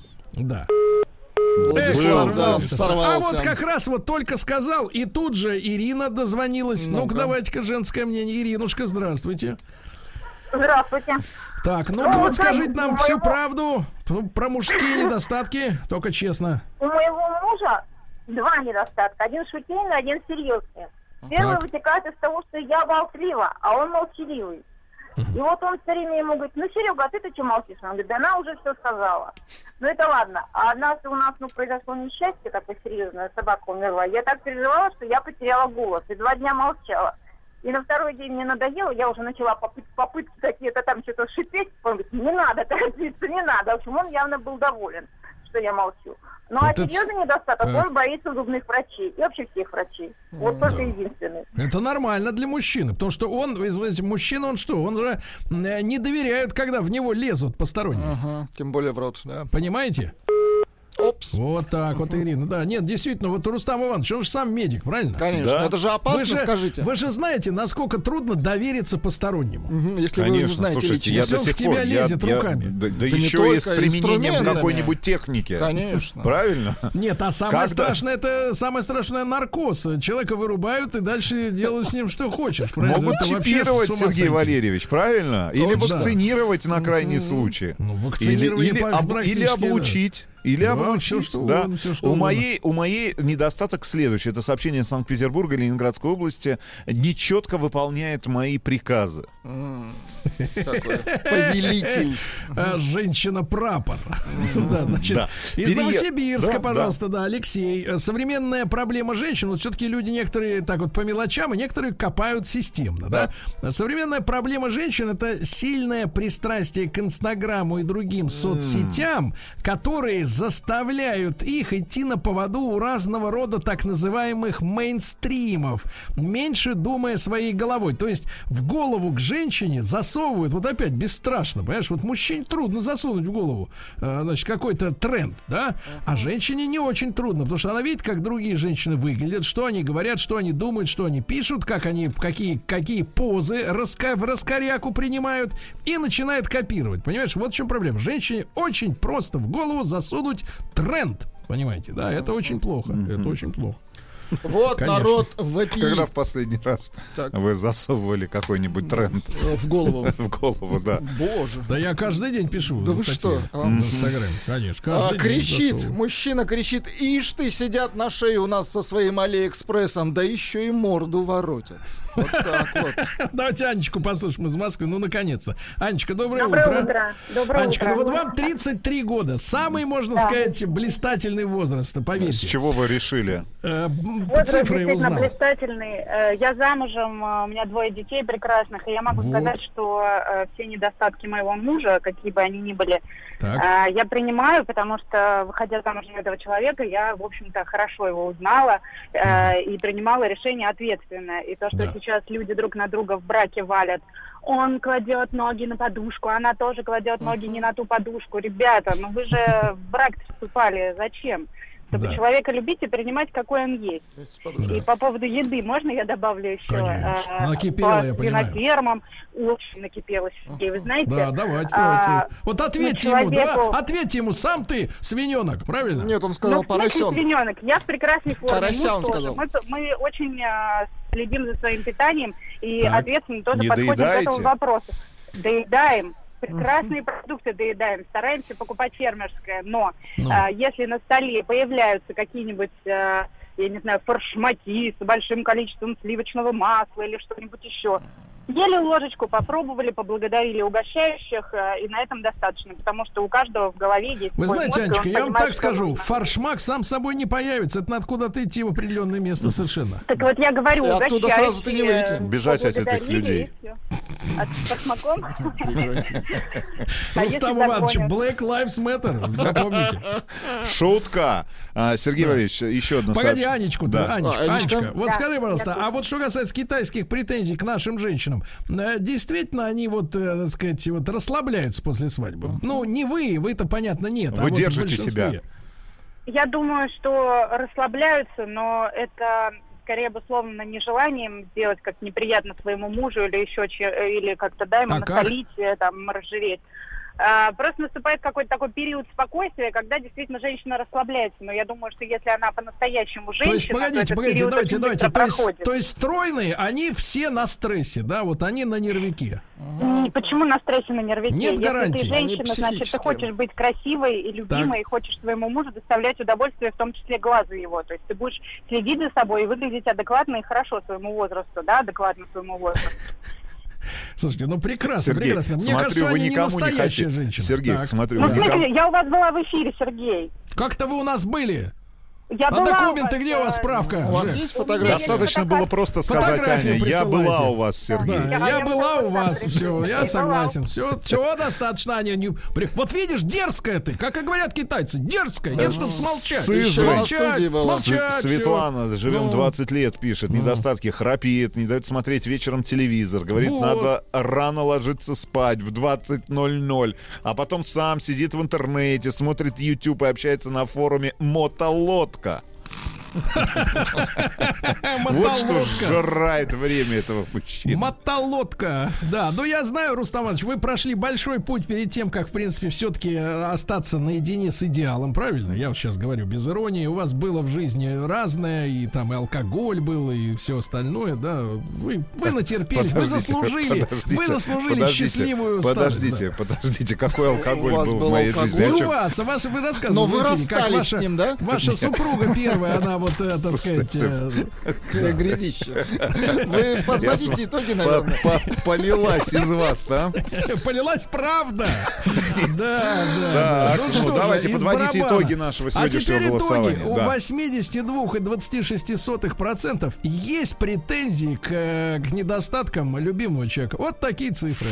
Да. Эх, сорвался, сорвался. А вот как раз вот только сказал, и тут же Ирина дозвонилась. Ну-ка, Ну-ка давайте-ка женское мнение. Иринушка, здравствуйте. Здравствуйте. Так, ну, ну вот скажите нам моего... всю правду про мужские недостатки, только честно. У моего мужа два недостатка. Один шутейный, один серьезный. Первый так. вытекает из того, что я болтлива, а он молчаливый. И вот он все время ему говорит, ну, Серега, а ты-то что молчишь? Он говорит, да она уже все сказала. Ну, это ладно. А однажды у нас, ну, произошло несчастье такое серьезное, собака умерла. Я так переживала, что я потеряла голос. И два дня молчала. И на второй день мне надоело, я уже начала попыт- попытки какие-то там что-то шипеть. Он говорит, не надо, торопиться, не надо. В общем, он явно был доволен, что я молчу. Ну, вот а серьезный недостаток, а... он боится зубных врачей. И вообще всех врачей. Вот да. только единственный. Это нормально для мужчины. Потому что он, вы знаете, мужчина, он что? Он же не доверяет, когда в него лезут посторонние. Ага, тем более в рот, да. Понимаете? Опс. Вот так вот, Ирина. Да, нет, действительно, вот Рустам Иванович, он же сам медик, правильно? Конечно, да. Это же опасно, вы же, скажите. Вы же знаете, насколько трудно довериться постороннему. Угу, если Конечно, вы не знаете слушайте, лично. Я если он в тебя пор, лезет я, руками. Я, да да, да еще и с применением какой-нибудь техники. Конечно. Правильно? Нет, а самое Когда? страшное, это самое страшное наркоз. Человека вырубают и дальше делают с ним что хочешь. Правильно? Могут это чипировать, Сергей сойти. Валерьевич, правильно? Или Точно. вакцинировать на крайний случай. Ну, вакцинирование или, или, об, или облучить. Или да, облучить. Все, что да. угодно, все, что у, моей, у моей недостаток следующий. Это сообщение из Санкт-Петербурга, Ленинградской области. Нечетко выполняет мои приказы. Повелитель. Женщина-прапор. Из Новосибирска, пожалуйста, да, Алексей. Современная проблема женщин. Вот все-таки люди некоторые так вот по мелочам, и некоторые копают системно. Да? Современная проблема женщин — это сильное пристрастие к Инстаграму и другим соцсетям, которые заставляют их идти на поводу у разного рода так называемых мейнстримов, меньше думая своей головой. То есть в голову к женщине засовывают, вот опять бесстрашно, понимаешь, вот мужчине трудно засунуть в голову, значит, какой-то тренд, да, а женщине не очень трудно, потому что она видит, как другие женщины выглядят, что они говорят, что они думают, что они пишут, как они, какие, какие позы раска, в раскоряку принимают, и начинает копировать, понимаешь, вот в чем проблема. Женщине очень просто в голову засунуть тренд, понимаете, да, это очень плохо, это очень плохо. Вот народ вопит. Когда в последний раз так. вы засовывали какой-нибудь тренд? В голову. В голову, да. Боже. Да я каждый день пишу. Да вы что? В Инстаграме, конечно. А, кричит, мужчина кричит, ишь ты, сидят на шее у нас со своим Алиэкспрессом, да еще и морду воротят. Вот так вот. Давайте Анечку послушаем из Москвы. Ну, наконец-то. Анечка, доброе, доброе утро. утро. Доброе Анечка, утро. ну вот вам тридцать три года. Самый, можно да. сказать, блистательный возраст. Поверьте. С чего вы решили? Э, возраст цифры действительно узнал. блистательный. Я замужем, у меня двое детей прекрасных. И я могу вот. сказать, что все недостатки моего мужа, какие бы они ни были, так. я принимаю, потому что, выходя замуж за этого человека, я, в общем-то, хорошо его узнала mm. и принимала решение ответственное. И то, что да. сейчас люди друг на друга в браке валят, он кладет ноги на подушку, она тоже кладет uh-huh. ноги не на ту подушку. Ребята, ну вы же в брак вступали, зачем? Чтобы да. человека любить и принимать, какой он есть. Да. И по поводу еды, можно я добавлю еще? Конечно. Накипело, по я понимаю. Свинофермам очень накипело, Сергей, вы знаете? Да, давайте, а, давайте. Вот ответьте ему, человеку... да? Ответьте ему, сам ты свиненок, правильно? Нет, он сказал ну, поросенок. свиненок, я в прекрасной форме. Порося, он сказал. Мы, мы очень а, следим за своим питанием и так. ответственно тоже Не подходим доедаете? к этому вопросу. Доедаем. Прекрасные продукты доедаем, стараемся покупать фермерское, но ну. а, если на столе появляются какие-нибудь, а, я не знаю, форшмаки с большим количеством сливочного масла или что-нибудь еще, ели ложечку, попробовали, поблагодарили угощающих, и на этом достаточно, потому что у каждого в голове есть... Вы знаете, мозг, Анечка, я вам так скажу, нужно. Форшмак сам собой не появится, это надо куда-то идти в определенное место совершенно. Так вот я говорю, угощающие... Оттуда сразу ты не выйти. Бежать от этих людей. От форшмаком? Рустам Иванович, Black Lives Matter, запомните. Шутка. Сергей Валерьевич, еще одно сообщение. Погоди, Анечку-то, Анечка, вот скажи, пожалуйста, а вот что касается китайских претензий к нашим женщинам, действительно, они вот, так сказать, вот расслабляются после свадьбы. Ну, не вы, вы-то, понятно, нет. Вы а вот держите себя. Я думаю, что расслабляются, но это скорее обусловлено нежеланием сделать как неприятно своему мужу или еще или как-то, да, ему а насолить, как? там, разжиреть. А, просто наступает какой-то такой период спокойствия, когда действительно женщина расслабляется. Но я думаю, что если она по-настоящему женщина, то есть, погодите, то погодите, давайте, давайте. То есть, то есть стройные, они все на стрессе, да, вот они на нервике. Mm, почему на стрессе, на нервике? Нет если гарантии. ты женщина, значит, ты хочешь быть красивой и любимой, так. и хочешь своему мужу доставлять удовольствие, в том числе глазу его. То есть ты будешь следить за собой и выглядеть адекватно и хорошо своему возрасту, да, адекватно своему возрасту. Слушайте, ну прекрасно, Сергей, прекрасно. Мне смотрю, кажется, вы они никому не настоящие не женщины. Сергей, так. смотрю, ну, вы смотрите, никому... я у вас была в эфире, Сергей. Как-то вы у нас были. Я а была документы, у вас, где у вас справка? У вас есть фотография? Достаточно было просто сказать, Аня, я была у вас, Сергей. Да, я, я была у вас, все, я согласен. Все, все достаточно, Аня. Не... Вот видишь, дерзкая ты, как и говорят китайцы, дерзкая. Нет, чтобы смолчать. Смолчать, смолчать. Светлана, все. живем двадцать лет, пишет. Недостатки, храпит, не дает смотреть вечером телевизор. Говорит, вот. надо рано ложиться спать в двадцать ноль ноль. А потом сам сидит в интернете, смотрит YouTube и общается на форуме «Мотолодка». Вот что жрает время этого мужчины. Мотолодка. Да, ну я знаю, Рустам Иванович, вы прошли большой путь перед тем, как, в принципе, все-таки остаться наедине с идеалом, правильно? Я вот сейчас говорю без иронии. У вас было в жизни разное, и там и алкоголь был, и все остальное, да. Вы, вы натерпелись, вы заслужили, вы заслужили счастливую старость. Подождите, да. подождите, какой алкоголь был, был в моей алкоголь. жизни? И у вас, а вас вы рассказывали. Но вы эфире, расстались как ваша, с ним, да? Ваша супруга первая, она вот, так сказать... Грязище. Вы подводите итоги, наверное. Полилась из вас, да? Полилась правда. Да, да. Ну давайте подводите итоги нашего сегодняшнего голосования. У восемьдесят два и двадцать шесть сотых процентов есть претензии к недостаткам любимого человека. Вот такие цифры.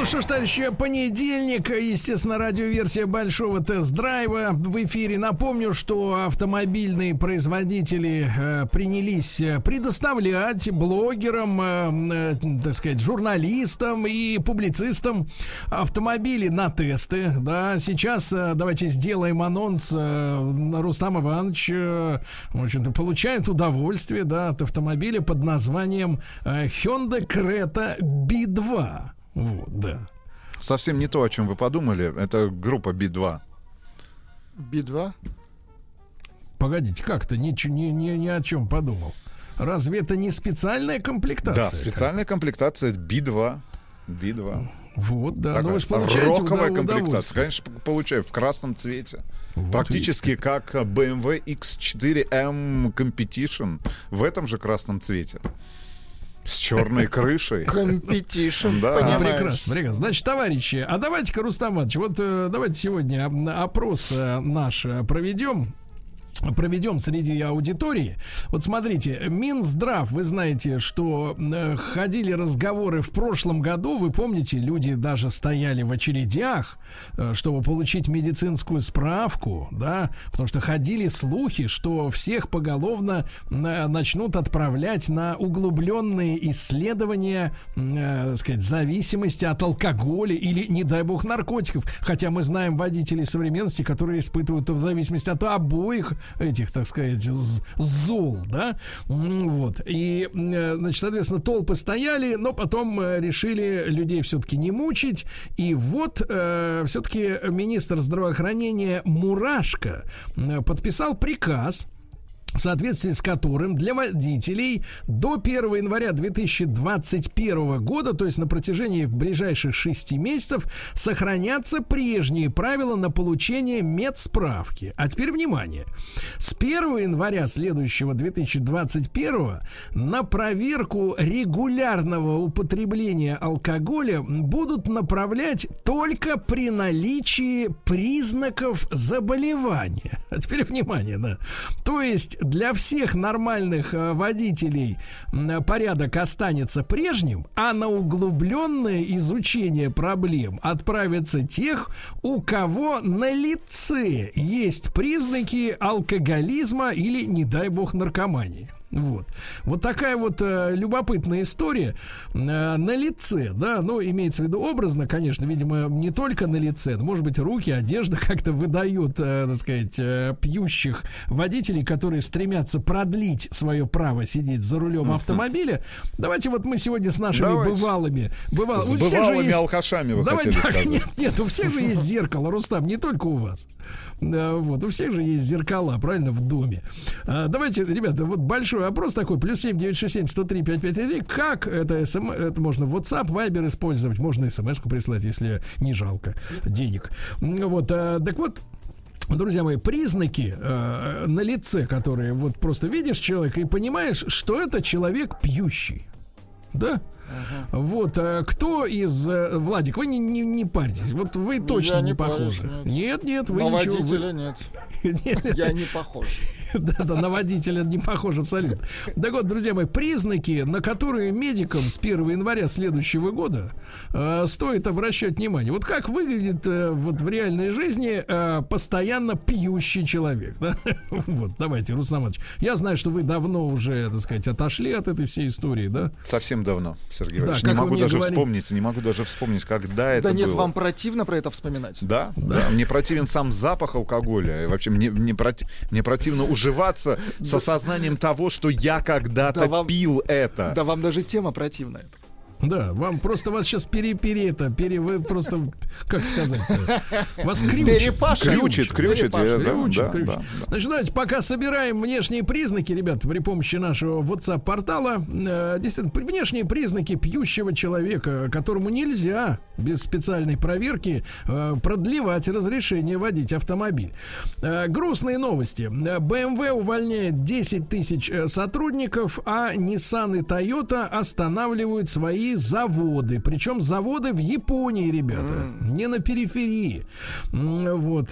что ж, товарищи, понедельник, естественно, радиоверсия большого тест-драйва в эфире. Напомню, что автомобильные производители э, принялись предоставлять блогерам, э, э, так сказать, журналистам и публицистам автомобили на тесты. Да, сейчас э, давайте сделаем анонс. Э, Рустам Иванович, э, в общем-то, получает удовольствие, да, от автомобиля под названием э, Hyundai Creta би два. Вот, да. Совсем не то, о чем вы подумали. Это группа би два. би два? Погодите, как-то ни, ни, ни, ни о чем подумал. Разве это не специальная комплектация? Да, специальная комплектация би два. би два. Вот, да. Такая ну, вы же получаете роковая удов- комплектация. Конечно, получаю в красном цвете. Вот Практически видите. как би эм дабл ю икс четыре эм Competition в этом же красном цвете. С черной крышей. Competition, да. Прекрасно, прекрасно. Значит, товарищи, а давайте-ка, Рустам Иванович, вот э, давайте сегодня опрос э, наш проведем. Проведем среди аудитории. Вот смотрите, Минздрав, вы знаете, что э, ходили разговоры в прошлом году, вы помните, люди даже стояли в очередях, э, чтобы получить медицинскую справку, да, потому что ходили слухи, что всех поголовно э, начнут отправлять на углубленные исследования, э, так сказать, зависимости от алкоголя или, не дай бог, наркотиков. Хотя мы знаем водителей современности, которые испытывают в зависимости от обоих этих, так сказать, зол, да, вот, и, значит, соответственно, толпы стояли, но потом решили людей все-таки не мучить, и вот э, все-таки министр здравоохранения Мурашко подписал приказ, в соответствии с которым для водителей до первого января две тысячи двадцать первого года, то есть на протяжении ближайших шести месяцев, сохранятся прежние правила на получение медсправки. А теперь внимание. С первого января следующего две тысячи двадцать первого на проверку регулярного употребления алкоголя будут направлять только при наличии признаков заболевания. А теперь внимание, да. То есть для всех нормальных э, водителей э, порядок останется прежним, а на углубленное изучение проблем отправятся тех, у кого на лице есть признаки алкоголизма или, не дай бог, наркомании. Вот. Вот такая вот э, любопытная история э, на лице, да, ну, имеется в виду образно, конечно, видимо, не только на лице, но, может быть, руки, одежда как-то выдают, э, так сказать, э, пьющих водителей, которые стремятся продлить свое право сидеть за рулем автомобиля. Давайте вот мы сегодня с нашими Давайте. бывалыми... Бывал... С бывалыми есть... алкашами вы Давайте, хотели так, сказать. Нет, нет, у всех же есть зеркало, Рустам, не только у вас. Да, вот, у всех же есть зеркала, правильно, в доме. А, давайте, ребята, вот большой вопрос такой, плюс семь девятьсот шестьдесят семь сто три пятьсот пятьдесят три. Как это, СМ, это можно WhatsApp, Viber использовать, можно смс-ку прислать, если не жалко денег. Вот, а, так вот, друзья мои, признаки э, на лице, которые вот просто видишь человека и понимаешь, что это человек пьющий. Да? Ага. Вот, а кто из... Владик, вы не, не, не парьтесь. Вот вы точно не, не похожи. Парюсь, нет. нет, нет, вы на ничего... водителя вы... нет. нет. Я не похож. Да-да, на водителя не похож абсолютно. Так вот, друзья мои, признаки, на которые медикам с первого января следующего года э, стоит обращать внимание. Вот как выглядит э, вот в реальной жизни э, постоянно пьющий человек. Да? Вот, давайте, Рустам Иванович. Я знаю, что вы давно уже, так сказать, отошли от этой всей истории, да? Совсем давно, Сергей Иванович. Да, не могу даже говорили... вспомнить, не могу даже вспомнить, когда это было. Да нет, было. вам противно про это вспоминать? Да, да. да. Мне противен сам запах алкоголя. И вообще мне, мне, проти... мне противно уживаться с осознанием того, что я когда-то да вам, пил это. Да вам даже тема противная. Да, вам просто вас сейчас пере-пере это, пере, вы просто, как сказать-то, вас крючит. Крючит, крючит. Крючит, крючит. Значит, давайте пока собираем внешние признаки, ребят, при помощи нашего WhatsApp-портала. Действительно, внешние признаки пьющего человека, которому нельзя без специальной проверки продлевать разрешение водить автомобиль. Грустные новости. бэ эм вэ увольняет десять тысяч сотрудников, а Nissan и Toyota останавливают свои заводы. Причем заводы в Японии, ребята. Mm. Не на периферии. Вот.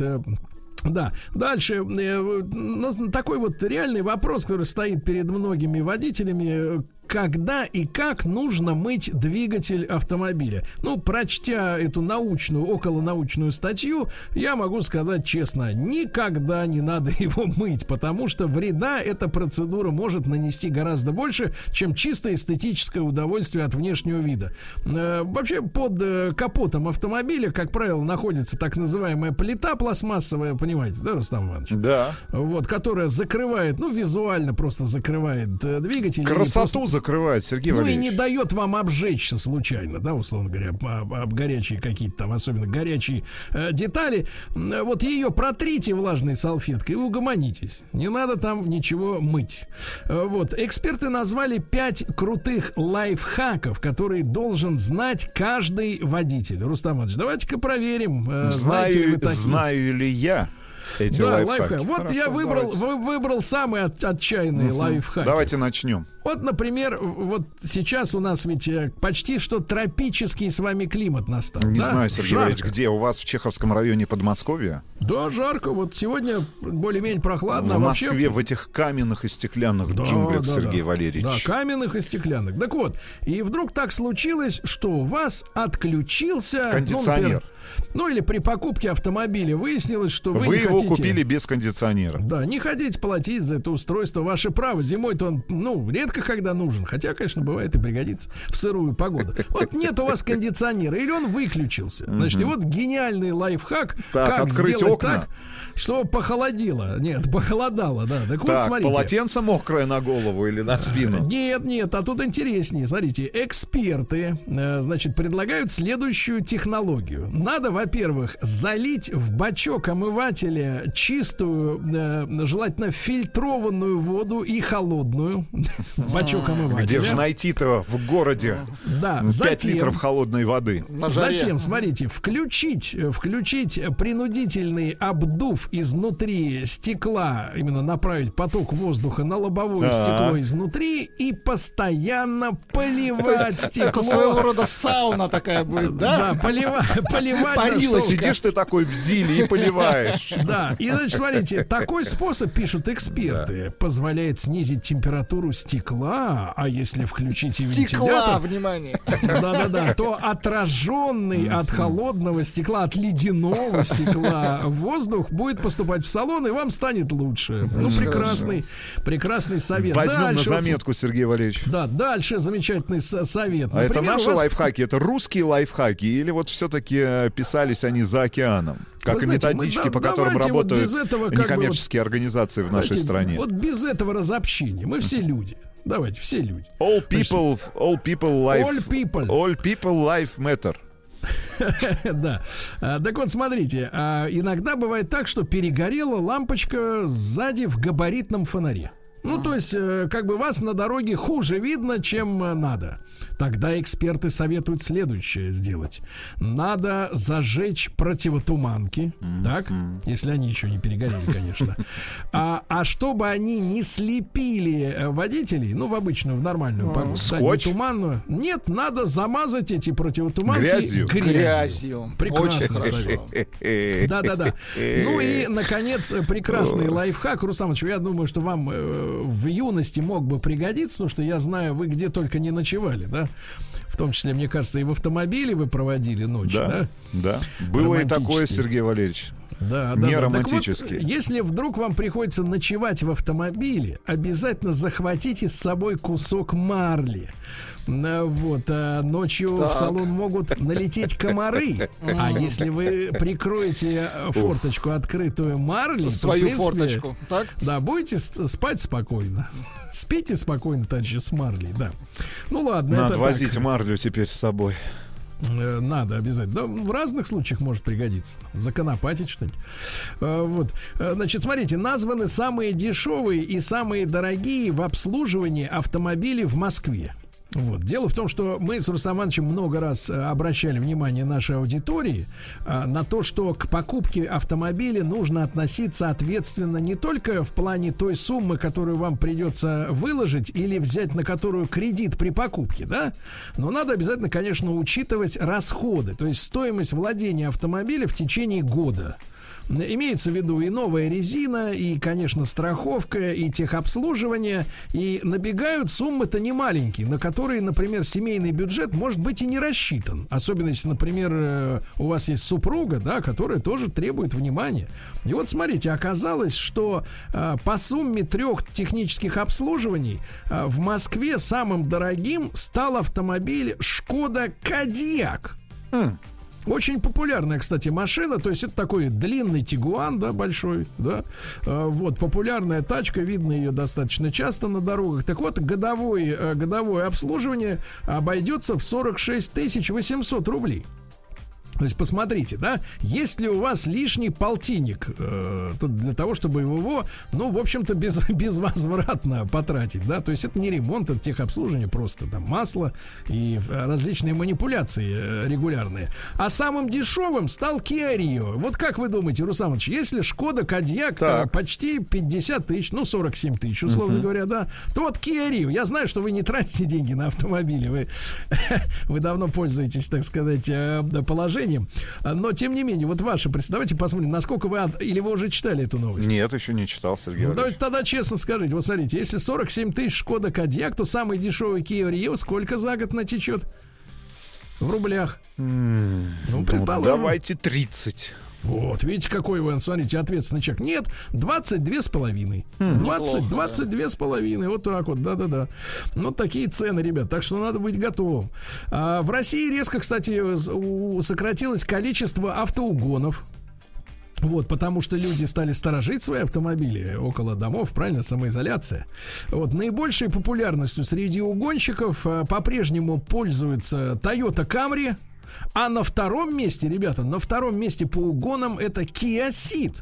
Да, дальше такой вот реальный вопрос, который стоит перед многими водителями. когда и как нужно мыть двигатель автомобиля. Ну, прочтя эту научную, околонаучную статью, я могу сказать честно, никогда не надо его мыть, потому что вреда эта процедура может нанести гораздо больше, чем чисто эстетическое удовольствие от внешнего вида. Э, вообще, под э, капотом автомобиля, как правило, находится так называемая плита пластмассовая, понимаете, да, Рустам Иванович? Да. Вот, которая закрывает, ну, визуально просто закрывает э, двигатель. Красоту просто, закрывает, Сергей ну, Валерьевич. Ну, и не дает вам обжечься случайно, да, условно говоря, об, об горячие какие-то там, особенно горячие э, детали. Вот ее протрите влажной салфеткой и угомонитесь. Не надо там ничего мыть. Э, вот, эксперты назвали пять крутых лайфхаков, которые должен знать каждый водитель. Рустам Иванович, давайте-ка проверим. Э, знаю, ли знаю ли я эти да, лайфхаки? лайфхак. Вот Хорошо, я выбрал, вы, выбрал самые от, отчаянные угу. лайфхаки. Давайте начнем. Вот, например, вот сейчас у нас ведь почти что тропический с вами климат настал. Не да? знаю, Сергей Валерьевич, где? У вас в Чеховском районе Подмосковья? Да, жарко. Вот сегодня более-менее прохладно. В Москве вообще... в этих каменных и стеклянных да, джунглях, да, Сергей да. Валерьевич. Да, каменных и стеклянных. Так вот, и вдруг так случилось, что у вас отключился... кондиционер. Ну, например, ну или при покупке автомобиля выяснилось, что вы, вы не его хотите... купили без кондиционера. Да, не хотите платить за это устройство, ваше право. Зимой-то он, ну, редко когда нужен. Хотя, конечно, бывает и пригодится в сырую погоду. Вот нет у вас кондиционера, или он выключился. Значит, и вот гениальный лайфхак, так, как открыть сделать окна. так, что похолодило. Нет, похолодало, да. Так, так вот, смотрите. полотенце мокрое на голову или на спину? Нет, нет, а тут интереснее. Смотрите, эксперты, значит, предлагают следующую технологию. Надо, во-первых, залить в бачок омывателя чистую, желательно фильтрованную воду и холодную в бачок омывателя. Где же найти-то в городе да, пять затем, литров холодной воды? Затем, смотрите, включить, включить принудительный обдув изнутри стекла, именно направить поток воздуха на лобовое так. стекло изнутри и постоянно поливать стекло. Это своего рода сауна такая будет, да? Да, поливать, поливать. Парило, сидишь ты такой в зиле и поливаешь. Да, и значит, смотрите, такой способ, пишут эксперты, позволяет снизить температуру стекла, а если включить и вентилятор... внимание! Да-да-да, то отраженный от холодного стекла, от ледяного стекла воздух будет поступать в салон, и вам станет лучше. Ну, прекрасный, прекрасный совет. Возьмем дальше, на заметку, вот, Сергей Валерьевич. Да, дальше замечательный совет. А Например, это наши вас... лайфхаки, это русские лайфхаки, или вот все-таки писались они за океаном? Как Вы и знаете, методички, мы, по которым работают вот этого, некоммерческие бы, вот, организации в нашей знаете, стране. Вот без этого разобщения. Мы все люди. Давайте, все люди. All people, all people life, all people. All people life matter. Да. А, так вот, смотрите, а, иногда бывает так, что перегорела лампочка сзади в габаритном фонаре. Ну, то есть, э, как бы вас на дороге хуже видно, чем э, надо. Тогда эксперты советуют следующее сделать. Надо зажечь противотуманки, mm-hmm. так? Если они еще не перегорели, конечно. А, а чтобы они не слепили водителей, ну, в обычную, в нормальную погоду, да, не туманную. Нет, надо замазать эти противотуманки грязью. Грязью. грязью. Прекрасно совет. Да-да-да. Ну и, наконец, прекрасный лайфхак. Рустам, я думаю, что вам э, в юности мог бы пригодиться, потому что я знаю, вы где только не ночевали, да? В том числе, мне кажется, и в автомобиле вы проводили ночь, да? Да, да. Было и такое, Сергей Валерьевич. Да, не да, романтически. Вот, если вдруг вам приходится ночевать в автомобиле, обязательно захватите с собой кусок марли. Вот, а ночью так. в салон могут налететь комары. А если вы прикроете форточку открытую марлей, свою то, в принципе, форточку, так? Да, будете спать спокойно. Спите спокойно, товарищи, с марлей, да. Ну ладно, надо это возить так. марлю теперь с собой. Надо обязательно. Да, в разных случаях может пригодиться. Законопатить что-нибудь. А, вот. Значит, смотрите, названы самые дешевые и самые дорогие в обслуживании автомобилей в Москве. Вот. Дело в том, что мы с Рустам Ивановичем много раз обращали внимание нашей аудитории а, на то, что к покупке автомобиля нужно относиться ответственно не только в плане той суммы, которую вам придется выложить или взять на которую кредит при покупке, да, но надо обязательно, конечно, учитывать расходы, то есть стоимость владения автомобиля в течение года. Имеется в виду и новая резина, и, конечно, страховка, и техобслуживание. И набегают суммы-то не маленькие, на которые, например, семейный бюджет может быть и не рассчитан. Особенно если, например, у вас есть супруга, да, которая тоже требует внимания. И вот смотрите, оказалось, что э, по сумме трех технических обслуживаний э, в Москве самым дорогим стал автомобиль Шкода Кодиак. Mm. Очень популярная, кстати, машина. То есть это такой длинный Тигуан, да, большой, да. э, Вот, популярная тачка, видно ее достаточно часто на дорогах. Так вот, годовой, э, годовое обслуживание обойдется в сорок шесть тысяч восемьсот рублей. То есть посмотрите, да, есть ли у вас лишний полтинник э, для того, чтобы его, ну, в общем-то, без, безвозвратно потратить, да, то есть это не ремонт, это техобслуживание, просто там масло и различные манипуляции э, регулярные. А самым дешевым стал Kia Rio. Вот как вы думаете, Руслан Ильич, если Шкода Кодиак э, почти пятьдесят тысяч, ну, сорок семь тысяч, условно uh-huh. говоря, да, то вот Kia Rio, я знаю, что вы не тратите деньги на автомобили, вы, вы давно пользуетесь, так сказать, положением. Но, тем не менее, вот ваше, давайте посмотрим, насколько вы... Или вы уже читали эту новость? Нет, еще не читал, Сергей ну, давайте тогда честно скажите. Вот смотрите, если сорок семь тысяч Шкода Кодиак, то самый дешевый Kia Rio сколько за год натечет? В рублях. Mm, ну, предположим. Давайте тридцать. Вот, видите, какой вы, смотрите, ответственный человек. Нет, двадцать две с половиной. двадцать, двадцать две с половиной. Вот так вот, да-да-да. Ну, такие цены, ребят. Так что надо быть готовым. А, в России резко, кстати, сократилось количество автоугонов. Вот, потому что люди стали сторожить свои автомобили около домов, правильно, самоизоляция. Вот, наибольшей популярностью среди угонщиков а, по-прежнему пользуется Toyota Camry. А на втором месте, ребята, на втором месте по угонам это Kia Ceed.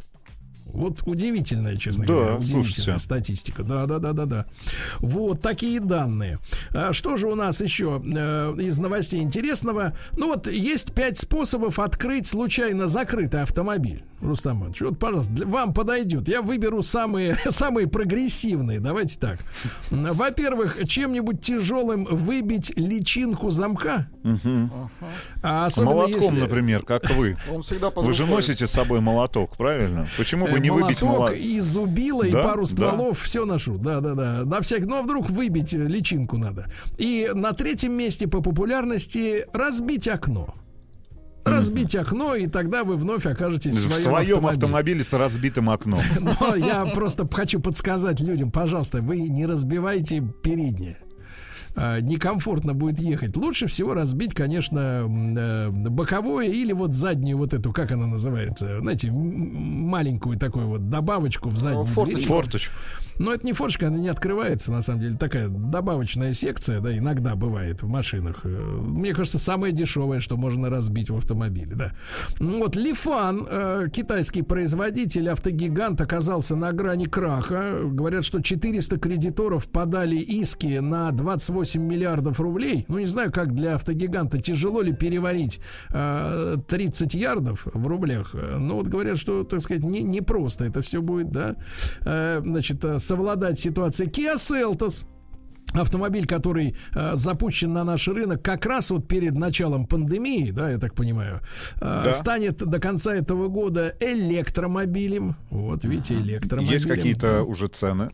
Вот удивительная, честно да, говоря, удивительная слушайте. статистика. Да, да, да, да, да. Вот такие данные. А что же у нас еще э, из новостей интересного? Ну вот есть пять способов открыть случайно закрытый автомобиль. Рустам Иванович, вот, пожалуйста, для, вам подойдет. Я выберу самые, самые прогрессивные. Давайте так. Во-первых, чем-нибудь тяжелым выбить личинку замка. Угу. А молотком, если... например, как вы. Вы же носите с собой молоток, правильно? Почему бы не выбить молоток? И зубило, да? И пару стволов, да. Все ношу. Да, да, да. На всякий, но вдруг выбить личинку надо. И на третьем месте по популярности разбить окно. Разбить окно, и тогда вы вновь окажетесь в своем, в своем автомобиле. автомобиле с разбитым окном. Но я просто хочу подсказать людям, пожалуйста, вы не разбивайте переднее. Некомфортно будет ехать. Лучше всего разбить, конечно, боковое или вот заднюю вот эту, как она называется, знаете, маленькую такую вот добавочку в заднюю дверь. Форточку. Но это не форточка, она не открывается, на самом деле. Такая добавочная секция, да, иногда бывает в машинах. Мне кажется, самое дешевое, что можно разбить в автомобиле, да. Вот Лифан, э, китайский производитель, автогигант, оказался на грани краха. Говорят, что четыреста кредиторов подали иски на двадцать восемь миллиардов рублей. Ну, не знаю, как для автогиганта, тяжело ли переварить э, тридцать ярдов в рублях. Но вот говорят, что, так сказать, не, не просто это все будет, да. Э, значит, совладать с ситуацией. Kia Seltos, автомобиль, который э, запущен на наш рынок как раз вот перед началом пандемии, да, я так понимаю, э, да. станет до конца этого года электромобилем. Вот, видите, электромобилем. Есть какие-то да. уже цены?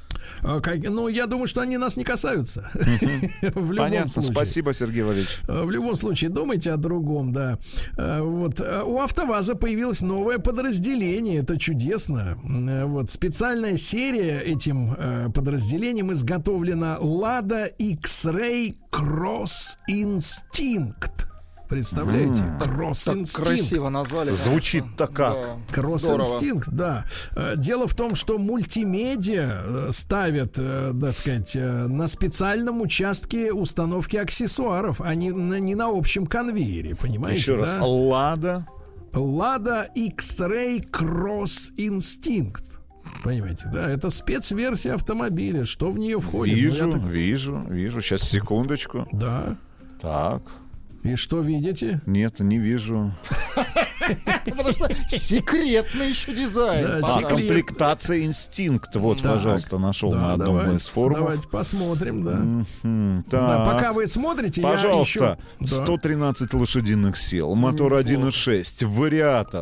Ну, я думаю, что они нас не касаются. В любом Понятно, случае. Спасибо, Сергей Валерьевич. В любом случае, думайте о другом, да. Вот. У АвтоВАЗа появилось новое подразделение, это чудесно. Вот. Специальная серия этим подразделением изготовлена Lada X-Ray Cross Instinct. Представляете? Cross Instinct. Красиво назвали. Звучит так как. Да. Cross Instinct, да. Дело в том, что мультимедиа ставят, так сказать, на специальном участке установки аксессуаров, а не на, не на общем конвейере, понимаете? Еще да? раз. Lada. Lada X-Ray Cross Instinct. Понимаете, да? Это спецверсия автомобиля. Что в нее входит? Вижу, ну, так... вижу, вижу. Сейчас, секундочку. Да. Так. И что видите? Нет, не вижу. Потому что секретный еще дизайн. А, комплектация инстинкт. Вот, пожалуйста, нашел на одном из форумов. Давайте посмотрим, да. Пока вы смотрите, я пожалуйста, сто тринадцать лошадиных сил, мотор один и шесть, вариатор.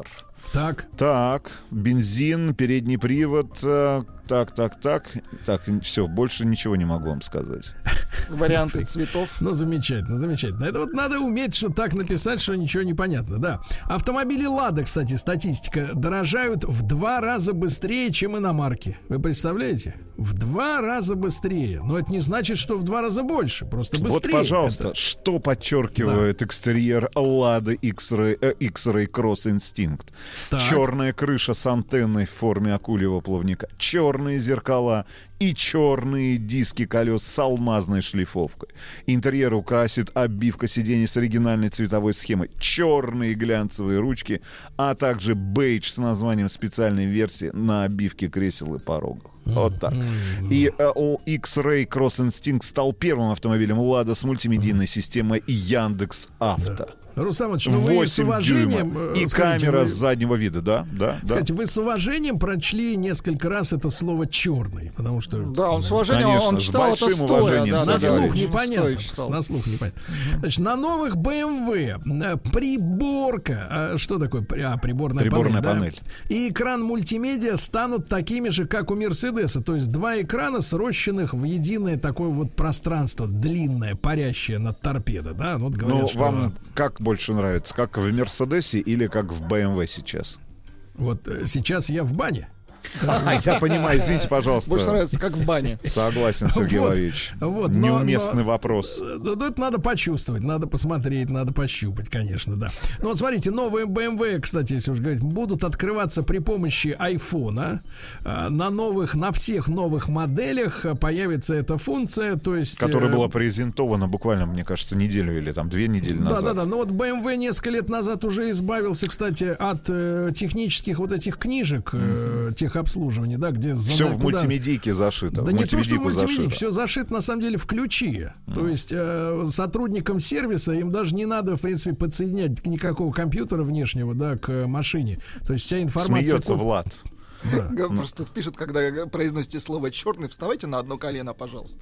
Так. Так, бензин, передний привод, э, так, так, так. Так, все, больше ничего не могу вам сказать. Варианты цветов. Ну, замечательно, замечательно. Это вот надо уметь, что так написать, что ничего не понятно, да. Автомобили «Лада», кстати, статистика, дорожают в два раза быстрее, чем иномарки. Вы представляете? В два раза быстрее. Но это не значит, что в два раза больше, просто быстрее. Вот, пожалуйста, это... что подчеркивает да. экстерьер «Лады» X-Ray, э, X-Ray Cross Instinct? Так. Черная крыша с антенной в форме акульего плавника, черные зеркала и черные диски колес с алмазной шлифовкой. Интерьер украсит обивка сидений с оригинальной цветовой схемой, черные глянцевые ручки, а также бейдж с названием специальной версии на обивке кресел и порогов. Вот так. И uh, X-Ray Cross Instinct стал первым автомобилем «Лада» с мультимедийной системой Яндекс.Авто. Да. Рустам Ильич, ну вы с уважением... Дюйма. И скажите, камера вы... с заднего вида, да? да, Скажите, да. вы с уважением прочли несколько раз это слово «черный», потому что... Да, он с уважением, конечно, он читал это стоя. Да, на слух непонятно. На слух непонятно. Значит, на новых бэ эм вэ приборка... Что такое? А, приборная, приборная панель. панель. Да? И экран мультимедиа станут такими же, как у Мерседеса. То есть два экрана, срощенных в единое такое вот пространство, длинное, парящее над торпедо. Да? Вот говорят, ну, что... вам как больше нравится? Как в Мерседесе или как в бэ эм вэ сейчас? Вот сейчас я в бане. А, я понимаю, извините, пожалуйста. Больше нравится, как в бане. Согласен, Сергей вот, Валерьевич. Вот, неуместный но, вопрос. Но, но это надо почувствовать, надо посмотреть, надо пощупать, конечно, да. Ну вот смотрите, новые бэ эм вэ, кстати, если уж говорить, будут открываться при помощи айфона. На новых, на всех новых моделях появится эта функция, то есть... Которая была презентована буквально, мне кажется, неделю или там две недели назад. Да-да-да, но вот бэ эм вэ несколько лет назад уже избавился, кстати, от э, технических вот этих книжек, э, тех обслуживания, да, где все в куда... мультимедийке зашито. Да не то, что в мультимедийке, все зашито на самом деле в ключи. Mm. То есть э, сотрудникам сервиса им даже не надо, в принципе, подсоединять никакого компьютера внешнего, да, к машине. То есть вся информация... Смеется под... Влад. Да. Просто тут пишут, когда произносите слово «черный», вставайте на одно колено, пожалуйста.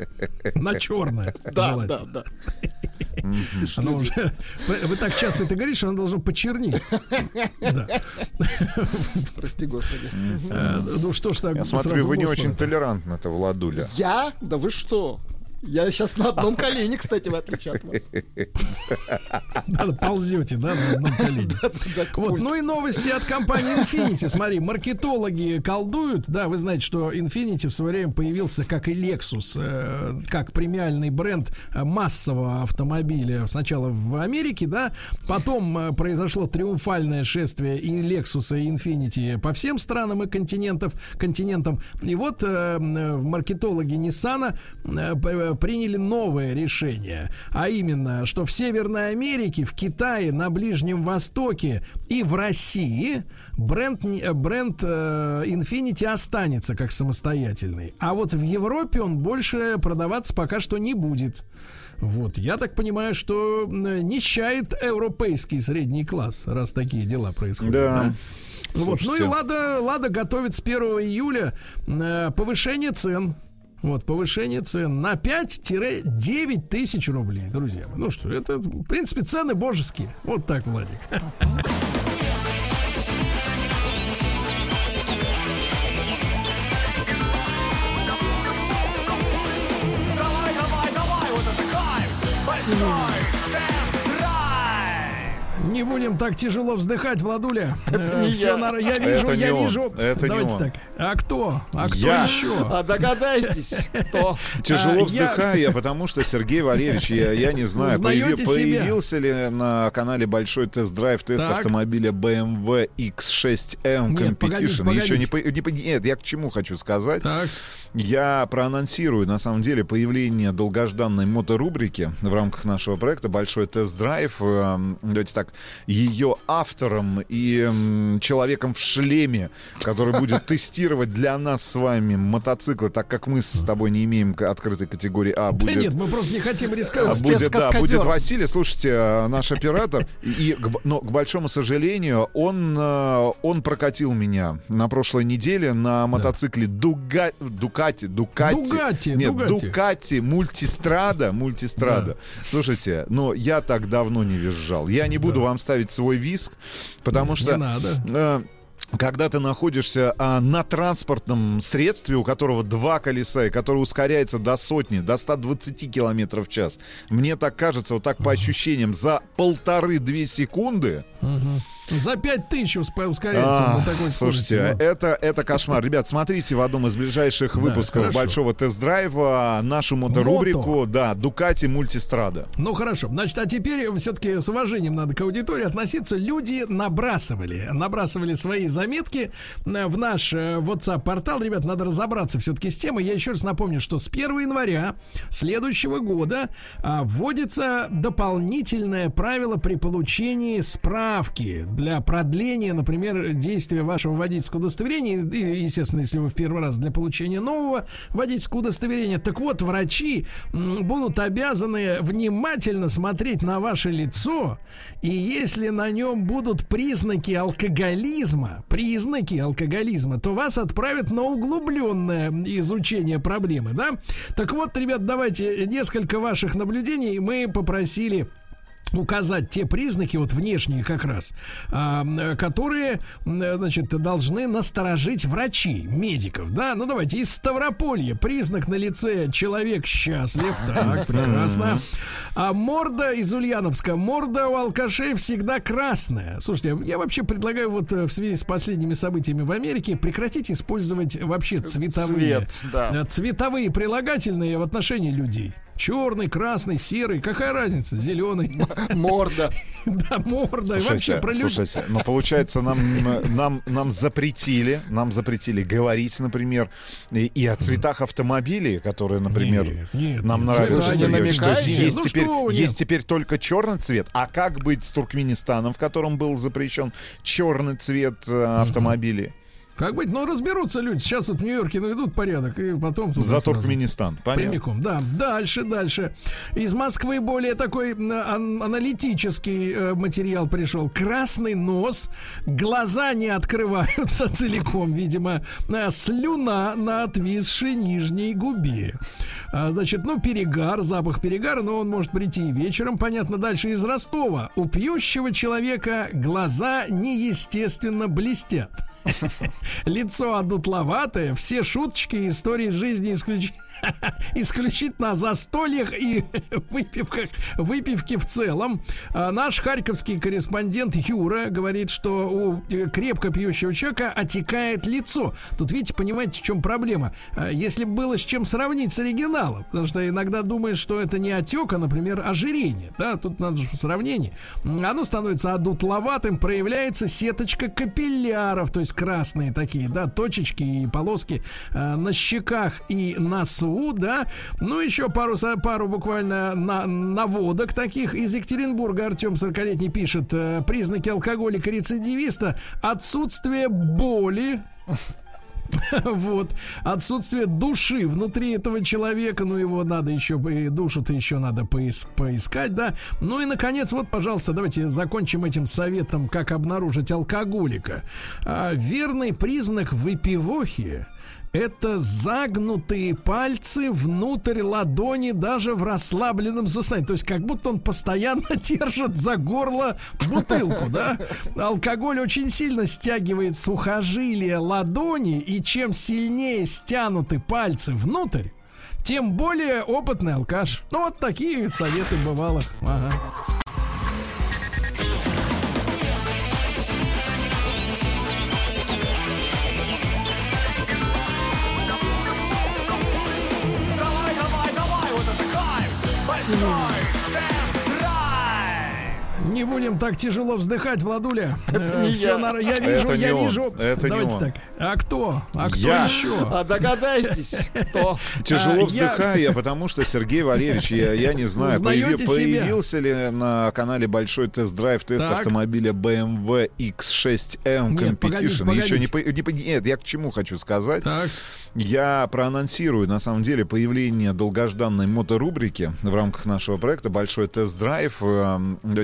На черное. Да, да, да. Уже, вы так часто это говорите, что оно должно почернить. Да. Прости, Господи. Ну что ж так. Я смотрю, вы не очень толерантны-то, Владуля. Я? Да вы что? Я сейчас на одном колене, кстати, в отличие от вас. Да, ползете, да, на одном колене. Вот, ну и новости от компании Infiniti. Смотри, маркетологи колдуют. Да, вы знаете, что Infiniti в свое время появился, как и Lexus, э, как премиальный бренд массового автомобиля. Сначала в Америке, да, потом э, произошло триумфальное шествие и Lexus, и Infiniti по всем странам и континентов, континентам. И вот э, маркетологи Nissan э, приняли новое решение, а именно, что в Северной Америке, в Китае, на Ближнем Востоке и в России бренд, бренд э, Infiniti останется как самостоятельный, а вот в Европе он больше продаваться пока что не будет. Вот, я так понимаю, что нищает европейский средний класс, раз такие дела происходят. Да. Да? Вот. Ну и Лада, Лада готовит с первого июля э, повышение цен. Вот, повышение цен на пять-девять тысяч рублей, друзья. Ну что, это, в принципе, цены божеские. Вот так, Владик. Давай, давай, давай, вот это кайф! Большой! Не будем так тяжело вздыхать, Владуля. Это Все я. На... я вижу, это я не вижу. Он. Это Давайте не он. так. А кто? А кто я. еще? А догадайтесь, кто? Тяжело А, вздыхаю я, потому что, Сергей Валерьевич, я, я не знаю, появи, появился ли на канале большой тест-драйв, тест так. автомобиля бэ эм вэ икс шесть эм Нет, погодите, Competition. погодите. Еще не, по- не по- Нет, я к чему хочу сказать. Так. Я проанонсирую, на самом деле, появление долгожданной моторубрики в рамках нашего проекта «Большой тест-драйв». Давайте так, ее автором и м, человеком в шлеме, который будет тестировать для нас с вами мотоциклы, так как мы с тобой не имеем открытой категории А. Будет... Да нет, мы просто не хотим рисковать. Будет, да, будет Василий. Слушайте, наш оператор. И, но, к большому сожалению, он, он прокатил меня на прошлой неделе на мотоцикле Дуга... Ducati Дукати, Дукати. Дугати, Нет, Дугати. Дукати Мультистрада, Мультистрада. Да. Слушайте, но я так давно не визжал. Я не буду да. вам ставить свой визг, потому не что... надо. Э, когда ты находишься а, на транспортном средстве, у которого два колеса, и который ускоряется до сотни, до ста двадцати километров в час, мне так кажется, вот так по ощущениям, за полторы-две секунды... Угу. За пять тысяч ускоряется а, на такой скорости. Слушайте, это, это кошмар. Ребят, смотрите в одном из ближайших да, выпусков хорошо. большого тест-драйва нашу моторубрику, Мото. да, Дукати Мультистрада. Ну хорошо, значит, а теперь все-таки с уважением надо к аудитории относиться. Люди набрасывали, набрасывали свои заметки в наш WhatsApp-портал. Ребят, надо разобраться все-таки с темой. Я еще раз напомню, что с первого января следующего года а, вводится дополнительное правило при получении справки для продления, например, действия вашего водительского удостоверения, и, естественно, если вы в первый раз для получения нового водительского удостоверения. Так вот, врачи будут обязаны внимательно смотреть на ваше лицо, и если на нем будут признаки алкоголизма, признаки алкоголизма, то вас отправят на углубленное изучение проблемы, да? Так вот, ребят, давайте несколько ваших наблюдений мы попросили указать те признаки, вот внешние как раз, а, которые, значит, должны насторожить врачей, медиков, да, ну давайте, из Ставрополья, признак на лице: человек счастлив, так, прекрасно, а морда из Ульяновска, морда у алкашей всегда красная. Слушайте, я вообще предлагаю вот в связи с последними событиями в Америке прекратить использовать вообще цветовые, Цвет, да. цветовые прилагательные в отношении людей. Черный, красный, серый, какая разница? Зеленый. Морда. Да, морда. Слушайте, вообще про людей. Слушайте, но получается, нам, нам, нам запретили, нам запретили говорить, например, и, и о цветах автомобилей, которые, например, нет, нет, нам нет, нравятся. Что есть, ну теперь, что, есть теперь только черный цвет. А как быть с Туркменистаном, в котором был запрещен черный цвет э, автомобилей? Как быть? Ну, разберутся люди. Сейчас вот в Нью-Йорке наведут порядок, и потом... За Туркменистан, понятно. Прямиком, да. Дальше, дальше. Из Москвы более такой ан- аналитический э, материал пришел. Красный нос, глаза не открываются целиком, видимо. Э, слюна на отвисшей нижней губе. А, значит, ну, перегар, запах перегара, но он может прийти и вечером. Понятно, дальше из Ростова. У пьющего человека глаза неестественно блестят. Лицо одутловатое, все шуточки и истории жизни исключ... исключительно о застольях и выпивках, выпивке в целом. А наш харьковский корреспондент Юра говорит, что у крепко пьющего человека отекает лицо. Тут, видите, понимаете, в чем проблема? Если было с чем сравнить с оригиналом, потому что иногда думаешь, что это не отек, а, например, ожирение. Да, тут надо же сравнение. Оно становится одутловатым, проявляется сеточка капилляров, то есть красные такие, да, точечки и полоски э, на щеках и носу, да. Ну, еще пару, пару буквально на, наводок таких. Из Екатеринбурга Артем, сорокалетний, пишет: э, признаки алкоголика-рецидивиста: отсутствие боли. Вот. Отсутствие души внутри этого человека. Ну, его надо еще, душу-то еще надо поис- поискать, да. Ну и, наконец, вот, пожалуйста, давайте закончим этим советом, как обнаружить алкоголика. а, Верный признак выпивохи — это загнутые пальцы внутрь ладони даже в расслабленном состоянии. То есть как будто он постоянно держит за горло бутылку, да? Алкоголь очень сильно стягивает сухожилия ладони, и чем сильнее стянуты пальцы внутрь, тем более опытный алкаш. Ну вот такие советы бывалых. Ага. Не будем так тяжело вздыхать, Владуля. Э, все я. На... я вижу, это я не вижу. Он. Это давайте не он. Так. А кто? А кто я. еще? А догадайтесь, кто? Тяжело а, вздыхаю я, потому что, Сергей Валерьевич, я, я не знаю, появи, появился ли на канале большой тест-драйв, тест так. автомобиля бэ эм вэ икс шесть эм Нет, Competition. Погодите, погодите. Еще не, не, нет, я к чему хочу сказать. Так. Я проанонсирую, на самом деле, появление долгожданной моторубрики в рамках нашего проекта «Большой тест-драйв». Давайте так,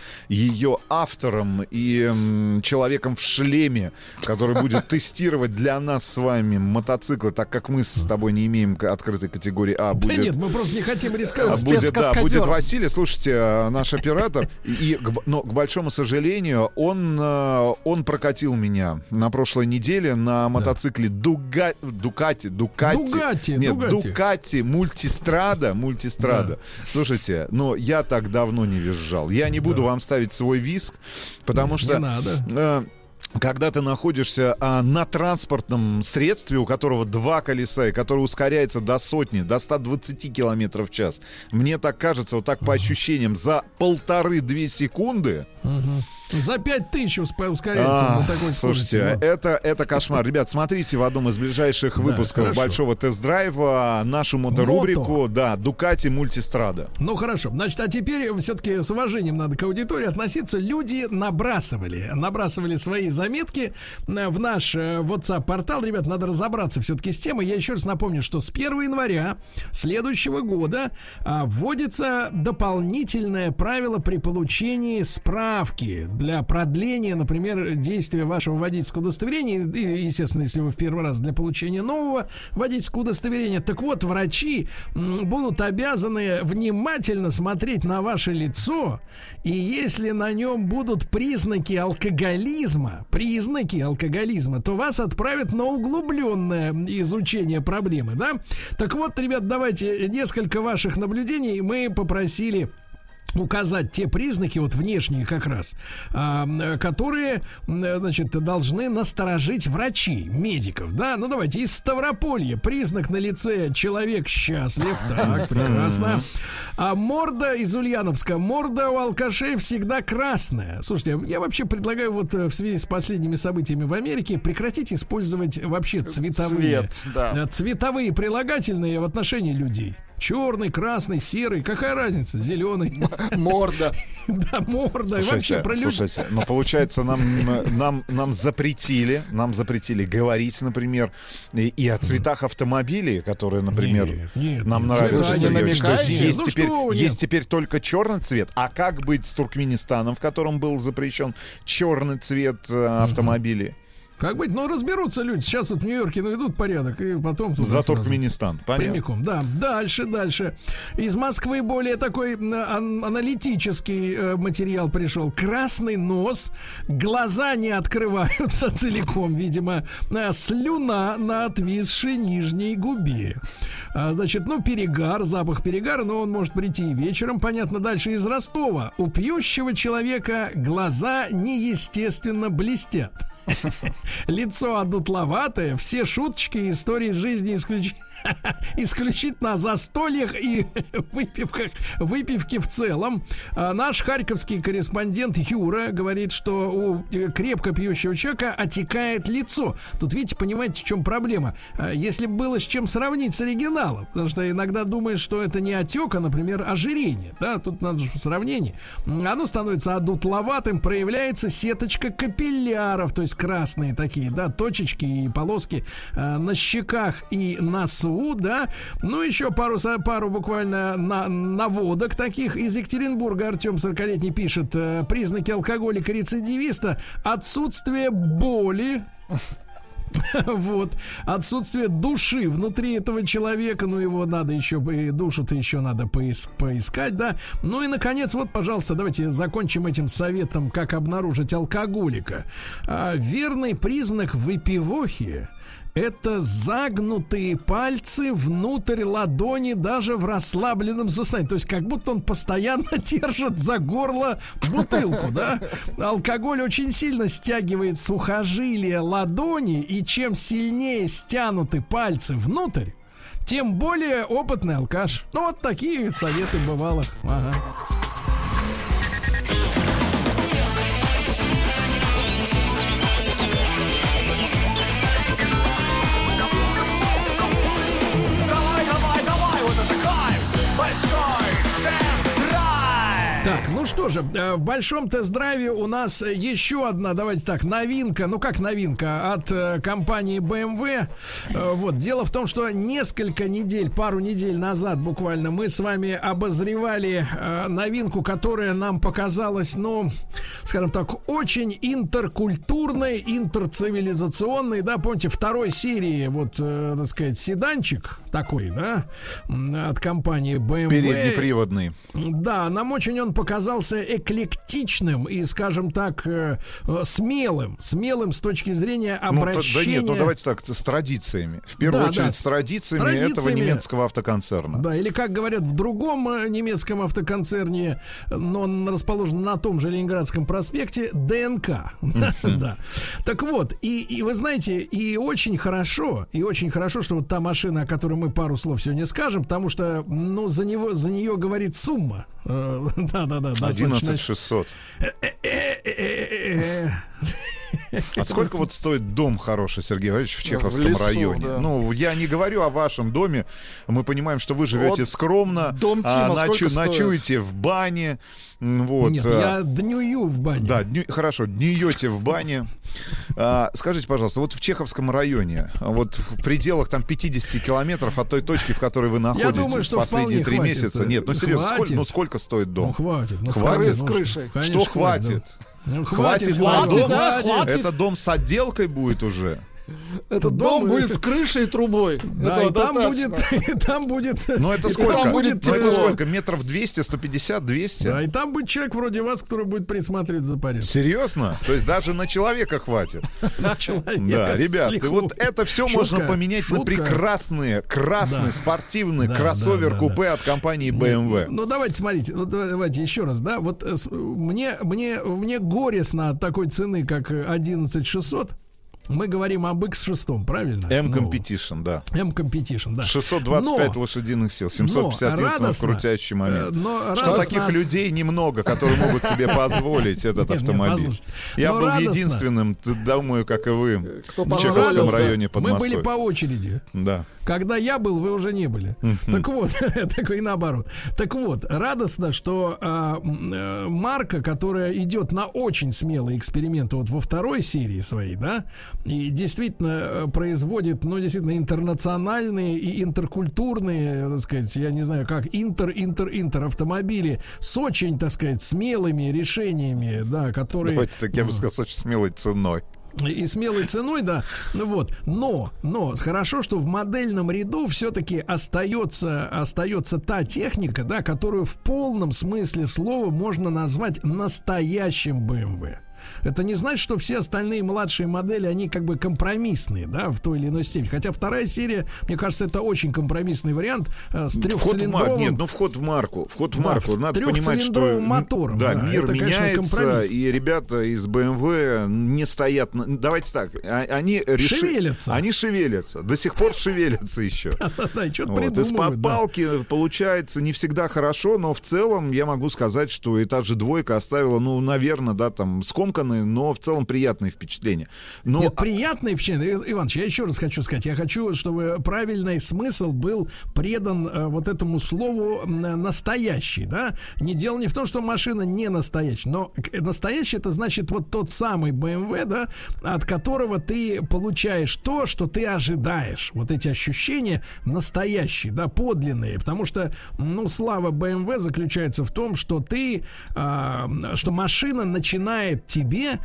ее автором и м, человеком в шлеме, который будет тестировать для нас с вами мотоциклы, так как мы с тобой не имеем открытой категории А. Будет, да нет, мы просто не хотим рисковать. Будет, да, будет Василий. Слушайте, наш оператор. И, но, к большому сожалению, он, он прокатил меня на прошлой неделе на мотоцикле Дуга, Дукати, Дукати, Дугати, нет, Дугати. Дукати Мультистрада, Мультистрада. Да. Слушайте, но я так давно не визжал. Я не буду да. вам ставить свой визг, потому не что... надо. Э, когда ты находишься а, на транспортном средстве, у которого два колеса, и который ускоряется до сотни, до ста двадцати километров в час, мне так кажется, вот так по ощущениям, за полторы-две секунды... Uh-huh. За пять тысяч ускоряется а, на такой скорости. Слушайте, это, это кошмар. Ребят, смотрите в одном из ближайших да, выпусков хорошо. большого тест-драйва нашу моторубрику, Мото. да, Дукати Мультистрада. Ну хорошо, значит, а теперь все-таки с уважением надо к аудитории относиться. Люди набрасывали, набрасывали свои заметки в наш WhatsApp-портал. Ребят, надо разобраться все-таки с темой. Я еще раз напомню, что с первого января следующего года а, вводится дополнительное правило при получении справки для продления, например, действия вашего водительского удостоверения, и, естественно, если вы в первый раз для получения нового водительского удостоверения. Так вот, врачи будут обязаны внимательно смотреть на ваше лицо, и если на нем будут признаки алкоголизма, признаки алкоголизма, то вас отправят на углубленное изучение проблемы, да? Так вот, ребят, давайте несколько ваших наблюдений мы попросили указать те признаки, вот внешние как раз, а, которые, значит, должны насторожить врачи, медиков, да, ну давайте, из Ставрополья, признак на лице: человек счастлив, так, прекрасно. А морда из Ульяновска, морда у алкашей всегда красная. Слушайте, я вообще предлагаю вот в связи с последними событиями в Америке прекратить использовать вообще цветовые, Цвет, да. цветовые прилагательные в отношении людей. Черный, красный, серый, какая разница? Зеленый. Морда. Да, морда. Слушайте, и вообще про людей. Слушайте, но получается, нам, нам, нам запретили, нам запретили говорить, например, и, и о цветах автомобилей, которые, например, нет, нет, нам нет, нравятся. Что есть, ну, теперь, что, есть теперь только черный цвет. А как быть с Туркменистаном, в котором был запрещен черный цвет автомобилей? Как быть? Ну, разберутся люди. Сейчас вот в Нью-Йорке наведут порядок, и потом... За Туркменистан, понятно. Прямиком, да. Дальше, дальше. Из Москвы более такой ан- аналитический э, материал пришел. Красный нос, глаза не открываются целиком, видимо. Э, слюна на отвисшей нижней губе. А, значит, ну, перегар, запах перегара, но он может прийти и вечером, понятно. Дальше из Ростова. У пьющего человека глаза неестественно блестят. Лицо одутловатое, все шуточки и истории жизни исключ... исключительно о застольях и выпивках, выпивке в целом. А наш харьковский корреспондент Юра говорит, что у крепко пьющего человека отекает лицо. Тут, видите, понимаете, в чем проблема? Если бы было с чем сравнить с оригиналом, потому что иногда думаешь, что это не отек, а, например, ожирение. Да, тут надо же сравнение. Оно становится одутловатым, проявляется сеточка капилляров, то есть красные такие, да, точечки и полоски э, на щеках и носу, да. Ну, еще пару, пару буквально на, наводок таких. Из Екатеринбурга Артем, сорокалетний, пишет: э, признаки алкоголика-рецидивиста: отсутствие боли. Вот. Отсутствие души внутри этого человека. Ну, его надо еще, душу-то еще надо поис- поискать, да. Ну и, наконец, вот, пожалуйста, давайте закончим этим советом, как обнаружить алкоголика. а, Верный признак выпивохи — это загнутые пальцы внутрь ладони даже в расслабленном состоянии. То есть как будто он постоянно держит за горло бутылку, да? Алкоголь очень сильно стягивает сухожилия ладони, и чем сильнее стянуты пальцы внутрь, тем более опытный алкаш. Ну, вот такие советы бывалых. Ага. Так, ну что же, в большом тест-драйве у нас еще одна, давайте так, новинка, ну как новинка, от э, компании бэ эм вэ. Э, вот, дело в том, что несколько недель, пару недель назад буквально мы с вами обозревали э, новинку, которая нам показалась, ну, скажем так, очень интеркультурной, интерцивилизационной, да, помните, второй серии, вот, э, так сказать, седанчик такой, да, от компании бэ эм вэ. Переднеприводный. Да, нам очень он показался эклектичным и, скажем так, э, э, смелым. Смелым с точки зрения обращения... Ну, да нет, ну давайте так, с традициями. В первую да, очередь да, с традициями, традициями этого немецкого автоконцерна. Да, или как говорят в другом немецком автоконцерне, но он расположен на том же Ленинградском проспекте, дэ эн ка. Да. Так вот, и, и вы знаете, и очень хорошо, и очень хорошо, что вот та машина, о которой мы пару слов сегодня скажем, потому что, ну, за него, за нее говорит сумма. Да-да-да. одиннадцать шестьсот. А сколько вот стоит дом хороший, Сергей Валерьевич, в Чеховском в лесу, районе? Да. Ну, я не говорю о вашем доме. Мы понимаем, что вы живете вот скромно, дом Тима, а, ночу, ночуете в бане. Вот. Нет, я днюю в бане. Да, дню, хорошо, днюете в бане. А, скажите, пожалуйста, вот в Чеховском районе, вот в пределах там пятьдесят километров от той точки, в которой вы находитесь, думаю, в последние три месяца. Нет, ну серьезно, сколько, ну сколько стоит дом? Ну хватит. Ну, хватит? С крышей. Конечно, что хватит? Да. Ну, хватит, хватит, хватит, да, хватит. Это дом с отделкой будет уже. Этот дом, дом будет с крышей и трубой. Да, и там будет, и там будет. Ну это сколько? Будет, ну, это сколько? Метров двести, сто пятьдесят, двести. Да, и там будет человек вроде вас, который будет присматривать за порядком. Серьезно? То есть даже на человека хватит? На человека. Да, ребят, и вот это все можно поменять на прекрасные, красный, спортивный кроссовер-купе от компании бэ эм вэ. Ну давайте смотрите, давайте еще раз, да, вот мне мне мне горестно от такой цены, как одиннадцать шестьсот. Мы говорим об икс шесть, правильно? M-Competition, ну, да. M-Competition, да. шестьсот двадцать пять но, лошадиных сил, семьсот пятьдесят ньютонов в крутящий момент. Но что таких от... людей немного, которые могут себе позволить этот автомобиль. Я был единственным, думаю, как и вы, в Чеховском районе Подмосковья. Мы были по очереди. Да. Когда я был, вы уже не были. Mm-hmm. Так вот, так и наоборот. Так вот, радостно, что а, а, марка, которая идет на очень смелые эксперименты вот во второй серии своей, да, и действительно производит, ну, действительно интернациональные и интеркультурные, так сказать, я не знаю, как интер-интер-интер автомобили с очень, так сказать, смелыми решениями, да, которые... Давайте так, я бы сказал, с очень смелой ценой. И смелой ценой, да, вот. Но, но хорошо, что в модельном ряду все-таки остается, остается та техника, да, которую в полном смысле слова можно назвать настоящим бэ эм вэ. Это не значит, что все остальные младшие модели, они как бы компромиссные, да, в той или иной степени. Хотя вторая серия, мне кажется, это очень компромиссный вариант э, с трехцилиндровым... Нет, ну вход в марку, вход в марку. Да, Надо понимать, что мотором, да, да, мир это, меняется, конечно, и ребята из бэ эм вэ не стоят... На... Давайте так, они реши... шевелятся. Они шевелятся, до сих пор шевелятся еще. Да, и что-то придумывают. Из-под палки получается не всегда хорошо, но в целом я могу сказать, что и та же двойка оставила, ну, наверное, да, там, скомканные, но в целом приятные впечатления. Но... Нет, приятные впечатления. Иваныч, я еще раз хочу сказать, я хочу, чтобы правильный смысл был предан э, вот этому слову настоящий, да? Не дело не в том, что машина не настоящая, но настоящий — это значит вот тот самый бэ эм вэ, да, от которого ты получаешь то, что ты ожидаешь. Вот эти ощущения настоящие, да, подлинные, потому что, ну, слава бэ эм вэ заключается в том, что ты, э, что машина начинает тебе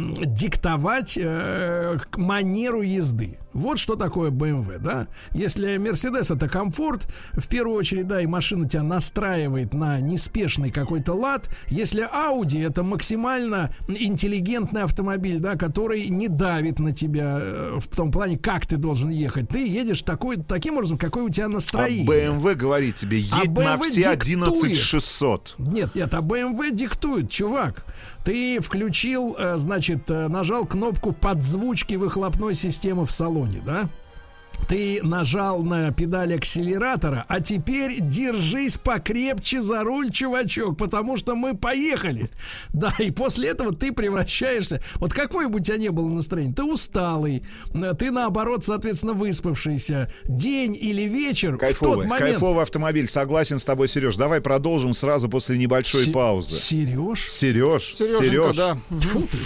диктовать э, манеру езды. Вот что такое бэ эм вэ, да? Если Mercedes — это комфорт, в первую очередь, да, и машина тебя настраивает на неспешный какой-то лад. Если Audi — это максимально интеллигентный автомобиль, да, который не давит на тебя э, в том плане, как ты должен ехать. Ты едешь такой, таким образом, какое у тебя настроение. А бэ эм вэ говорит тебе, едь а на все одиннадцать шестьсот. Нет, нет, а бэ эм вэ диктует, чувак. Ты включил, значит, нажал кнопку подзвучки выхлопной системы в салоне, да? ты нажал на педаль акселератора, а теперь держись покрепче за руль, чувачок, потому что мы поехали. Да, и после этого ты превращаешься... Вот какое бы у тебя ни было настроение, ты усталый, ты, наоборот, соответственно, выспавшийся. День или вечер, кайфовый, в тот момент... Кайфовый автомобиль, согласен с тобой, Сереж. Давай продолжим сразу после небольшой С- паузы. Сереж? Сереж, Сереж. Да. Тьфу ты.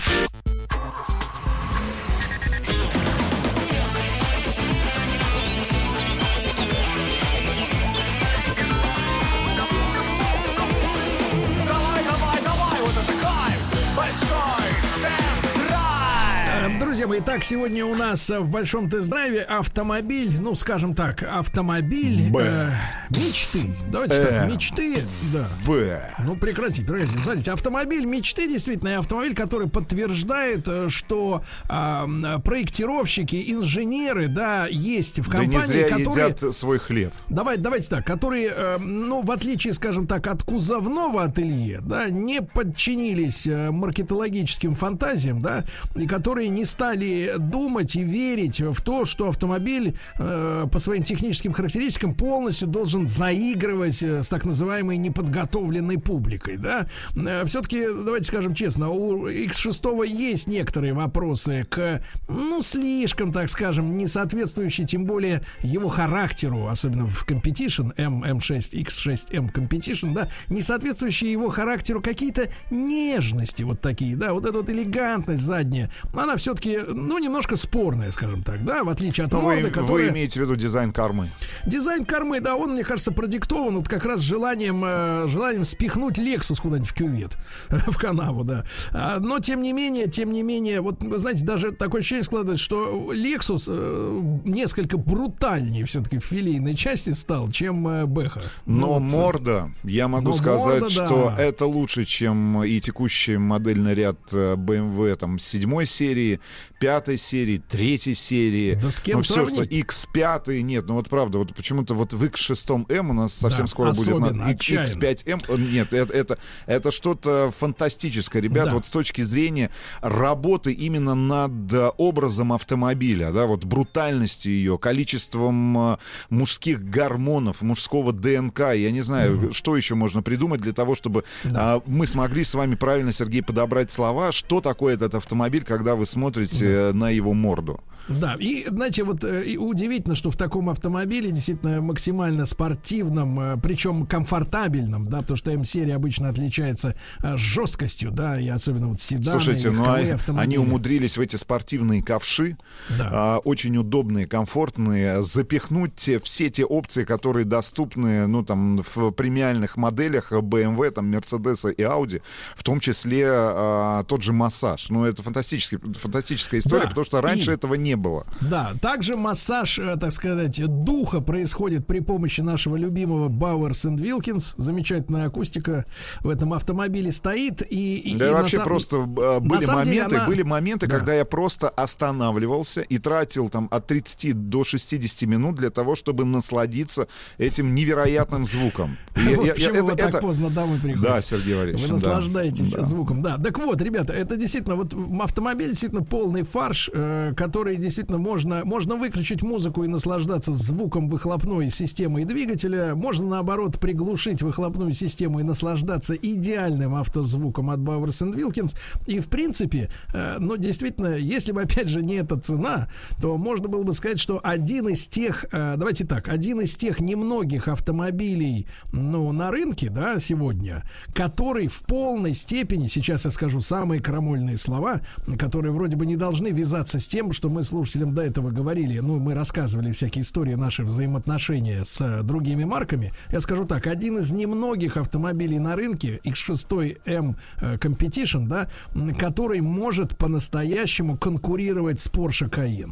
Друзья мои, так, сегодня у нас в большом тест-драйве автомобиль, ну, скажем так, автомобиль э, мечты. Давайте э. так, мечты, да. В. Ну, прекратите, прекратите. Смотрите, автомобиль мечты, действительно, автомобиль, который подтверждает, что э, проектировщики, инженеры, да, есть в компании, да не зря которые... едят свой хлеб. Давайте, давайте так, которые, э, ну, в отличие, скажем так, от кузовного ателье, да, не подчинились э, маркетологическим фантазиям, да, и которые не стали думать и верить в то, что автомобиль э, по своим техническим характеристикам полностью должен заигрывать э, с так называемой неподготовленной публикой, да. Э, все-таки, давайте скажем честно, у икс шесть есть некоторые вопросы к, ну, слишком, так скажем, не соответствующие, тем более его характеру, особенно в Competition, эм шесть, икс шесть эм Competition, да, не соответствующие его характеру какие-то нежности вот такие, да, вот эта вот элегантность задняя, она все-таки, ну, немножко спорная, скажем так, да, в отличие от Но морды, вы, которая... Вы имеете в виду дизайн кормы? Дизайн кормы, да, он, мне кажется, продиктован вот как раз желанием, э, желанием спихнуть Lexus куда-нибудь в кювет, в канаву, да. А, но, тем не менее, тем не менее, вот, вы знаете, даже такое ощущение складывается, что Lexus э, несколько брутальнее все-таки в филейной части стал, чем э, Бэха. Но ну, морда, я могу но сказать, морда, что да. это лучше, чем и текущий модельный ряд бэ эм вэ там седьмой серии, пятой серии, третьей серии. Да с кем ну, все, сравнить? что икс пять, нет, ну вот правда, вот почему-то вот в икс шесть эм у нас совсем да, скоро особенно, будет на икс пять эм. Нет, это, это, это что-то фантастическое, ребята, да. Вот с точки зрения работы именно над образом автомобиля, да, вот брутальностью ее, количеством мужских гормонов, мужского ДНК, я не знаю, mm-hmm. что еще можно придумать для того, чтобы да. а, мы смогли с вами правильно, Сергей, подобрать слова, что такое этот автомобиль, когда вы смотрите mm-hmm. на его морду. Да, и, знаете, вот и удивительно, что в таком автомобиле, действительно максимально спортивном, причем комфортабельном, да, потому что М-серия обычно отличается жесткостью, да, и особенно вот седаны. Слушайте, ну а они умудрились в эти спортивные ковши, да. а, очень удобные, комфортные, запихнуть все те опции, которые доступны, ну, там, в премиальных моделях бэ эм вэ, там, Mercedes и Audi, в том числе а, тот же массаж. Ну, это фантастический, фантастическая история, да. Потому что раньше и... этого не было. Да, также массаж, так сказать, духа происходит при помощи нашего любимого Bowers энд Wilkins. Замечательная акустика в этом автомобиле стоит. И, да, и вообще на просто на были моменты, она... были моменты, да. когда я просто останавливался и тратил там от тридцати до шестидесяти минут для того, чтобы насладиться этим невероятным звуком. Почему вы так поздно домой приходите? Да, Сергей Валерьевич. Вы наслаждаетесь звуком. Да, так вот, ребята, это действительно вот автомобиль действительно полный фарш, который действительно можно, можно выключить музыку и наслаждаться звуком выхлопной системы и двигателя. Можно, наоборот, приглушить выхлопную систему и наслаждаться идеальным автозвуком от Bowers энд Wilkins. И, в принципе, э, ну, действительно, если бы, опять же, не эта цена, то можно было бы сказать, что один из тех, э, давайте так, один из тех немногих автомобилей, ну, на рынке, да, сегодня, который в полной степени, сейчас я скажу самые крамольные слова, которые вроде бы не должны вязаться с тем, что мы слушателям до этого говорили, ну, мы рассказывали всякие истории, наши взаимоотношения с а, другими марками. Я скажу так, один из немногих автомобилей на рынке, икс шесть эм Competition, да, который может по-настоящему конкурировать с Porsche Cayenne.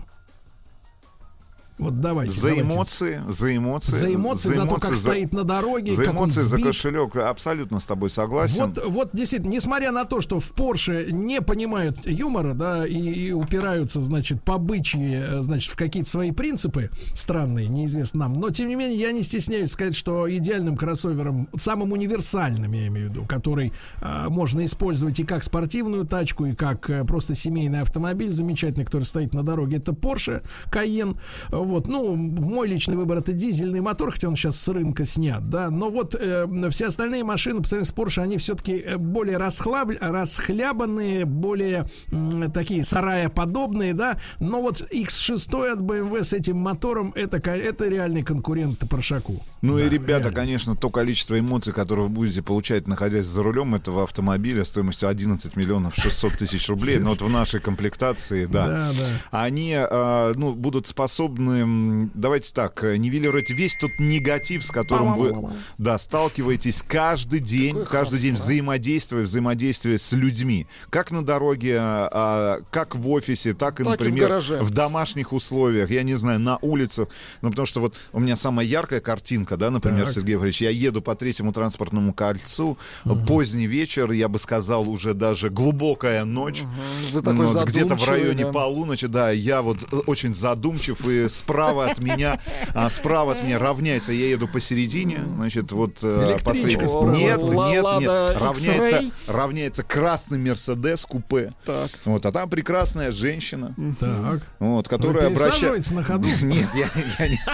Вот давайте. За давайте. эмоции, за эмоции. За эмоции, за, за то, как за, стоит на дороге. За как эмоции, он за кошелек. Абсолютно с тобой согласен. Вот, вот действительно, несмотря на то, что в Porsche не понимают юмора, да, и, и упираются, значит, по бычьи, значит, в какие-то свои принципы странные, неизвестно нам, но, тем не менее, я не стесняюсь сказать, что идеальным кроссовером, самым универсальным, я имею в виду, который а, можно использовать и как спортивную тачку, и как а, просто семейный автомобиль замечательный, который стоит на дороге, это Porsche Cayenne. Вот, ну, мой личный выбор — это дизельный мотор, хотя он сейчас с рынка снят, да. Но вот э, все остальные машины по сравнению с Porsche, они все-таки более расхлаб... расхлябанные, более э, такие сараеподобные, да. Но вот икс шесть от бэ эм вэ с этим мотором — это, это реальный конкурент Поршаку. Ну да, и, ребята, реально. конечно, то количество эмоций, которые вы будете получать, находясь за рулем этого автомобиля стоимостью одиннадцать миллионов шестьсот тысяч рублей, но вот в нашей комплектации, да, да, да. они э, ну, будут способны, давайте так, нивелировать весь тот негатив, с которым вы да, сталкиваетесь каждый день, Какой каждый хапс, день взаимодействуя, взаимодействуя с людьми. Как на дороге, э, как в офисе, так и, так например, и в, в домашних условиях, я не знаю, на улицах. Ну, потому что вот у меня самая яркая картинка, да, например, так. Сергей Валерьевич, я еду по третьему транспортному кольцу, угу. поздний вечер, я бы сказал, уже даже глубокая ночь, угу. вот, где-то в районе да. полуночи, да, я вот очень задумчив, и справа от меня, а, справа от меня равняется, я еду посередине, значит, вот последний. Нет, нет, нет, равняется, равняется красный Мерседес купе, так. вот, а там прекрасная женщина, так. вот, которая обращается на ходу. Нет, я, я не.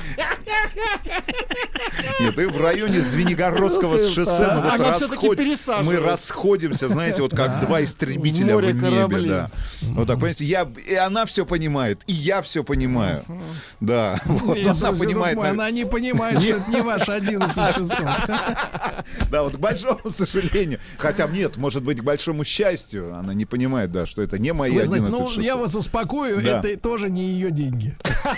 Нет, и в районе Звенигородского шоссе мы, вот расход... мы расходимся, знаете, вот как два истребителя в небе, да. Вот так, понимаете, я... и она все понимает, и я все понимаю, да. Вот, нет, она понимает, мой, она не понимает, что это не ваш одиннадцать шестьсот. Да, вот к большому сожалению, хотя нет, может быть, к большому счастью, она не понимает, да, что это не мои одиннадцать шестьсот. Ну, я вас успокою, да. это тоже не ее деньги.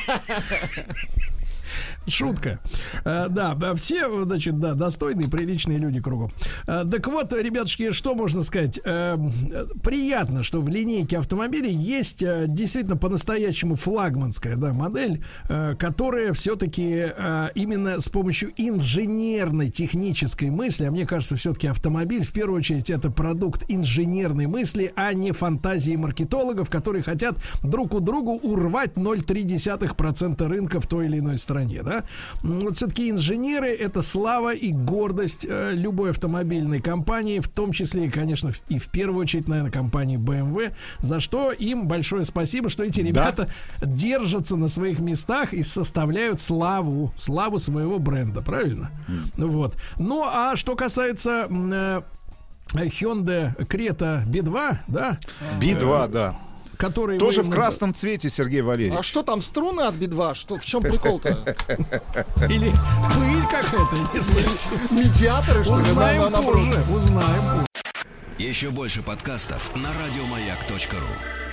Шутка. А, да, все, значит, да, достойные, приличные люди кругом. А, так вот, ребятушки, что можно сказать? А, приятно, что в линейке автомобилей есть а, действительно по-настоящему флагманская, да, модель, а, которая все-таки а, именно с помощью инженерной технической мысли, а мне кажется, все-таки автомобиль, в первую очередь, это продукт инженерной мысли, а не фантазии маркетологов, которые хотят друг у друга урвать ноль целых три десятых процента рынка в той или иной стране, да? Вот все-таки инженеры — это слава и гордость э, любой автомобильной компании, в том числе, и, конечно, в, и в первую очередь, наверное, компании бэ эм вэ, за что им большое спасибо, что эти ребята да. держатся на своих местах и составляют славу, славу своего бренда, правильно? Mm. Вот. Ну, а что касается э, Hyundai Creta би два, да? би два, да. Который тоже в красном цвете, Сергей Валерьевич. А что там, струны от би два? Что, в чем прикол-то? Или пыль какая-то, не знаю. Медиаторы, что ли? Узнаем позже. Узнаем позже. Еще больше подкастов на радиомаяк точка ру.